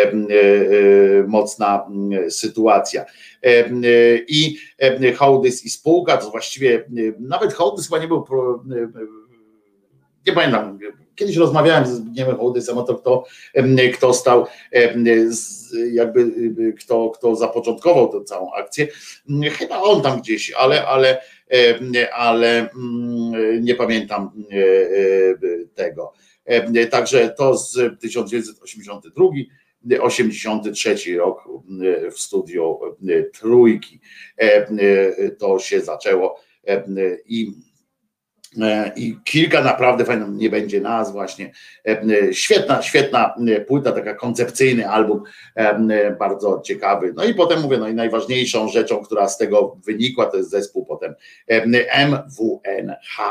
mocna sytuacja. I Hołdys i spółka, to właściwie nawet Hołdys chyba nie był, nie pamiętam, kiedyś rozmawiałem z Zbigniewem Hołdysem o to, kto stał, jakby kto zapoczątkował tę całą akcję. Chyba on tam gdzieś, ale nie pamiętam tego. Także to z 1982, 83 rok w studiu Trójki to się zaczęło i kilka naprawdę fajnych, nie będzie nazw właśnie, świetna płyta, taka koncepcyjny album, bardzo ciekawy. No i potem mówię, no i najważniejszą rzeczą, która z tego wynikła, to jest zespół potem MWNH,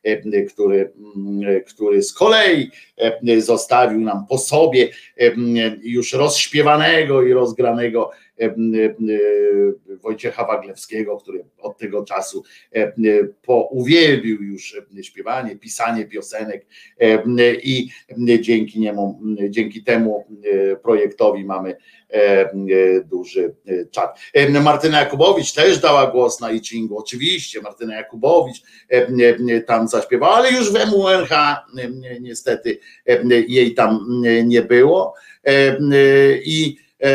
który z kolei zostawił nam po sobie już rozśpiewanego i rozgranego Wojciecha Waglewskiego, który od tego czasu uwielbił już śpiewanie, pisanie piosenek i dzięki temu projektowi mamy duży czat. Martyna Jakubowicz też dała głos na Itchingu, oczywiście Martyna Jakubowicz tam zaśpiewała, ale już w MWNH niestety jej tam nie było i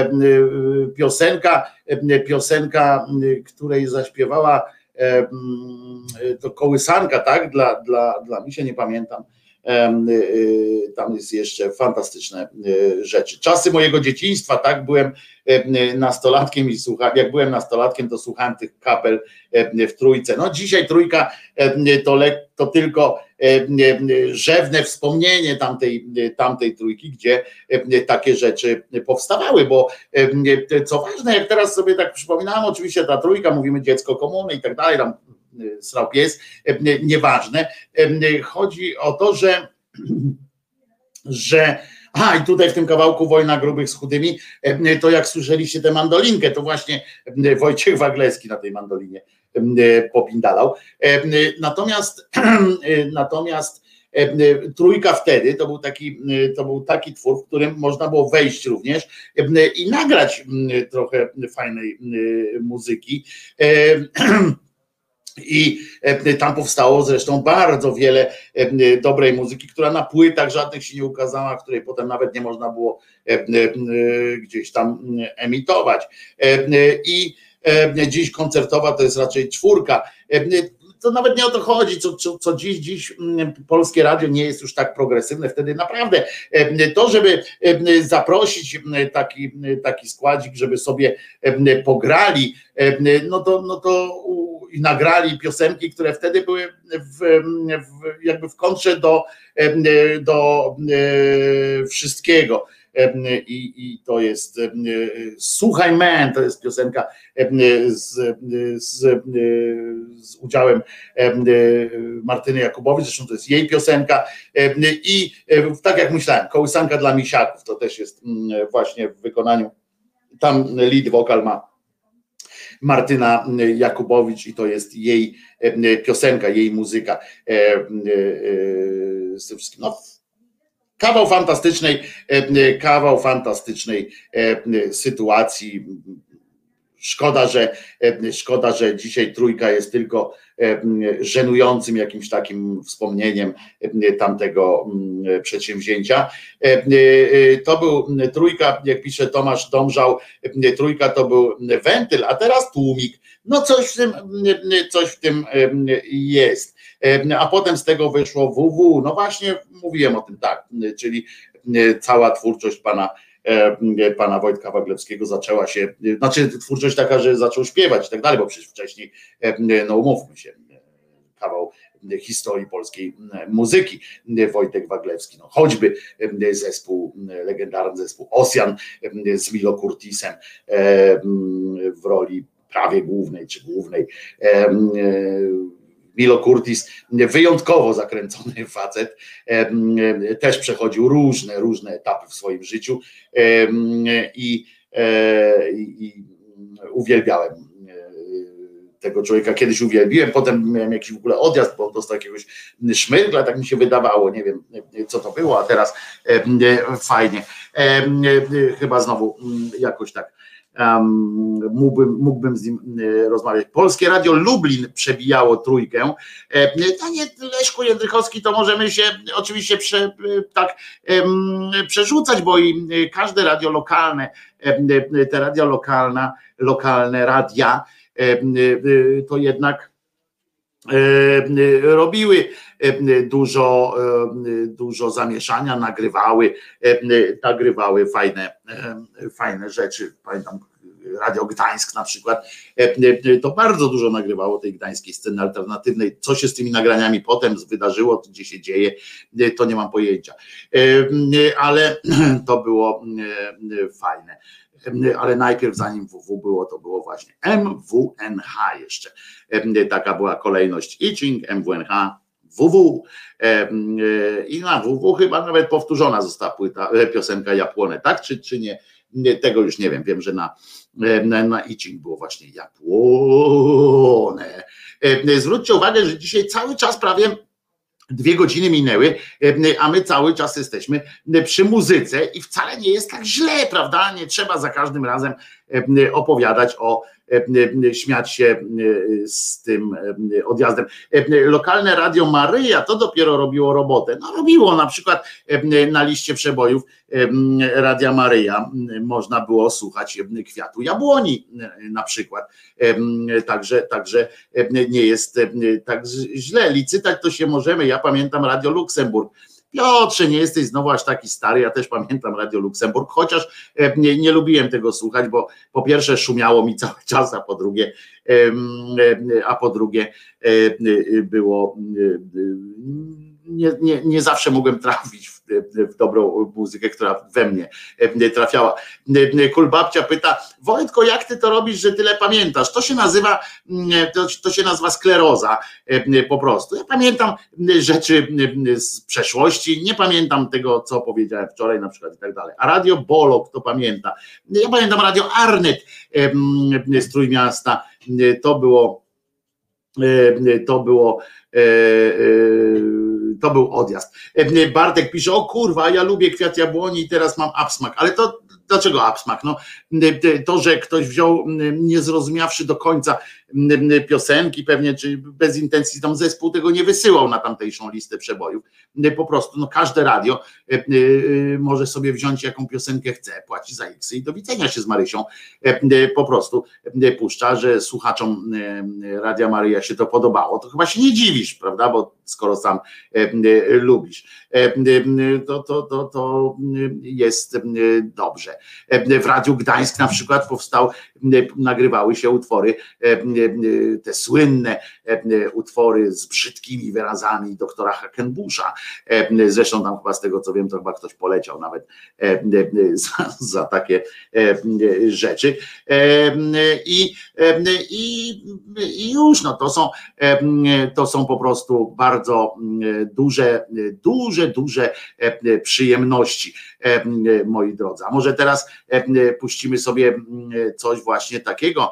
piosenka, której zaśpiewała to kołysanka, tak, dla mi się nie pamiętam, tam jest jeszcze fantastyczne rzeczy. Czasy mojego dzieciństwa, tak, byłem nastolatkiem i jak byłem nastolatkiem, to słuchałem tych kapel w Trójce. No dzisiaj Trójka to tylko rzewne wspomnienie tamtej Trójki, gdzie takie rzeczy powstawały, bo co ważne, jak teraz sobie tak przypominałem, oczywiście ta Trójka, mówimy dziecko komuny i tak dalej, tam srał pies, nieważne. Chodzi o to, że i tutaj w tym kawałku Wojna grubych z chudymi, to jak słyszeliście tę mandolinkę, to właśnie Wojciech Waglewski na tej mandolinie popindalał. Natomiast Trójka wtedy to był taki twór, w którym można było wejść również i nagrać trochę fajnej muzyki. I tam powstało zresztą bardzo wiele dobrej muzyki, która na płytach żadnych się nie ukazała, której potem nawet nie można było gdzieś tam emitować. I dziś koncertowa to jest raczej czwórka. to nawet nie o to chodzi, co dziś polskie radio nie jest już tak progresywne. Wtedy naprawdę to, żeby zaprosić taki składzik, żeby sobie pograli, no to i nagrali piosenki, które wtedy były jakby w kontrze do wszystkiego. I to jest Słuchaj Man, to jest piosenka z udziałem Martyny Jakubowicz, zresztą to jest jej piosenka i tak jak myślałem, Kołysanka dla misiaków, to też jest właśnie w wykonaniu, tam lead wokal ma Martyna Jakubowicz i to jest jej piosenka, jej muzyka z tym wszystkim. No, kawał fantastycznej sytuacji. Szkoda, że dzisiaj Trójka jest tylko żenującym jakimś takim wspomnieniem tamtego przedsięwzięcia. To był Trójka, jak pisze Tomasz Domżał, Trójka to był wentyl, a teraz tłumik. No coś w tym jest. A potem z tego wyszło WW. No właśnie mówiłem o tym, tak, czyli cała twórczość pana Wojtka Waglewskiego zaczęła się, znaczy twórczość taka, że zaczął śpiewać i tak dalej, bo przecież wcześniej, no umówmy się, kawał historii polskiej muzyki Wojtek Waglewski, no choćby legendarny zespół Osjan z Milo Curtisem w roli prawie głównej czy głównej. Milo Curtis, wyjątkowo zakręcony facet, też przechodził różne etapy w swoim życiu i uwielbiałem tego człowieka. Kiedyś uwielbiłem, potem miałem jakiś w ogóle odjazd, bo dostał jakiegoś szmyrgla, tak mi się wydawało, nie wiem co to było, a teraz fajnie. Chyba znowu jakoś tak mógłbym z nim rozmawiać. Polskie Radio Lublin przebijało Trójkę. Panie Leszku Jędrychowski, to możemy się oczywiście przerzucać, bo i każde radio lokalne, te radia lokalne radia, to jednak robiły dużo zamieszania, nagrywały fajne rzeczy. Pamiętam Radio Gdańsk na przykład, to bardzo dużo nagrywało tej gdańskiej sceny alternatywnej. Co się z tymi nagraniami potem wydarzyło, gdzie się dzieje, to nie mam pojęcia. Ale to było fajne. Ale najpierw zanim WW było, to było właśnie MWNH jeszcze. Taka była kolejność Itching, MWNH, WW. I na WW chyba nawet powtórzona została piosenka Ja płonę, tak? Czy nie? Tego już nie wiem. Wiem, że na Itching było właśnie Ja płonę. Zwróćcie uwagę, że dzisiaj cały czas prawie 2 godziny minęły, a my cały czas jesteśmy przy muzyce i wcale nie jest tak źle, prawda? Nie trzeba za każdym razem opowiadać śmiać się z tym odjazdem. Lokalne Radio Maryja to dopiero robiło robotę. No robiło na przykład na liście przebojów Radia Maryja można było słuchać Kwiatu Jabłoni na przykład. Także nie jest tak źle. Licytać to się możemy. Ja pamiętam Radio Luksemburg. Piotrze, nie jesteś znowu aż taki stary, ja też pamiętam Radio Luksemburg, chociaż nie lubiłem tego słuchać, bo po pierwsze szumiało mi cały czas, a po drugie było, nie zawsze mogłem trafić w dobrą muzykę, która we mnie trafiała. Kulbabcia pyta: Wojtko, jak ty to robisz, że tyle pamiętasz? To się nazywa skleroza po prostu. Ja pamiętam rzeczy z przeszłości, nie pamiętam tego, co powiedziałem wczoraj na przykład i tak dalej. A Radio Bolok to pamięta. Ja pamiętam Radio Arnet z Trójmiasta. To był odjazd. Bartek pisze: o kurwa, ja lubię Kwiat Jabłoni i teraz mam absmak. Ale to dlaczego absmak? No, to, że ktoś wziął, nie zrozumiawszy do końca piosenki pewnie, czy bez intencji, tam zespół tego nie wysyłał na tamtejszą listę przebojów. Po prostu no każde radio może sobie wziąć jaką piosenkę chce, płaci za X i do widzenia się z Marysią. Po prostu puszcza, że słuchaczom Radia Maryja się to podobało, to chyba się nie dziwisz, prawda, bo skoro sam lubisz, to jest dobrze. W Radiu Gdańsk na przykład nagrywały się utwory, te słynne utwory z brzydkimi wyrazami doktora Hackenbusha. Zresztą tam chyba z tego co wiem, to chyba ktoś poleciał nawet za takie rzeczy. I już no to są po prostu bardzo duże przyjemności, moi drodzy. A może teraz puścimy sobie coś właśnie takiego,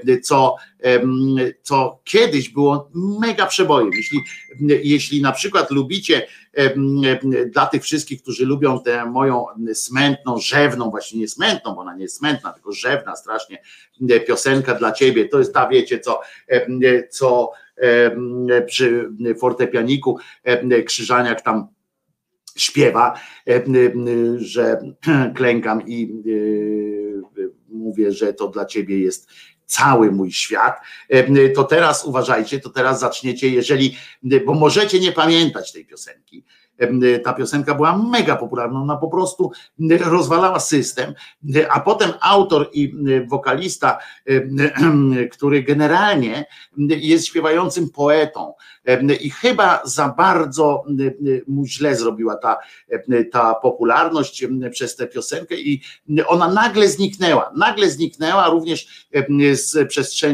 co kiedyś było mega przebojem. Jeśli na przykład lubicie, dla tych wszystkich, którzy lubią tę moją smętną, rzewną, właśnie nie smętną, bo ona nie jest smętna, tylko rzewna strasznie piosenka dla ciebie, to jest ta, wiecie co przy fortepianiku Krzyżaniak tam śpiewa, że klękam i mówię, że to dla ciebie jest cały mój świat, to teraz uważajcie, to teraz zaczniecie, bo możecie nie pamiętać tej piosenki. Ta piosenka była mega popularna, ona po prostu rozwalała system, a potem autor i wokalista, który generalnie jest śpiewającym poetą i chyba za bardzo mu źle zrobiła ta popularność przez tę piosenkę i ona nagle zniknęła również z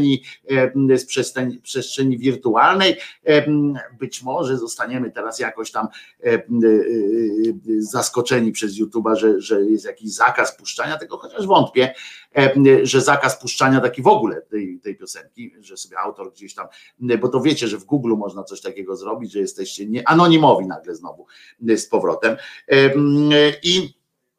przestrzeni wirtualnej. Być może zostaniemy teraz jakoś tam zaskoczeni przez YouTube'a, że jest jakiś zakaz puszczania tego, chociaż wątpię, że zakaz puszczania taki w ogóle tej piosenki, że sobie autor gdzieś tam, bo to wiecie, że w Google można coś takiego zrobić, że jesteście anonimowi nagle znowu z powrotem. I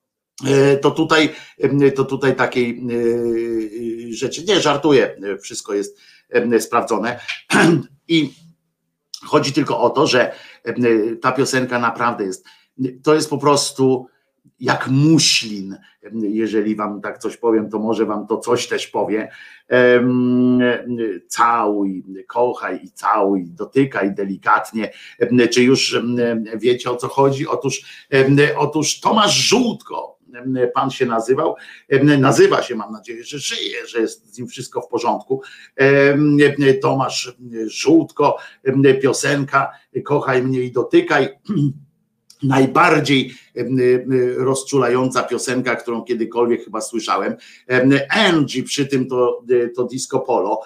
to tutaj takiej rzeczy, nie żartuję, wszystko jest sprawdzone i chodzi tylko o to, że ta piosenka naprawdę to jest po prostu jak muślin, jeżeli wam tak coś powiem, to może wam to coś też powie. Całuj, kochaj i całuj, dotykaj delikatnie. Czy już wiecie, o co chodzi? Otóż Tomasz Żółtko, pan się nazywa się, mam nadzieję, że żyje, że jest z nim wszystko w porządku. Tomasz Żółtko, piosenka Kochaj mnie i dotykaj. Najbardziej rozczulająca piosenka, którą kiedykolwiek chyba słyszałem. Angie, przy tym to disco polo,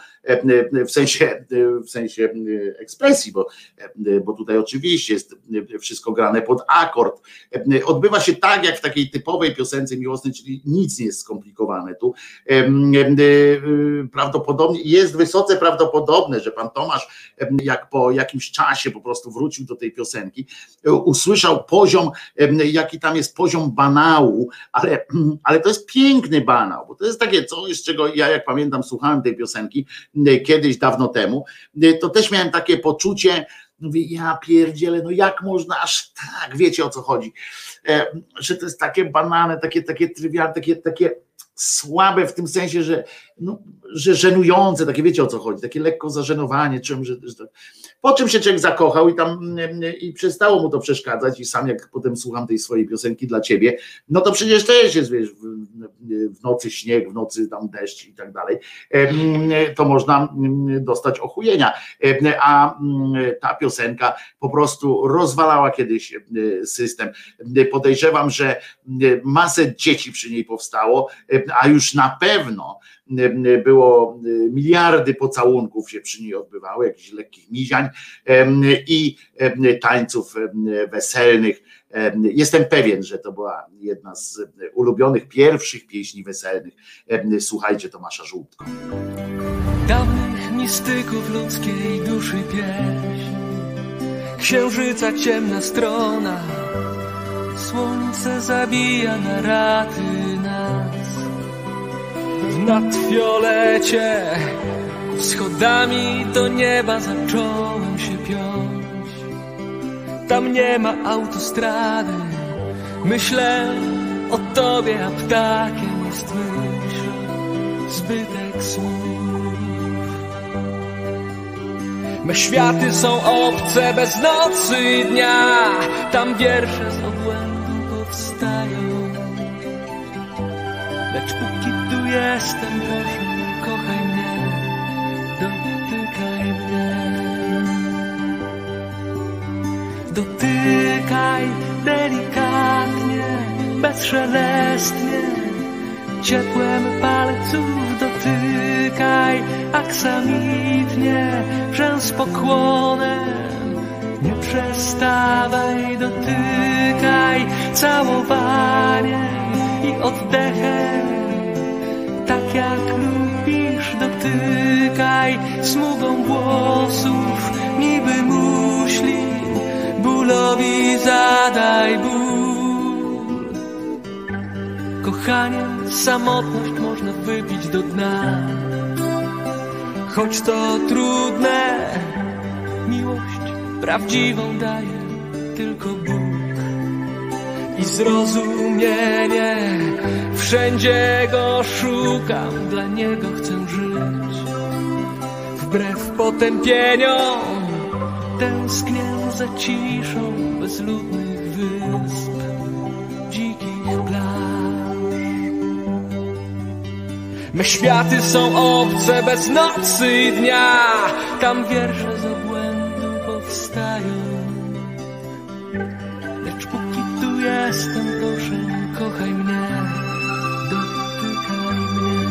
w sensie ekspresji, bo tutaj oczywiście jest wszystko grane pod akord. Odbywa się tak, jak w takiej typowej piosence miłosnej, czyli nic nie jest skomplikowane tu. Prawdopodobnie jest wysoce prawdopodobne, że pan Tomasz, jak po jakimś czasie po prostu wrócił do tej piosenki, usłyszał poziom, jaki tam jest poziom banału, ale to jest piękny banał, bo to jest takie coś, z czego ja, jak pamiętam, słuchałem tej piosenki kiedyś, dawno temu, to też miałem takie poczucie, mówię, ja pierdzielę, no jak można aż tak, wiecie o co chodzi, że to jest takie banalne, takie trywialne, takie słabe w tym sensie, że żenujące, takie wiecie o co chodzi, takie lekko zażenowanie czym, że po czym się człowiek zakochał i przestało mu to przeszkadzać i sam jak potem słucham tej swojej piosenki dla ciebie, no to przecież też jest, wiesz, w nocy śnieg, w nocy tam deszcz i tak dalej, to można dostać ochujenia, a ta piosenka po prostu rozwalała kiedyś system. Podejrzewam, że masę dzieci przy niej powstało, a już na pewno było miliardy pocałunków się przy niej odbywały, jakichś lekkich miziań i tańców weselnych. Jestem pewien, że to była jedna z ulubionych pierwszych pieśni weselnych. Słuchajcie Tomasza Żółtko. Dawnych mistyków ludzkiej duszy pieśń, księżyca ciemna strona, słońce zabija na raty nas. W nadfiolecie Schodami do nieba zacząłem się piąć. Tam nie ma autostrady. Myślę o tobie, a ptakiem jest myśl, zbytek słów. Me światy są obce bez nocy i dnia. Tam wiersze z obłędu powstają. Lecz póki tu jestem, proszę, kochaj mnie, dotykaj mnie. Dotykaj delikatnie, bezszelestnie, ciepłem palców dotykaj, aksamitnie, rzęs pokłonem, nie przestawaj, dotykaj całowaniem i oddechem, tak jak lubisz, dotykaj smugą włosów, niby muśli, bólowi zadaj ból. Kochanie, samotność można wypić do dna, choć to trudne, miłość prawdziwą daje tylko Bóg i zrozumienie. Wszędzie go szukam, dla niego chcę żyć. Wbrew potępieniom tęsknię za ciszą bezludnych wysp, dzikich plaż. Me światy są obce bez nocy i dnia. Tam wiersze z obłędu powstają. Lecz póki tu jestem, proszę, kochaj mnie, dotykaj mnie.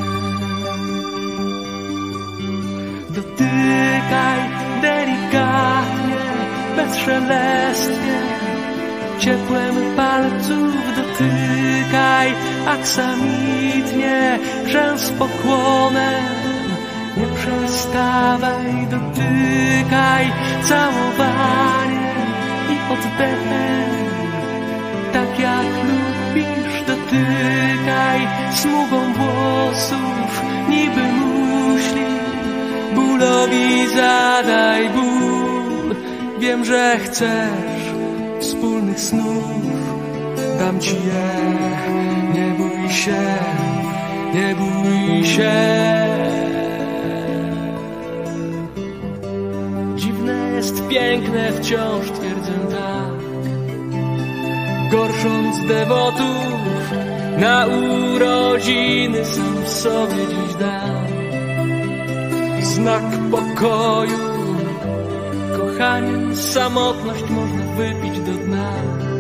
Dotykaj delikatnie, bezszelestnie, ciepłem palców dotykaj, aksamitnie, rzęs pokłonem, nie przestawaj, dotykaj całowaniem i oddechem, tak jak lubisz, dotykaj smugą włosów, niby muśli, bólowi zadaj ból. Wiem, że chcesz wspólnych snów, dam ci je, nie bój się, nie bój się. Dziwne jest piękne, wciąż twierdzę tak, gorsząc dewotów, na urodziny sam sobie dziś dam znak pokoju. Kochanie, samotność można wypić do dna,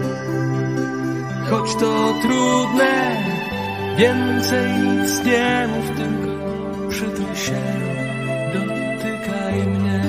choć to trudne, więcej nic nie mów, tylko przytul się, dotykaj mnie.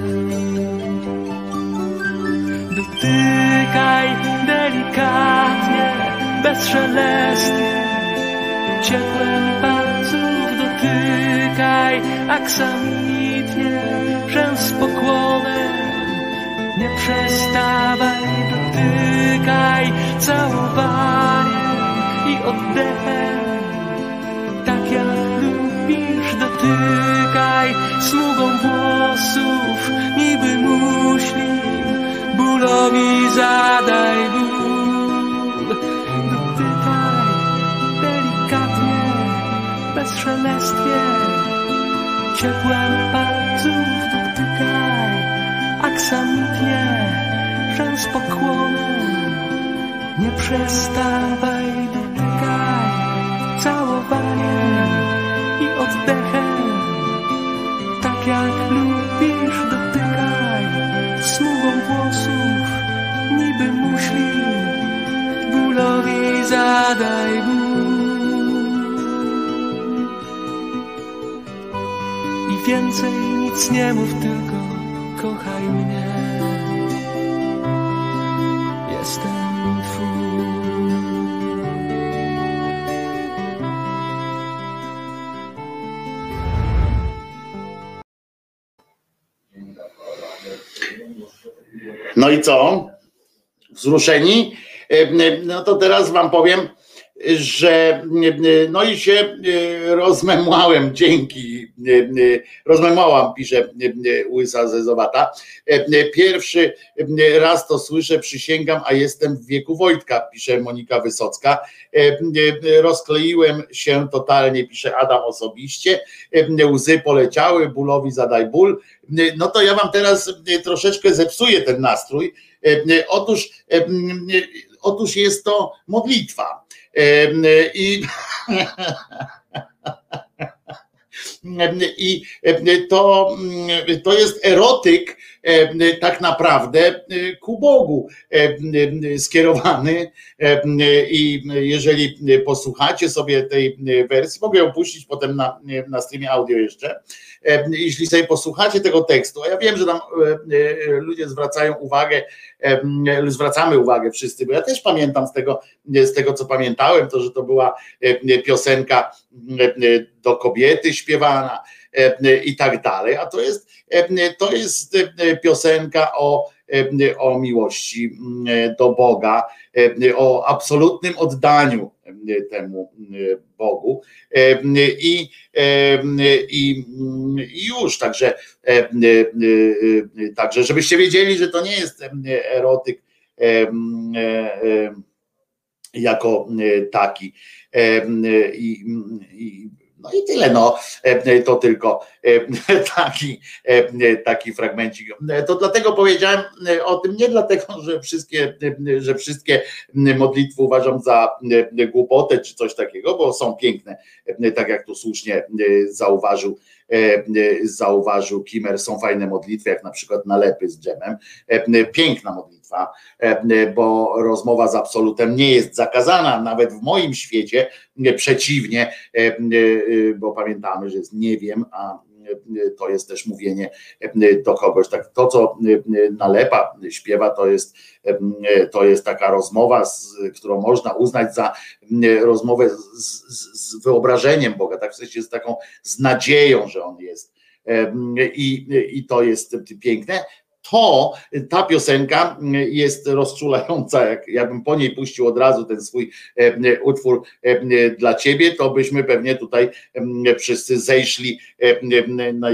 Dotykaj delikatnie, bezszelestnie, ciepłem palców dotykaj, aksamitnie, rzęs pokłonem, nie przestawaj, dotykaj całowaniem i oddechem, tak jak lubisz, dotykaj smugą włosów, niby muśli, bólowi zadaj ból. Dotykaj delikatnie, bezszelestnie, ciepłem palców dotykaj, aksamitnie, rzęs pokłonem, nie przestawaj, dotykaj całowaniem i oddechem, tak jak lubisz, dotykaj smugą włosów, niby muśli, bólowi zadaj ból. I więcej nic nie mów, tylko kochaj mnie. Jestem twój. No i co? Wzruszeni? No to teraz wam powiem, że no i się rozmemłałem, dzięki, rozmemłałam, pisze Łysa Zezowata. Pierwszy raz to słyszę, przysięgam, a jestem w wieku Wojtka, pisze Monika Wysocka. Rozkleiłem się totalnie, pisze Adam osobiście. Łzy poleciały, bólowi zadaj ból. No to ja wam teraz troszeczkę zepsuję ten nastrój. Otóż jest to modlitwa. I to jest erotyk tak naprawdę ku Bogu skierowany. I jeżeli posłuchacie sobie tej wersji, mogę ją puścić potem na streamie audio jeszcze, jeśli sobie posłuchacie tego tekstu, a ja wiem, że tam ludzie zwracamy uwagę wszyscy, bo ja też pamiętam z tego co pamiętałem, to że to była piosenka do kobiety śpiewana i tak dalej, a to jest piosenka o miłości do Boga, o absolutnym oddaniu temu Bogu i już, także żebyście wiedzieli, że to nie jest erotyk jako taki. No i tyle, no to tylko taki fragmencik. To dlatego powiedziałem o tym, nie dlatego, że wszystkie modlitwy uważam za głupotę czy coś takiego, bo są piękne, tak jak tu słusznie zauważył Kimmer, są fajne modlitwy, jak na przykład nalepy z dżemem, piękna modlitwa, bo rozmowa z absolutem nie jest zakazana, nawet w moim świecie, przeciwnie, bo pamiętamy, że jest nie wiem, a to jest też mówienie do kogoś. Tak, to, co nalepa śpiewa, to jest taka rozmowa, którą można uznać za rozmowę z wyobrażeniem Boga, tak w sensie z taką, z nadzieją, że On jest. I to jest piękne. Ta piosenka jest rozczulająca, jakbym po niej puścił od razu ten swój utwór dla ciebie, to byśmy pewnie tutaj wszyscy zejszli na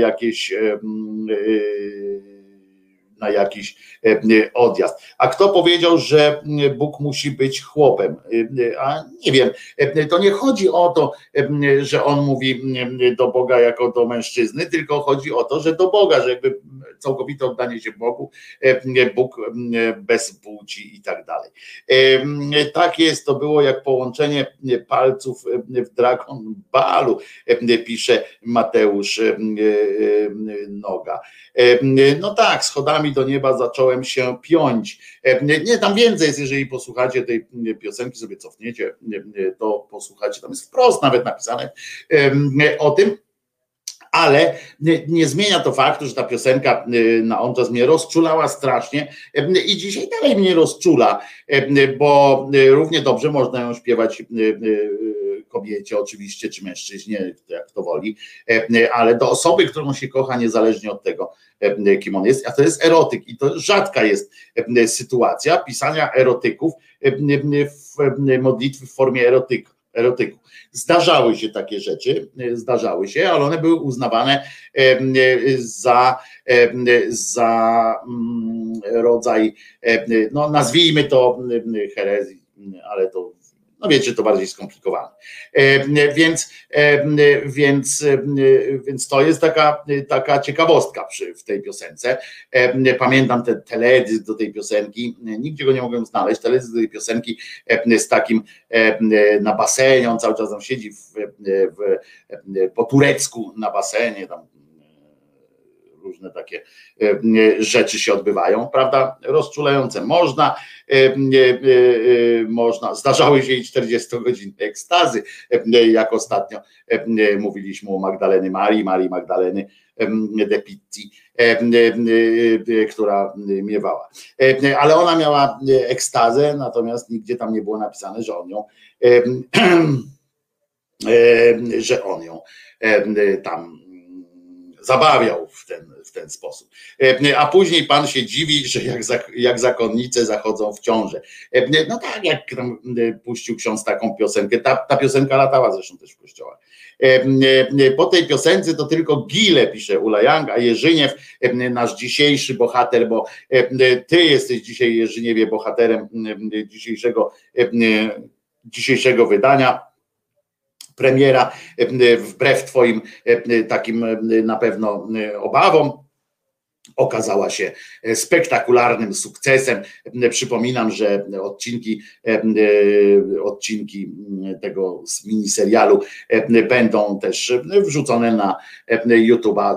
jakiś odjazd. A kto powiedział, że Bóg musi być chłopem? A nie wiem, to nie chodzi o to, że on mówi do Boga jako do mężczyzny, tylko chodzi o to, że do Boga, że jakby całkowite oddanie się Bogu, Bóg bez płci i tak dalej. Tak jest, to było jak połączenie palców w Dragon Ballu, pisze Mateusz Noga. No tak, schodami do nieba zacząłem się piąć. Nie, tam więcej jest, jeżeli posłuchacie tej piosenki, sobie cofniecie, to posłuchacie, tam jest wprost nawet napisane o tym. Ale nie zmienia to faktu, że ta piosenka na On Czas mnie rozczulała strasznie i dzisiaj dalej mnie rozczula, bo równie dobrze można ją śpiewać kobiecie oczywiście, czy mężczyźnie, jak kto woli, ale do osoby, którą się kocha, niezależnie od tego, kim on jest, a to jest erotyk i to rzadka jest sytuacja pisania erotyków, modlitwy w formie erotyku. Zdarzały się takie rzeczy, ale one były uznawane za rodzaj, no nazwijmy to herezji, ale to, no wiecie, to bardziej skomplikowane. Więc to jest taka ciekawostka w tej piosence. Pamiętam ten teledysk do tej piosenki, nigdzie go nie mogłem znaleźć, teledysk do tej piosenki z takim na basenie, on cały czas tam siedzi po turecku na basenie, tam różne takie rzeczy się odbywają, prawda, rozczulające. Można, zdarzały się i 40-godzinne ekstazy, jak ostatnio mówiliśmy o Marii Magdaleny de Pitti, która miewała. Ale ona miała ekstazę, natomiast nigdzie tam nie było napisane, że on ją tam zabawiał w ten sposób. A później pan się dziwi, że jak zakonnice zachodzą w ciążę. No tak, jak tam puścił ksiądz taką piosenkę, ta piosenka latała zresztą też w kościołach. Po tej piosence to tylko Gile, pisze Ula Young, a Jerzyniew, nasz dzisiejszy bohater, bo ty jesteś dzisiaj, Jerzyniewie, bohaterem dzisiejszego wydania. Premiera, wbrew twoim takim na pewno obawom, okazała się spektakularnym sukcesem. Przypominam, że odcinki tego miniserialu będą też wrzucone na YouTube'a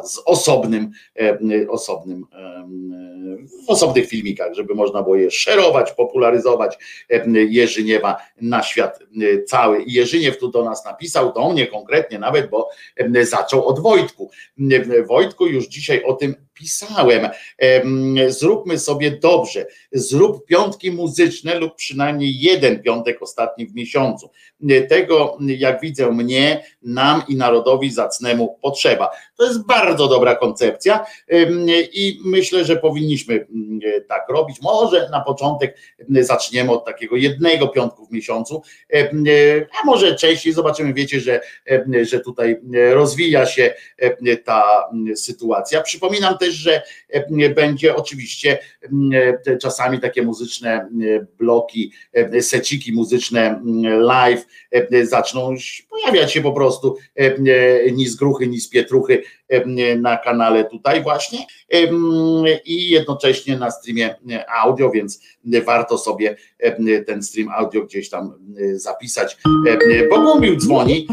w osobnych filmikach, żeby można było je szerować, popularyzować Jerzyniewa na świat cały. I Jerzyniew tu do nas napisał, do mnie konkretnie nawet, bo zaczął od Wojtku. Wojtku, już dzisiaj o tym pisałem. Zróbmy sobie dobrze. Zrób piątki muzyczne lub przynajmniej jeden piątek ostatni w miesiącu. Tego, jak widzę, mnie, nam i narodowi zacnemu potrzeba. To jest bardzo dobra koncepcja i myślę, że powinniśmy tak robić. Może na początek zaczniemy od takiego jednego piątku w miesiącu, a może częściej. Zobaczymy, wiecie, że tutaj rozwija się ta sytuacja. Przypominam też, że będzie oczywiście czasami takie muzyczne bloki, seciki muzyczne live zaczną pojawiać się po prostu ni z gruchy, ni z pietruchy na kanale tutaj właśnie i jednocześnie na streamie audio, więc warto sobie ten stream audio gdzieś tam zapisać. Bogumił dzwoni.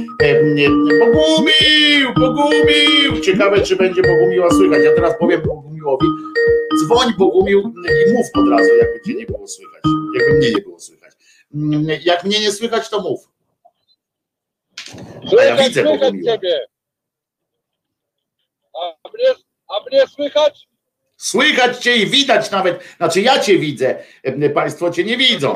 Bogumił! Ciekawe, czy będzie Bogumiła słychać. Ja teraz powiem Bogumiłowi, dzwoń Bogumił i mów od razu, jakby cię nie było słychać. Jakby mnie nie było słychać. Jak mnie nie słychać, to mów. A ja widzę Bogumiła. A mnie słychać? Słychać cię i widać nawet, znaczy ja cię widzę, państwo cię nie widzą.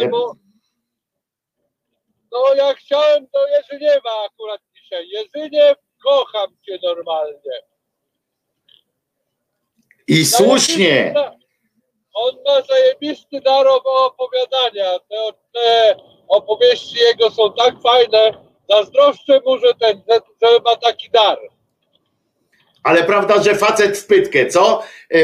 No ja chciałem do Jerzyniewa akurat dzisiaj. Jerzyniew, kocham cię normalnie. I słusznie. On ma zajebisty dar opowiadania. Te opowieści jego są tak fajne. Zazdroszczę mu, że ma taki dar. Ale prawda, że facet w pytkę, co?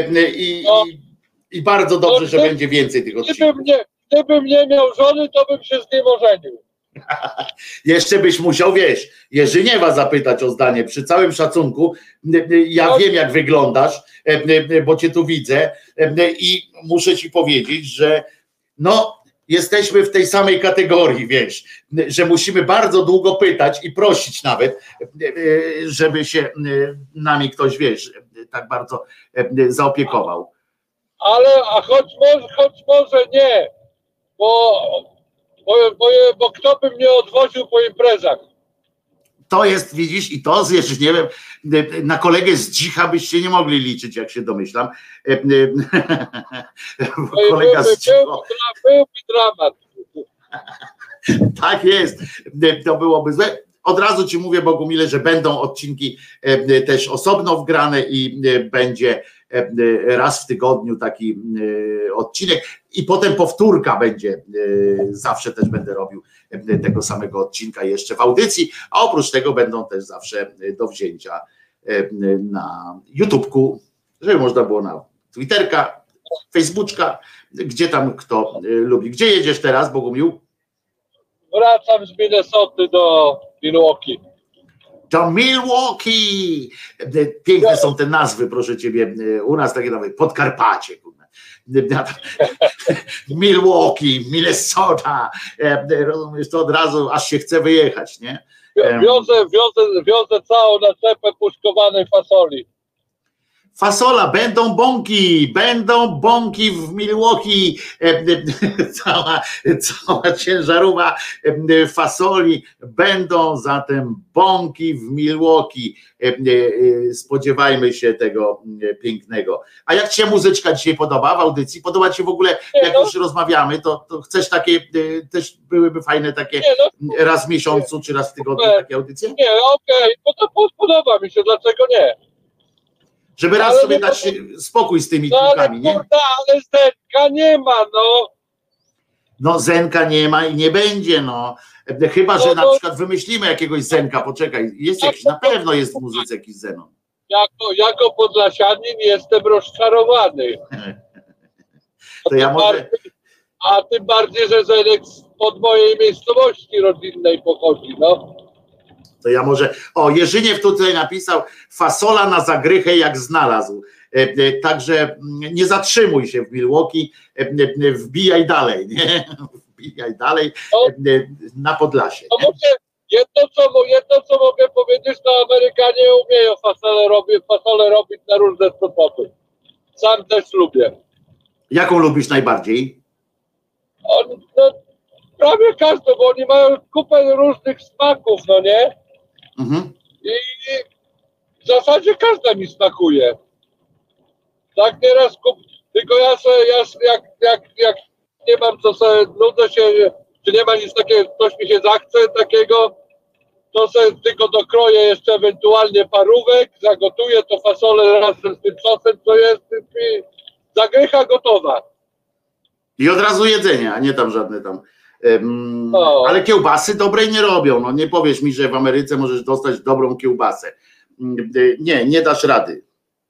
I bardzo dobrze, że będzie więcej tych odcinków. Gdybym nie miał żony, to bym się z nim ożenił. Jeszcze byś musiał, wiesz, Jerzyniewa zapytać o zdanie. Przy całym szacunku, ja wiem, jak wyglądasz, bo cię tu widzę i muszę ci powiedzieć, że jesteśmy w tej samej kategorii, wiesz, że musimy bardzo długo pytać i prosić nawet, żeby się nami ktoś, wiesz, tak bardzo zaopiekował. A choć może nie, bo kto by mnie odwoził po imprezach? To jest, widzisz, i to z nie wiem, na kolegę z Dzicha byście nie mogli liczyć, jak się domyślam. Kolega z Dzicha. Byłby dramat. Tak jest, to byłoby złe. Od razu ci mówię, Bogumile, że będą odcinki też osobno wgrane i będzie raz w tygodniu taki odcinek i potem powtórka będzie, zawsze też będę robił tego samego odcinka jeszcze w audycji, a oprócz tego będą też zawsze do wzięcia na YouTubeku, żeby można było na Twitterka, Facebooka, gdzie tam kto lubi. Gdzie jedziesz teraz, Bogumił? Wracam z Minnesoty do Milwaukee. Do Milwaukee. Piękne są te nazwy, proszę ciebie. U nas takie nazwy, Podkarpacie. Milwaukee, Minnesota. Rozumiesz, to od razu aż się chce wyjechać, nie? Wiozę całą naczepę puszkowanej fasoli. Fasola, będą bąki w Milwaukee, cała ciężarówka fasoli, będą zatem bąki w Milwaukee. Spodziewajmy się tego pięknego. A jak ci się muzyczka dzisiaj podoba w audycji? Podoba ci się w ogóle, jak już rozmawiamy, to chcesz takie, też byłyby fajne takie raz w miesiącu, czy raz w tygodniu takie audycje? Nie, okej, bo to podoba mi się, dlaczego nie? Żeby raz sobie dać spokój z tymi kółkami, nie? Ale Zenka nie ma, no. No Zenka nie ma i nie będzie, no. Chyba, że na przykład wymyślimy jakiegoś Zenka, poczekaj, jest jakiś, na pewno jest w muzyce jakiś Zenon. Jako podlasianin jestem rozczarowany. To ja może... A tym bardziej, że Zenek od mojej miejscowości rodzinnej pochodzi, no. To ja może... O, Jerzyniew tutaj napisał, fasola na zagrychę jak znalazł. Także nie zatrzymuj się w Milwaukee, wbijaj dalej, nie? Wbijaj dalej na Podlasie. No jedno, co mogę powiedzieć, to Amerykanie umieją fasole robić na różne sposoby. Sam też lubię. Jaką lubisz najbardziej? No, prawie każdą, bo oni mają kupę różnych smaków, no nie? Mhm. I w zasadzie każda mi smakuje. Tak nieraz tylko ja sobie, jak nie mam co sobie, nudzę się, czy nie ma nic takiego, coś mi się zachce takiego, to sobie tylko dokroję jeszcze ewentualnie parówek, zagotuję to fasolę razem z tym sosem, co jest, i zagrycha gotowa. I od razu jedzenie, a nie tam żadne tam. No. Ale kiełbasy dobrej nie robią. No nie powiesz mi, że w Ameryce możesz dostać dobrą kiełbasę. Nie dasz rady.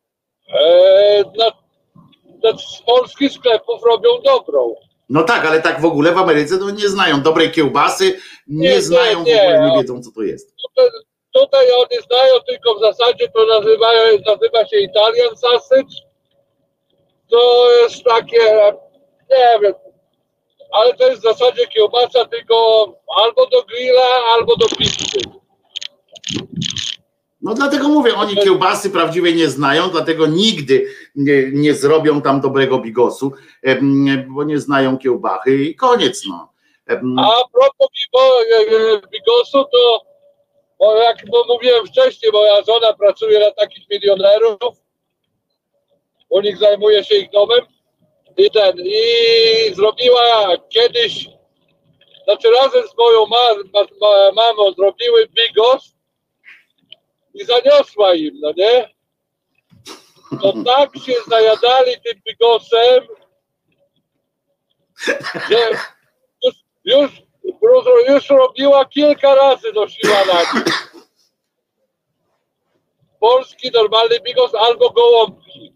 Z polskich sklepów robią dobrą. No tak, ale tak w ogóle w Ameryce to nie znają dobrej kiełbasy, nie znają w ogóle, nie wiedzą co to jest. Tutaj oni znają, tylko w zasadzie to nazywa się Italian sausage. To jest takie, nie wiem, ale to jest w zasadzie kiełbasa tylko albo do grilla, albo do pizzy. No dlatego mówię, oni kiełbasy prawdziwej nie znają, dlatego nigdy nie zrobią tam dobrego bigosu, bo nie znają kiełbachy i koniec, no. A propos bigosu, to jak mówiłem wcześniej, moja żona pracuje na takich milionerów, u nich zajmuje się ich domem i zrobiła kiedyś, znaczy razem z moją mamą zrobiły bigos i zaniosła im, no nie? To tak się zajadali tym bigosem, że już robiła kilka razy, nosiła na nim. Polski normalny bigos albo gołąbki.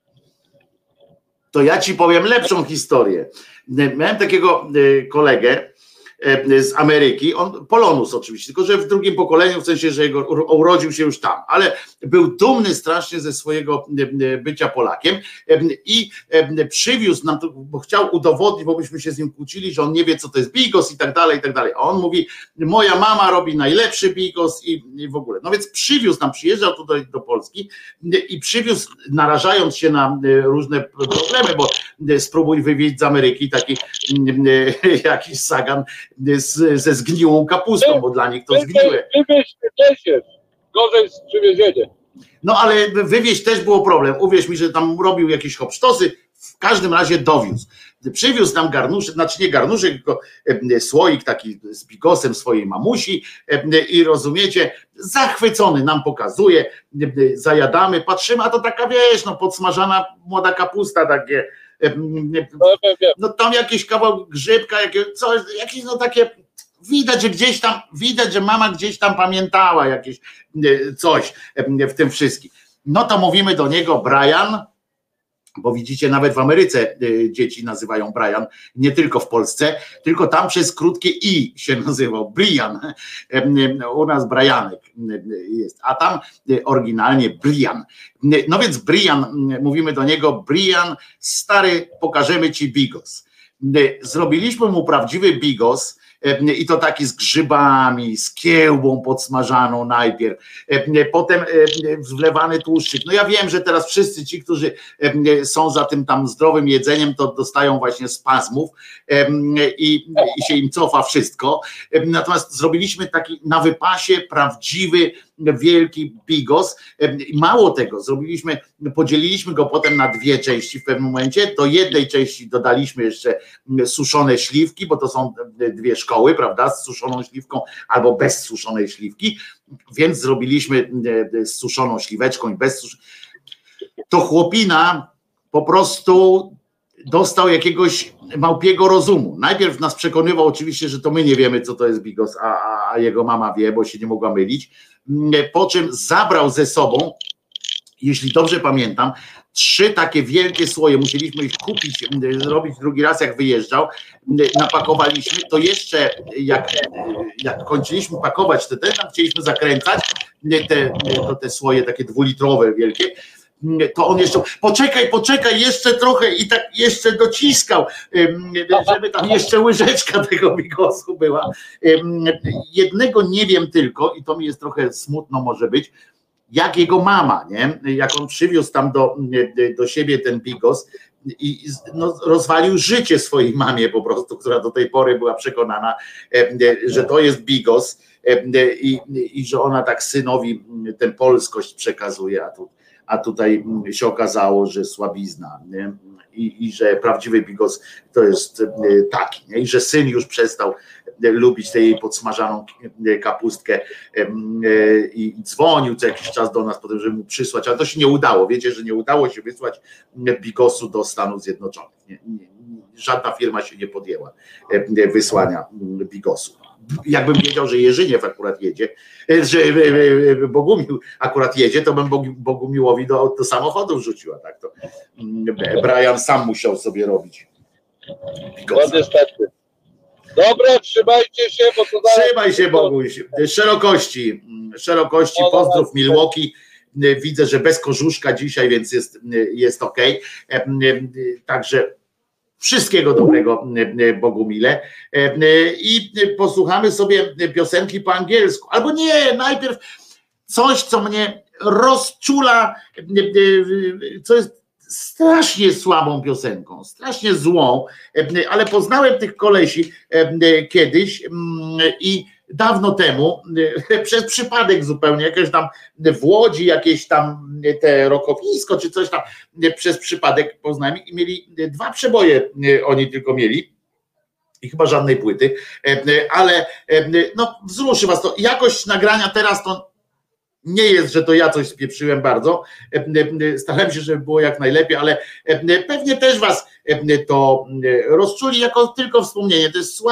To ja ci powiem lepszą historię. Miałem takiego kolegę z Ameryki, on Polonus oczywiście, tylko że w drugim pokoleniu, w sensie, że urodził się już tam, ale był dumny strasznie ze swojego bycia Polakiem i przywiózł nam, bo chciał udowodnić, bo byśmy się z nim kłócili, że on nie wie, co to jest bigos i tak dalej, i tak dalej. A on mówi, moja mama robi najlepszy bigos i w ogóle. No więc przyjeżdżał tutaj do Polski i przywiózł, narażając się na różne problemy, bo spróbuj wywieźć z Ameryki taki jakiś sagan ze zgniłą kapustą, bo dla nich to zgniłe. Wywieźć też jest gorzej z przywiezieniem. No ale wywieźć też było problem. Uwierz mi, że tam robił jakieś hopsztosy, w każdym razie dowiózł. Przywiózł nam garnuszek, znaczy nie garnuszek, tylko słoik taki z bigosem swojej mamusi i rozumiecie, zachwycony nam pokazuje, zajadamy, patrzymy, a to taka, wiesz, no podsmażana młoda kapusta, takie, no tam jakiś kawał grzybka, jakieś no takie, widać, że mama gdzieś tam pamiętała jakieś coś w tym wszystkim. No to mówimy do niego, Brian, bo widzicie, nawet w Ameryce dzieci nazywają Brian, nie tylko w Polsce, tylko tam przez krótkie i się nazywał Brian. U nas Brianek jest, a tam oryginalnie Brian. No więc Brian, mówimy do niego, Brian, stary, pokażemy ci bigos. Zrobiliśmy mu prawdziwy bigos, i to taki z grzybami, z kiełbą podsmażaną najpierw, potem wlewany tłuszczyk. No ja wiem, że teraz wszyscy ci, którzy są za tym tam zdrowym jedzeniem, to dostają właśnie spazmów i się im cofa wszystko. Natomiast zrobiliśmy taki na wypasie prawdziwy, wielki bigos. Mało tego, podzieliliśmy go potem na dwie części w pewnym momencie. Do jednej części dodaliśmy jeszcze suszone śliwki, bo to są dwie szkoły, prawda, z suszoną śliwką albo bez suszonej śliwki, więc zrobiliśmy z suszoną śliweczką i bez suszonej. to chłopina po prostu dostał jakiegoś małpiego rozumu. Najpierw nas przekonywał oczywiście, że to my nie wiemy, co to jest bigos, a jego mama wie, bo się nie mogła mylić. Po czym zabrał ze sobą, jeśli dobrze pamiętam, 3 takie wielkie słoje, musieliśmy ich kupić, zrobić drugi raz, jak wyjeżdżał, napakowaliśmy, to jeszcze jak kończyliśmy pakować tam chcieliśmy zakręcać te słoje takie 2-litrowe wielkie, to on jeszcze, poczekaj, jeszcze trochę i tak jeszcze dociskał, żeby tam jeszcze łyżeczka tego bigosu była. Jednego nie wiem tylko, i to mi jest trochę smutno może być, jak jego mama, nie? Jak on przywiózł tam do siebie ten bigos i no, rozwalił życie swojej mamie po prostu, która do tej pory była przekonana, że to jest bigos i że ona tak synowi tę polskość przekazuje, a tutaj się okazało, że słabizna, nie? I że prawdziwy bigos to jest taki, nie? I że syn już przestał lubić tę jej podsmażaną kapustkę i dzwonił co jakiś czas do nas potem, żeby mu przysłać, ale to się nie udało, wiecie, że nie udało się wysłać bigosu do Stanów Zjednoczonych. Żadna firma się nie podjęła wysłania bigosu. Jakbym wiedział, że Jerzyniew akurat jedzie, że Bogumił akurat jedzie, to bym Bogumiłowi do samochodu wrzuciła. Tak to Brian sam musiał sobie robić bigosa. No niestety. Dobra, trzymajcie się, bo to dalej... Trzymaj się, Boguś. Szerokości, pozdrów Milwaukee. Widzę, że bez Kożuszka dzisiaj, więc jest okej. Także wszystkiego dobrego, Bogumile. I posłuchamy sobie piosenki po angielsku. Albo nie, najpierw coś, co mnie rozczula, co jest strasznie słabą piosenką, strasznie złą, ale poznałem tych kolesi kiedyś i dawno temu, przez przypadek zupełnie, jakieś tam w Łodzi, jakieś tam te rokowisko, czy coś tam, przez przypadek poznałem i mieli 2 przeboje, oni tylko mieli i chyba żadnej płyty, ale no wzruszy was to. Jakość nagrania teraz to nie jest, że to ja coś spieprzyłem bardzo, starałem się, żeby było jak najlepiej, ale pewnie też was to rozczuli jako tylko wspomnienie. To jest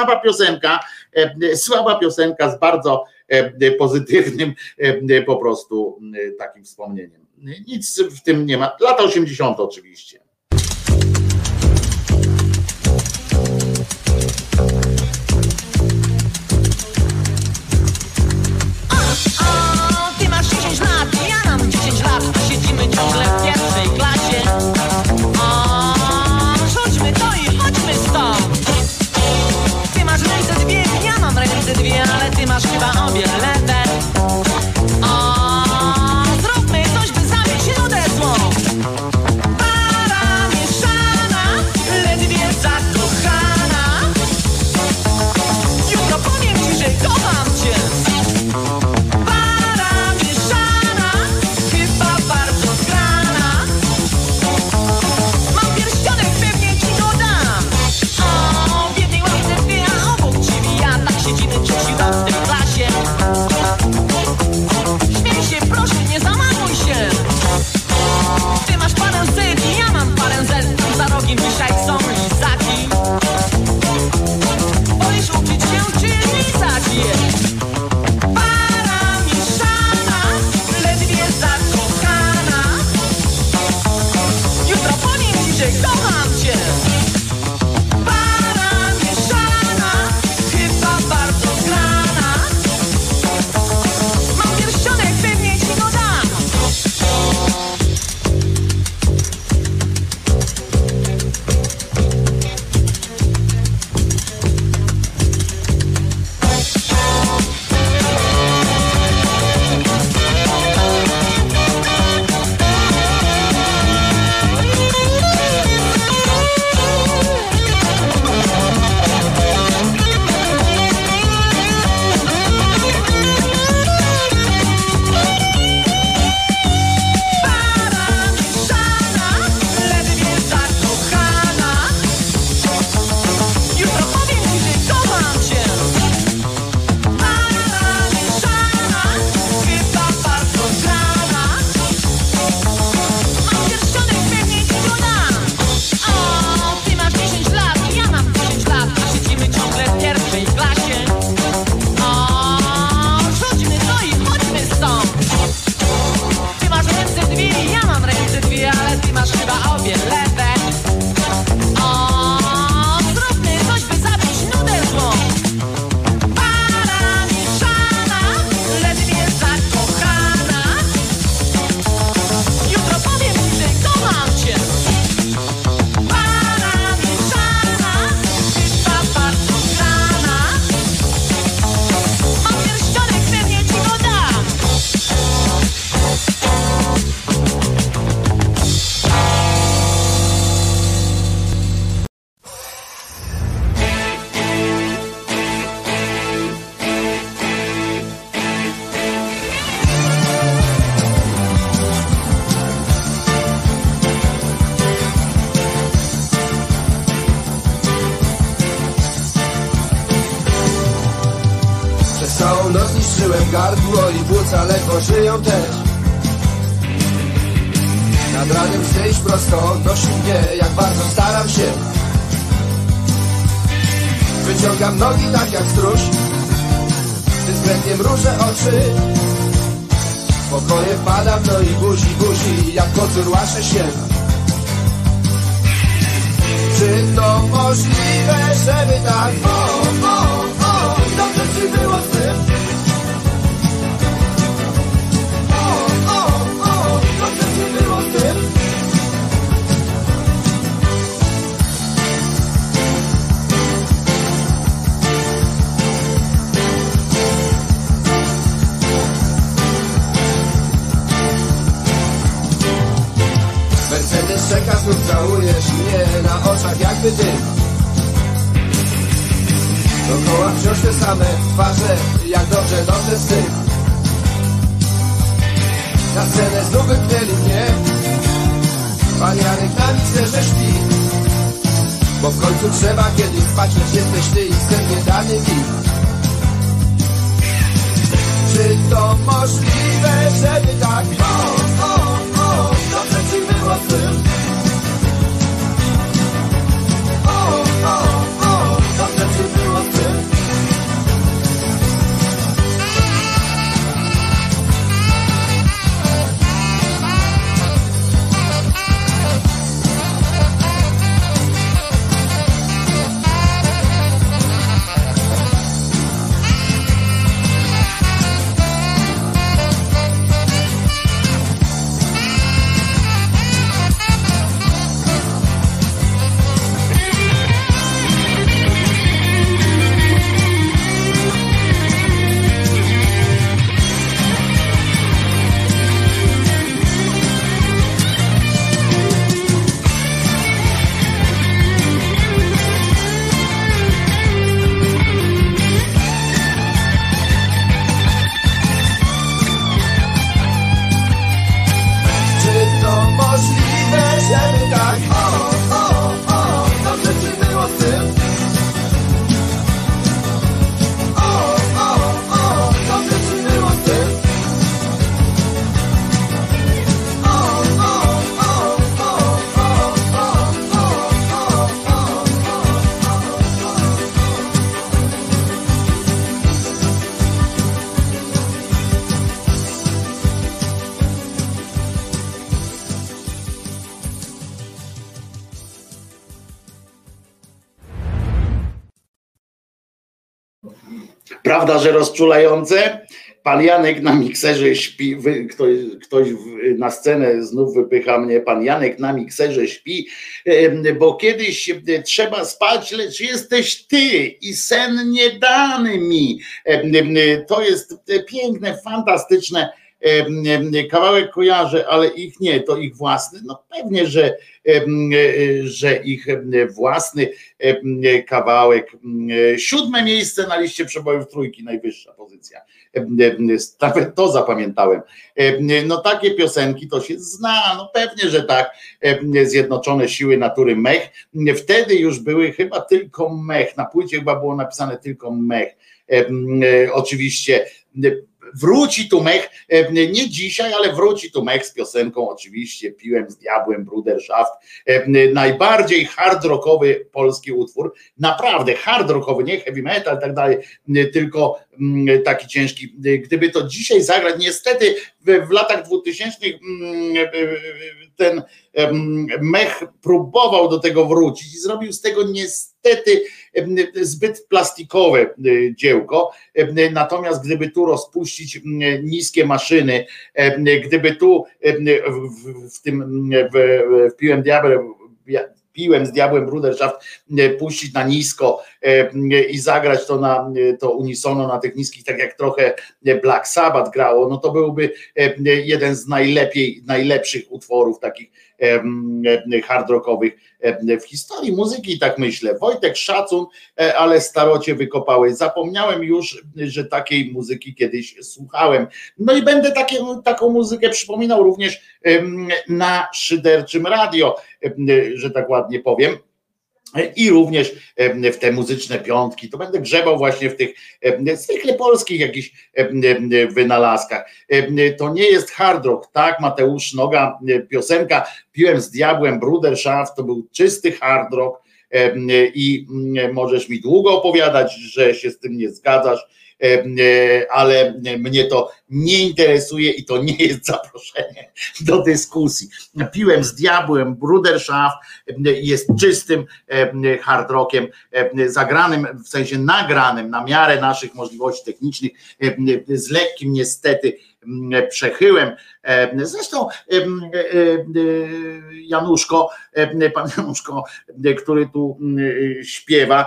słaba piosenka z bardzo pozytywnym po prostu takim wspomnieniem. Nic w tym nie ma. Lata 80 oczywiście. Ciągle w pierwszej klasie. Rzućmy to i chodźmy stąd. Ty masz ręce 2, ja mam ręce 2, ale ty masz chyba obie lewe. Zróbmy coś, by zabić nudę złą. Otworzyłem gardło i płuca ledwo żyją też. Nad ranem zejść prosto nosi mnie, jak bardzo staram się. Wyciągam nogi tak jak stróż, dyskretnie mrużę oczy. Spokojnie wpadam, no i buzi, jak kocur łaszę się. Czy to możliwe, żeby tak dobrze ci było z tym? Dobrze ci było z tym? Mercedes czeka, znów całujesz mnie na oczach jakby dym. Dookoła wciąż te same twarze, jak dobrze z tym. Na scenę znów wypchnęli mnie. Pan Janek na mikserze śpi. Bo w końcu trzeba kiedyś patrzeć, jesteś ty i sen nie dany mi. Czy to możliwe, żeby tak dobrze ci było z tym? Dobrze ci było z tym? Prawda, że rozczulające? Pan Janek na mikserze śpi, ktoś na scenę znów wypycha mnie, pan Janek na mikserze śpi, bo kiedyś trzeba spać, lecz jesteś ty i sen nie dany mi. To jest piękne, fantastyczne. Kawałek kojarzę, ale ich nie, to ich własny. No pewnie, że ich własny kawałek. 7. miejsce na liście przebojów trójki, najwyższa pozycja. Nawet to zapamiętałem. No takie piosenki to się zna, no pewnie, że tak. Zjednoczone siły natury Mech. Wtedy już były chyba tylko Mech. Na płycie chyba było napisane tylko Mech. Oczywiście wróci tu Mech, nie dzisiaj, ale wróci tu Mech z piosenką oczywiście Piłem z diabłem, Bruderschaft, najbardziej hard rockowy polski utwór, naprawdę hard rockowy, nie heavy metal i tak dalej, tylko taki ciężki. Gdyby to dzisiaj zagrać, niestety w latach 2000 ten Mech próbował do tego wrócić i zrobił z tego niestety zbyt plastikowe dziełko, natomiast gdyby tu rozpuścić niskie maszyny, gdyby tu Piłem z diabłem Bruderschaft puścić na nisko i zagrać to unisono na tych niskich, tak jak trochę Black Sabbath grało, no to byłby jeden z najlepszych utworów takich hard rockowych w historii muzyki, tak myślę. Wojtek, szacun, ale starocie wykopałeś. Zapomniałem już, że takiej muzyki kiedyś słuchałem. No i będę taką muzykę przypominał również na szyderczym radio, że tak ładnie powiem. I również w te muzyczne piątki, to będę grzebał właśnie w tych zwykle polskich jakichś wynalazkach. To nie jest hard rock, tak? Mateusz Noga, piosenka Piłem z diabłem, Bruderschaft, to był czysty hard rock i możesz mi długo opowiadać, że się z tym nie zgadzasz, ale mnie to nie interesuje i to nie jest zaproszenie do dyskusji. Piłem z diabłem, Bruderschaft jest czystym hard rockiem, zagranym, w sensie nagranym na miarę naszych możliwości technicznych, z lekkim niestety przechyłem. Zresztą Januszko, pan Januszko, który tu śpiewa,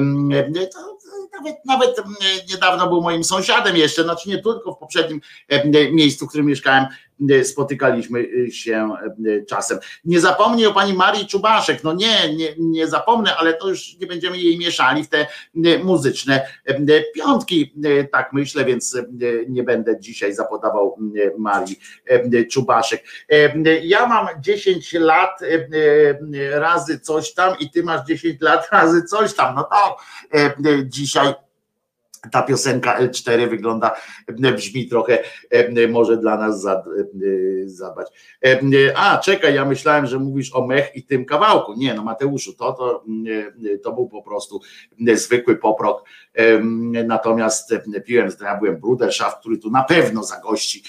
to nawet niedawno był moim sąsiadem jeszcze, znaczy nie tylko w poprzednim miejscu, w którym mieszkałem, spotykaliśmy się czasem. Nie zapomnij o pani Marii Czubaszek, no nie zapomnę, ale to już nie będziemy jej mieszali w te muzyczne piątki, tak myślę, więc nie będę dzisiaj zapodawał Marii Czubaszek. Ja mam 10 lat razy coś tam i ty masz 10 lat razy coś tam, no to dzisiaj ta piosenka L4 wygląda, brzmi trochę, może dla nas zadbać. A, czekaj, ja myślałem, że mówisz o Mech i tym kawałku. Nie, no Mateuszu, to był po prostu zwykły poprok. Natomiast Piłem z diabłem, Bruderschaft, który tu na pewno zagości,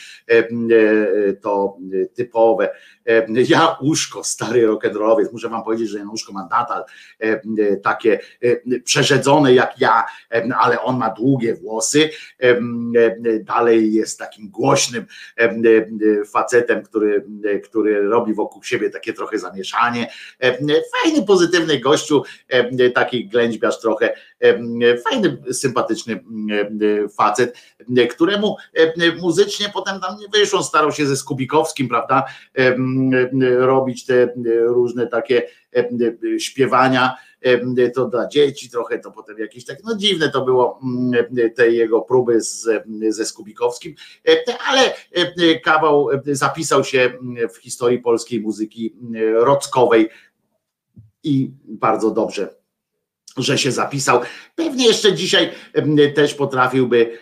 to typowe. Januszko, stary rock'n'rollowiec, muszę wam powiedzieć, że Januszko ma nadal takie przerzedzone jak ja, ale on ma długie włosy, dalej jest takim głośnym facetem, który robi wokół siebie takie trochę zamieszanie. Fajny, pozytywny gościu, taki ględźbiarz trochę, fajny, sympatyczny facet, któremu muzycznie potem tam nie wyszło, starał się ze Skubikowskim, prawda, robić te różne takie śpiewania, to dla dzieci trochę, to potem jakieś tak, no dziwne to było te jego próby ze Skubikowskim, ale kawał zapisał się w historii polskiej muzyki rockowej i bardzo dobrze, że się zapisał. Pewnie jeszcze dzisiaj też potrafiłby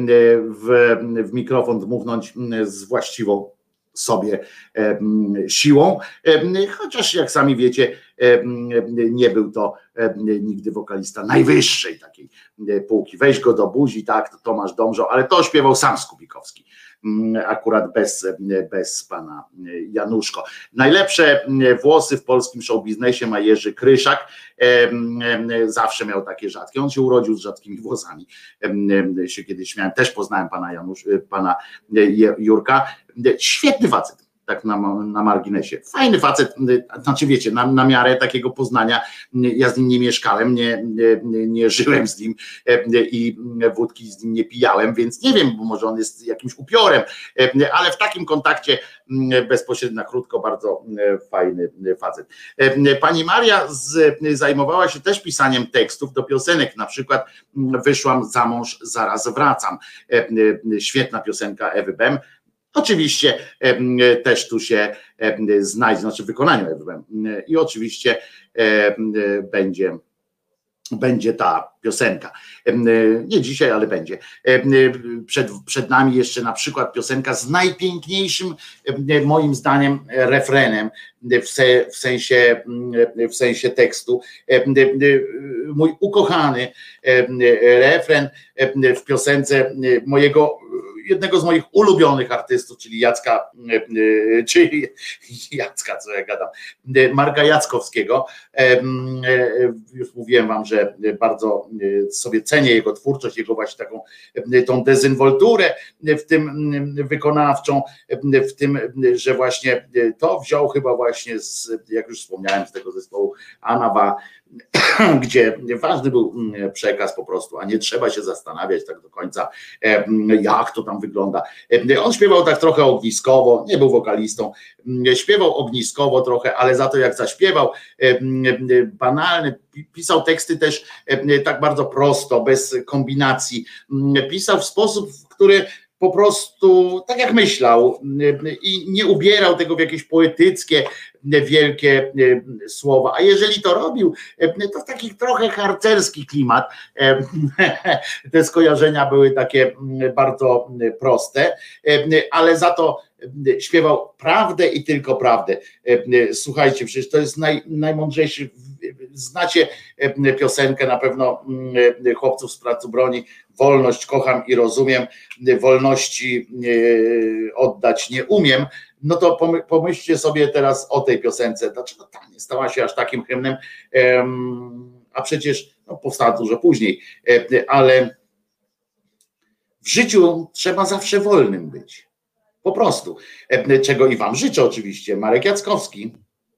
w mikrofon dmuchnąć z właściwą sobie siłą, chociaż jak sami wiecie, nie był to nigdy wokalista najwyższej takiej półki. Weź go do buzi, tak, to Tomasz Domżo, ale to śpiewał sam Skubikowski, akurat bez pana Januszko. Najlepsze włosy w polskim showbiznesie ma Jerzy Kryszak, zawsze miał takie rzadkie, on się urodził z rzadkimi włosami, się kiedyś śmiałem, też poznałem pana Jurka, świetny facet, tak na marginesie, fajny facet, znaczy wiecie, na miarę takiego poznania, ja z nim nie mieszkałem, nie żyłem z nim i wódki z nim nie pijałem, więc nie wiem, bo może on jest jakimś upiorem, ale w takim kontakcie bezpośrednio na krótko bardzo fajny facet. Pani Maria zajmowała się też pisaniem tekstów do piosenek, na przykład Wyszłam za mąż, zaraz wracam, świetna piosenka Ewy Bem. Oczywiście też tu się znajdzie, znaczy w wykonaniu Ewy Bem. I oczywiście będzie ta piosenka. Nie dzisiaj, ale będzie. Przed nami jeszcze na przykład piosenka z najpiękniejszym, moim zdaniem, refrenem w sensie tekstu. Mój ukochany refren w piosence jednego z moich ulubionych artystów, czyli Jacka, co ja gadam, Marka Jackowskiego. Już mówiłem wam, że bardzo sobie cenię jego twórczość, jego właśnie taką tą dezynwolturę w tym wykonawczą, w tym, że właśnie to wziął chyba właśnie jak już wspomniałem, z tego zespołu Anawa, gdzie ważny był przekaz po prostu, a nie trzeba się zastanawiać tak do końca, jak to tam wygląda. On śpiewał tak trochę ogniskowo, nie był wokalistą, śpiewał ogniskowo trochę, ale za to jak zaśpiewał, banalny, pisał teksty też tak bardzo prosto, bez kombinacji, pisał w sposób, który po prostu tak jak myślał i nie ubierał tego w jakieś poetyckie, wielkie słowa, a jeżeli to robił, to w taki trochę harcerski klimat. Te skojarzenia były takie bardzo proste, ale za to śpiewał prawdę i tylko prawdę. Słuchajcie, przecież to jest najmądrzejszy. Znacie piosenkę na pewno chłopców z Placu Broni, wolność kocham i rozumiem, wolności oddać nie umiem. No to pomyślcie sobie teraz o tej piosence, dlaczego ta nie stała się aż takim hymnem, a przecież powstała dużo później, ale w życiu trzeba zawsze wolnym być, po prostu, czego i wam życzę oczywiście. Marek Jackowski.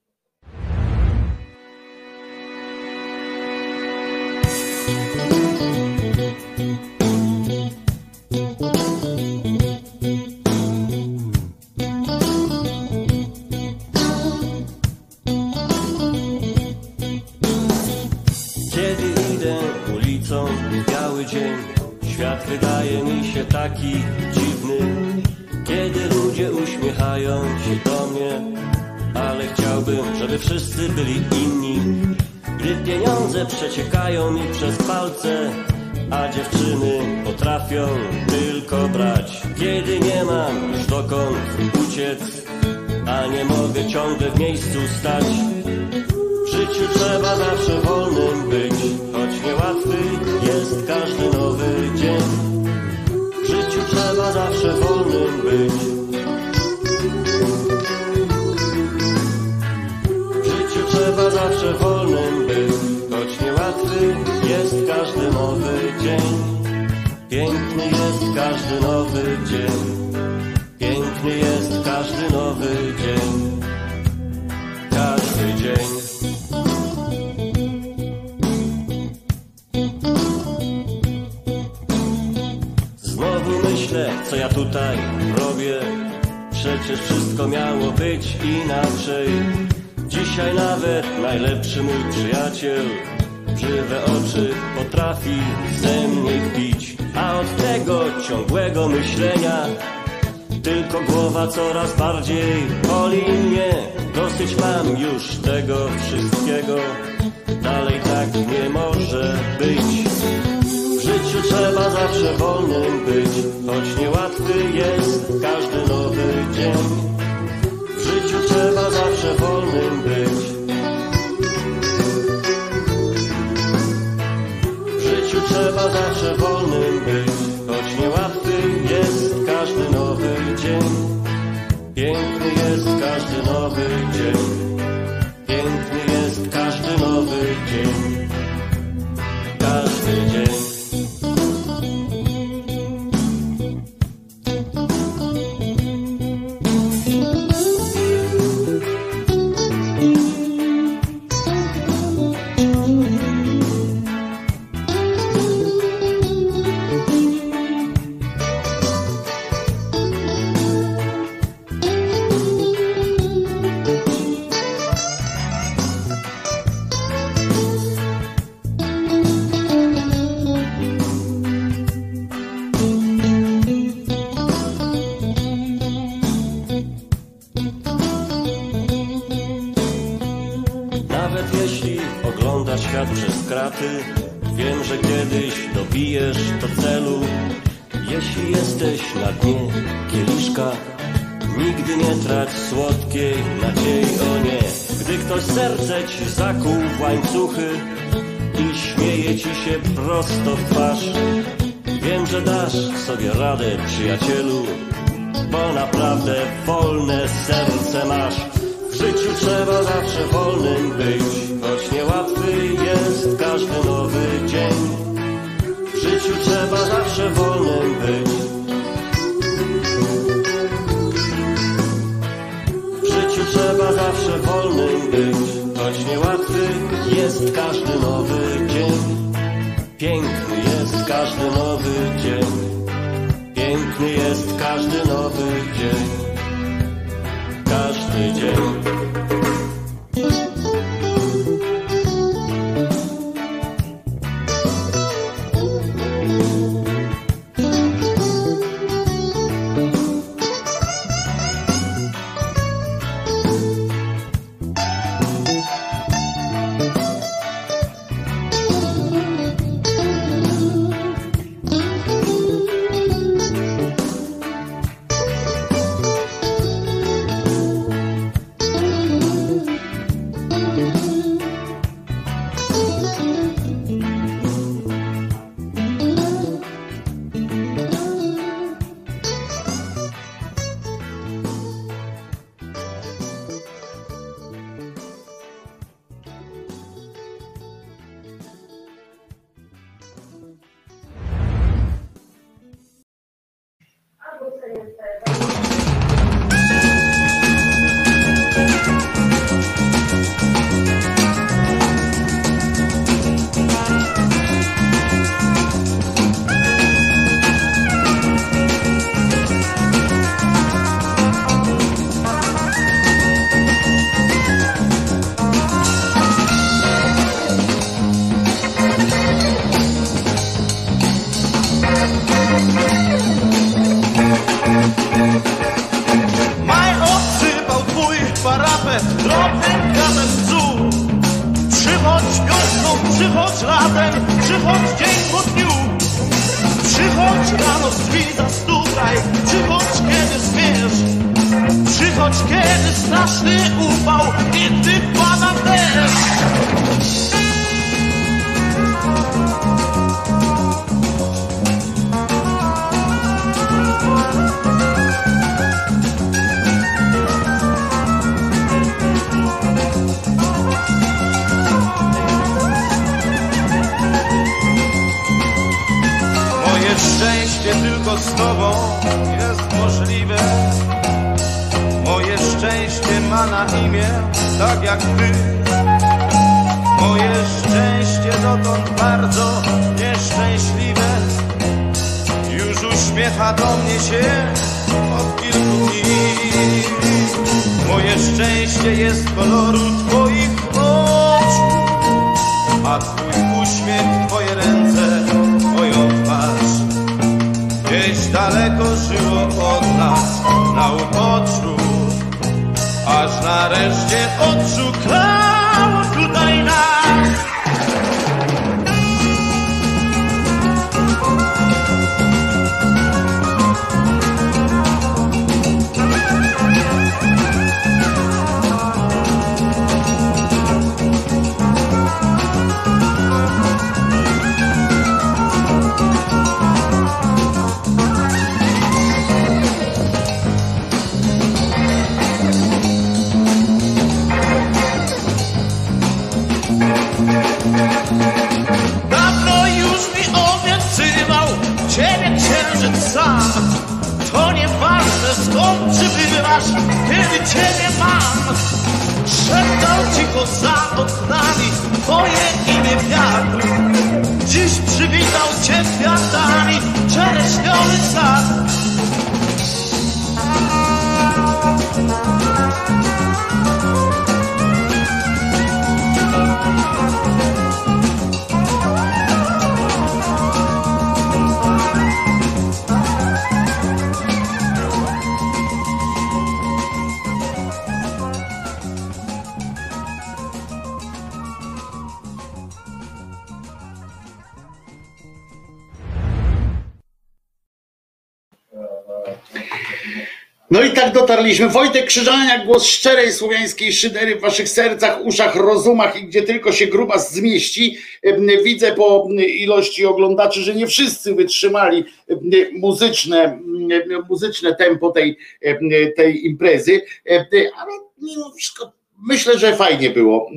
Biały dzień, świat wydaje mi się taki dziwny, kiedy ludzie uśmiechają się do mnie, ale chciałbym, żeby wszyscy byli inni. Gdy pieniądze przeciekają mi przez palce, a dziewczyny potrafią tylko brać. Kiedy nie mam już dokąd uciec, a nie mogę ciągle w miejscu stać. W życiu trzeba zawsze wolnym być, choć niełatwy jest każdy nowy dzień. W życiu trzeba zawsze wolnym być. W życiu trzeba zawsze wolnym być, choć niełatwy jest każdy nowy dzień. Piękny jest każdy nowy dzień. Piękny jest każdy nowy dzień. Każdy dzień. Myślę, co ja tutaj robię, przecież wszystko miało być inaczej. Dzisiaj nawet najlepszy mój przyjaciel w żywe oczy potrafi ze mnie kpić. A od tego ciągłego myślenia tylko głowa coraz bardziej boli mnie. Dosyć mam już tego wszystkiego, dalej tak nie może być. W życiu trzeba zawsze wolnym być, choć niełatwy jest każdy nowy dzień. W życiu trzeba zawsze wolnym być. W życiu trzeba zawsze wolnym być, choć niełatwy jest każdy nowy dzień. Piękny jest każdy nowy dzień. Piękny jest każdy nowy dzień. Każdy dzień. Wiem, że kiedyś dobijesz do celu. Jeśli jesteś na dnie kieliszka, nigdy nie trać słodkiej nadziei, o nie. Gdy ktoś serce ci zakuł w łańcuchy i śmieje ci się prosto w twarz, wiem, że dasz sobie radę, przyjacielu, bo naprawdę wolne serce masz. W życiu trzeba zawsze wolnym być, choć niełatwy jest każdy nowy dzień. W życiu trzeba zawsze wolnym być. W życiu trzeba zawsze wolnym być, choć niełatwy jest każdy nowy dzień. Piękny jest każdy nowy dzień. Piękny jest każdy nowy dzień. Każdy dzień. straszny upał, kiedy pada deszcz. Moje szczęście tylko z tobą jest możliwe. Moje szczęście ma na imię tak jak ty. Moje szczęście dotąd bardzo nieszczęśliwe. Już uśmiecha do mnie się od kilku dni. Moje szczęście jest koloru twoich oczu, a twój uśmiech, twoje ręce, twoją twarz. Gdzieś daleko żyło od nas na uboczu, aż nareszcie odszukało tutaj nas. Dawno już mi obiecywał ciebie księżyc sam. To nieważne skąd przybywasz, kiedy ciebie mam. Szeptał cicho za oknami twoje imię wiatr. Dziś przywitał cię kwiatami czereśniowy sad. No i tak dotarliśmy. Wojtek Krzyżaniak, głos szczerej słowiańskiej szydery w waszych sercach, uszach, rozumach i gdzie tylko się grubas zmieści. Widzę po ilości oglądaczy, że nie wszyscy wytrzymali muzyczne tempo tej imprezy, ale mimo wszystko myślę, że fajnie było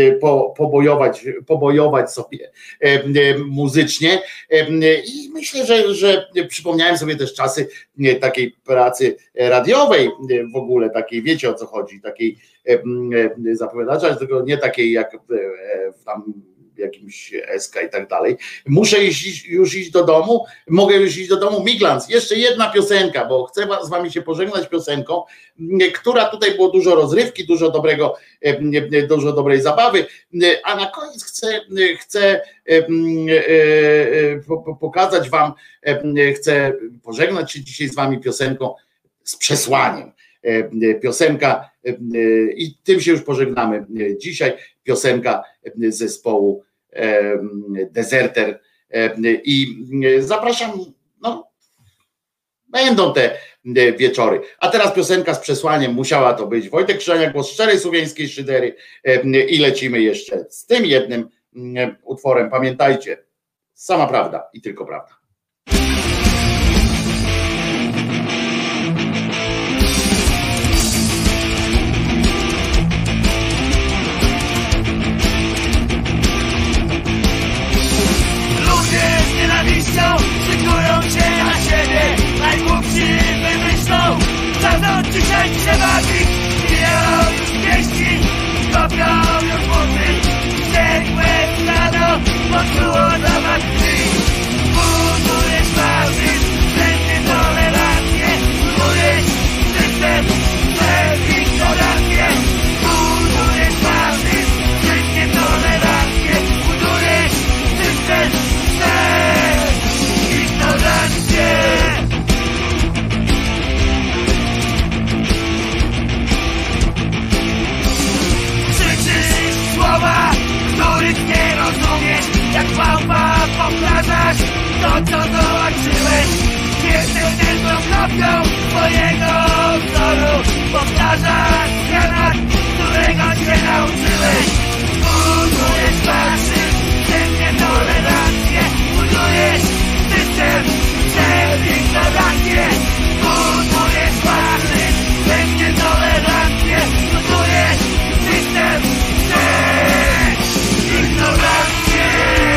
pobojować sobie muzycznie i myślę, że przypomniałem sobie też czasy takiej pracy radiowej, w ogóle takiej, wiecie o co chodzi, takiej zapowiadacza, tylko nie takiej jak tam jakimś SK i tak dalej. Muszę już iść do domu, mogę już iść do domu. Miglans, jeszcze jedna piosenka, bo chcę z wami się pożegnać piosenką, która tutaj było dużo rozrywki, dużo dobrej zabawy, a na koniec chcę pokazać wam, chcę pożegnać się dzisiaj z wami piosenką z przesłaniem. Piosenka i tym się już pożegnamy dzisiaj, piosenka zespołu Deserter i zapraszam, no będą te wieczory, a teraz piosenka z przesłaniem, musiała to być Wojtek Krzyżaniak, głos szczerej słowiańskiej szydery i lecimy jeszcze z tym jednym utworem, pamiętajcie, sama prawda i tylko prawda. Szykują się na siebie, najgłupsi wymyślą, co dzisiaj trzeba bić. Biją już pieści, kopią już buty, wściekłe stado, poczuło zapach krwi. Budujesz fałszysz, wszędzie tolerancję, budujesz system, bez ignorancję. Budujesz fałszysz, wszędzie tolerancję, budujesz system, krzyczysz słowa, których nie rozumiesz, jak małpa powtarzasz to, co dołączyłeś. Jesteś tylko kopią swojego wzoru. Powtarzasz schemat, którego cię nauczyłeś. Budujesz faszyzm, nietolerancję. Budujesz system przez ignorancję. Budujesz faszyzm, nietolerancję. Budujesz system przez ignorancję.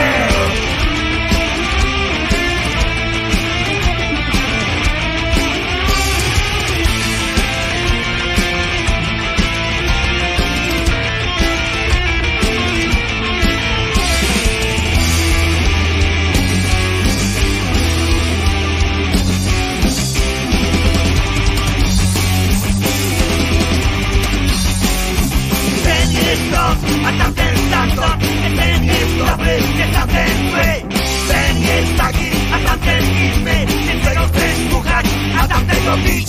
A tamten stamtąd, ten jest dobry, nie tamten zły. Ten jest taki, a tamten inny. Nie tego chcesz słuchać, a tamtego bić.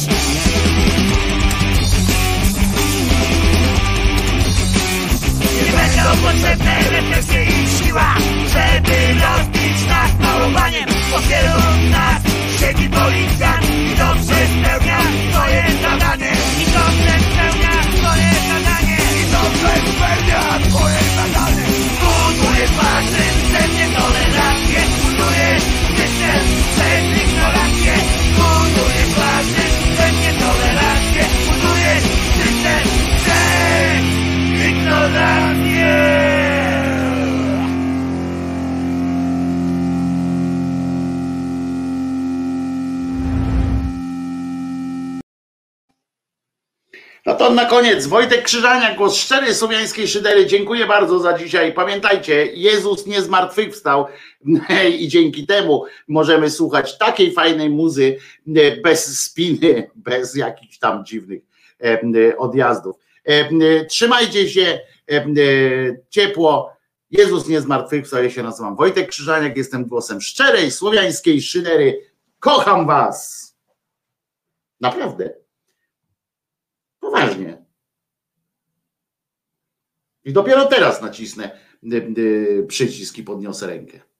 Nie będą potrzebne represje i siła, żeby rozbić nas malowaniem. Bo wielu nas siedzi policjant i dobrze spełnia swoje zadanie. I dobrze spełnia swoje zadanie. Dobrze spełnia twoje zadanie. Budujesz faszyzm, nietolerancję. Budujesz system przez ignorancję. Budujesz faszyzm, nietolerancję. Budujesz system przez ignorancję. No to na koniec Wojtek Krzyżaniak, głos szczerej słowiańskiej szydery. Dziękuję bardzo za dzisiaj. Pamiętajcie, Jezus nie zmartwychwstał i dzięki temu możemy słuchać takiej fajnej muzy bez spiny, bez jakichś tam dziwnych odjazdów. Trzymajcie się ciepło. Jezus nie zmartwychwstał. Ja się nazywam Wojtek Krzyżaniak, jestem głosem szczerej słowiańskiej szydery. Kocham was. Naprawdę. Poważnie. I dopiero teraz nacisnę przycisk i podniosę rękę.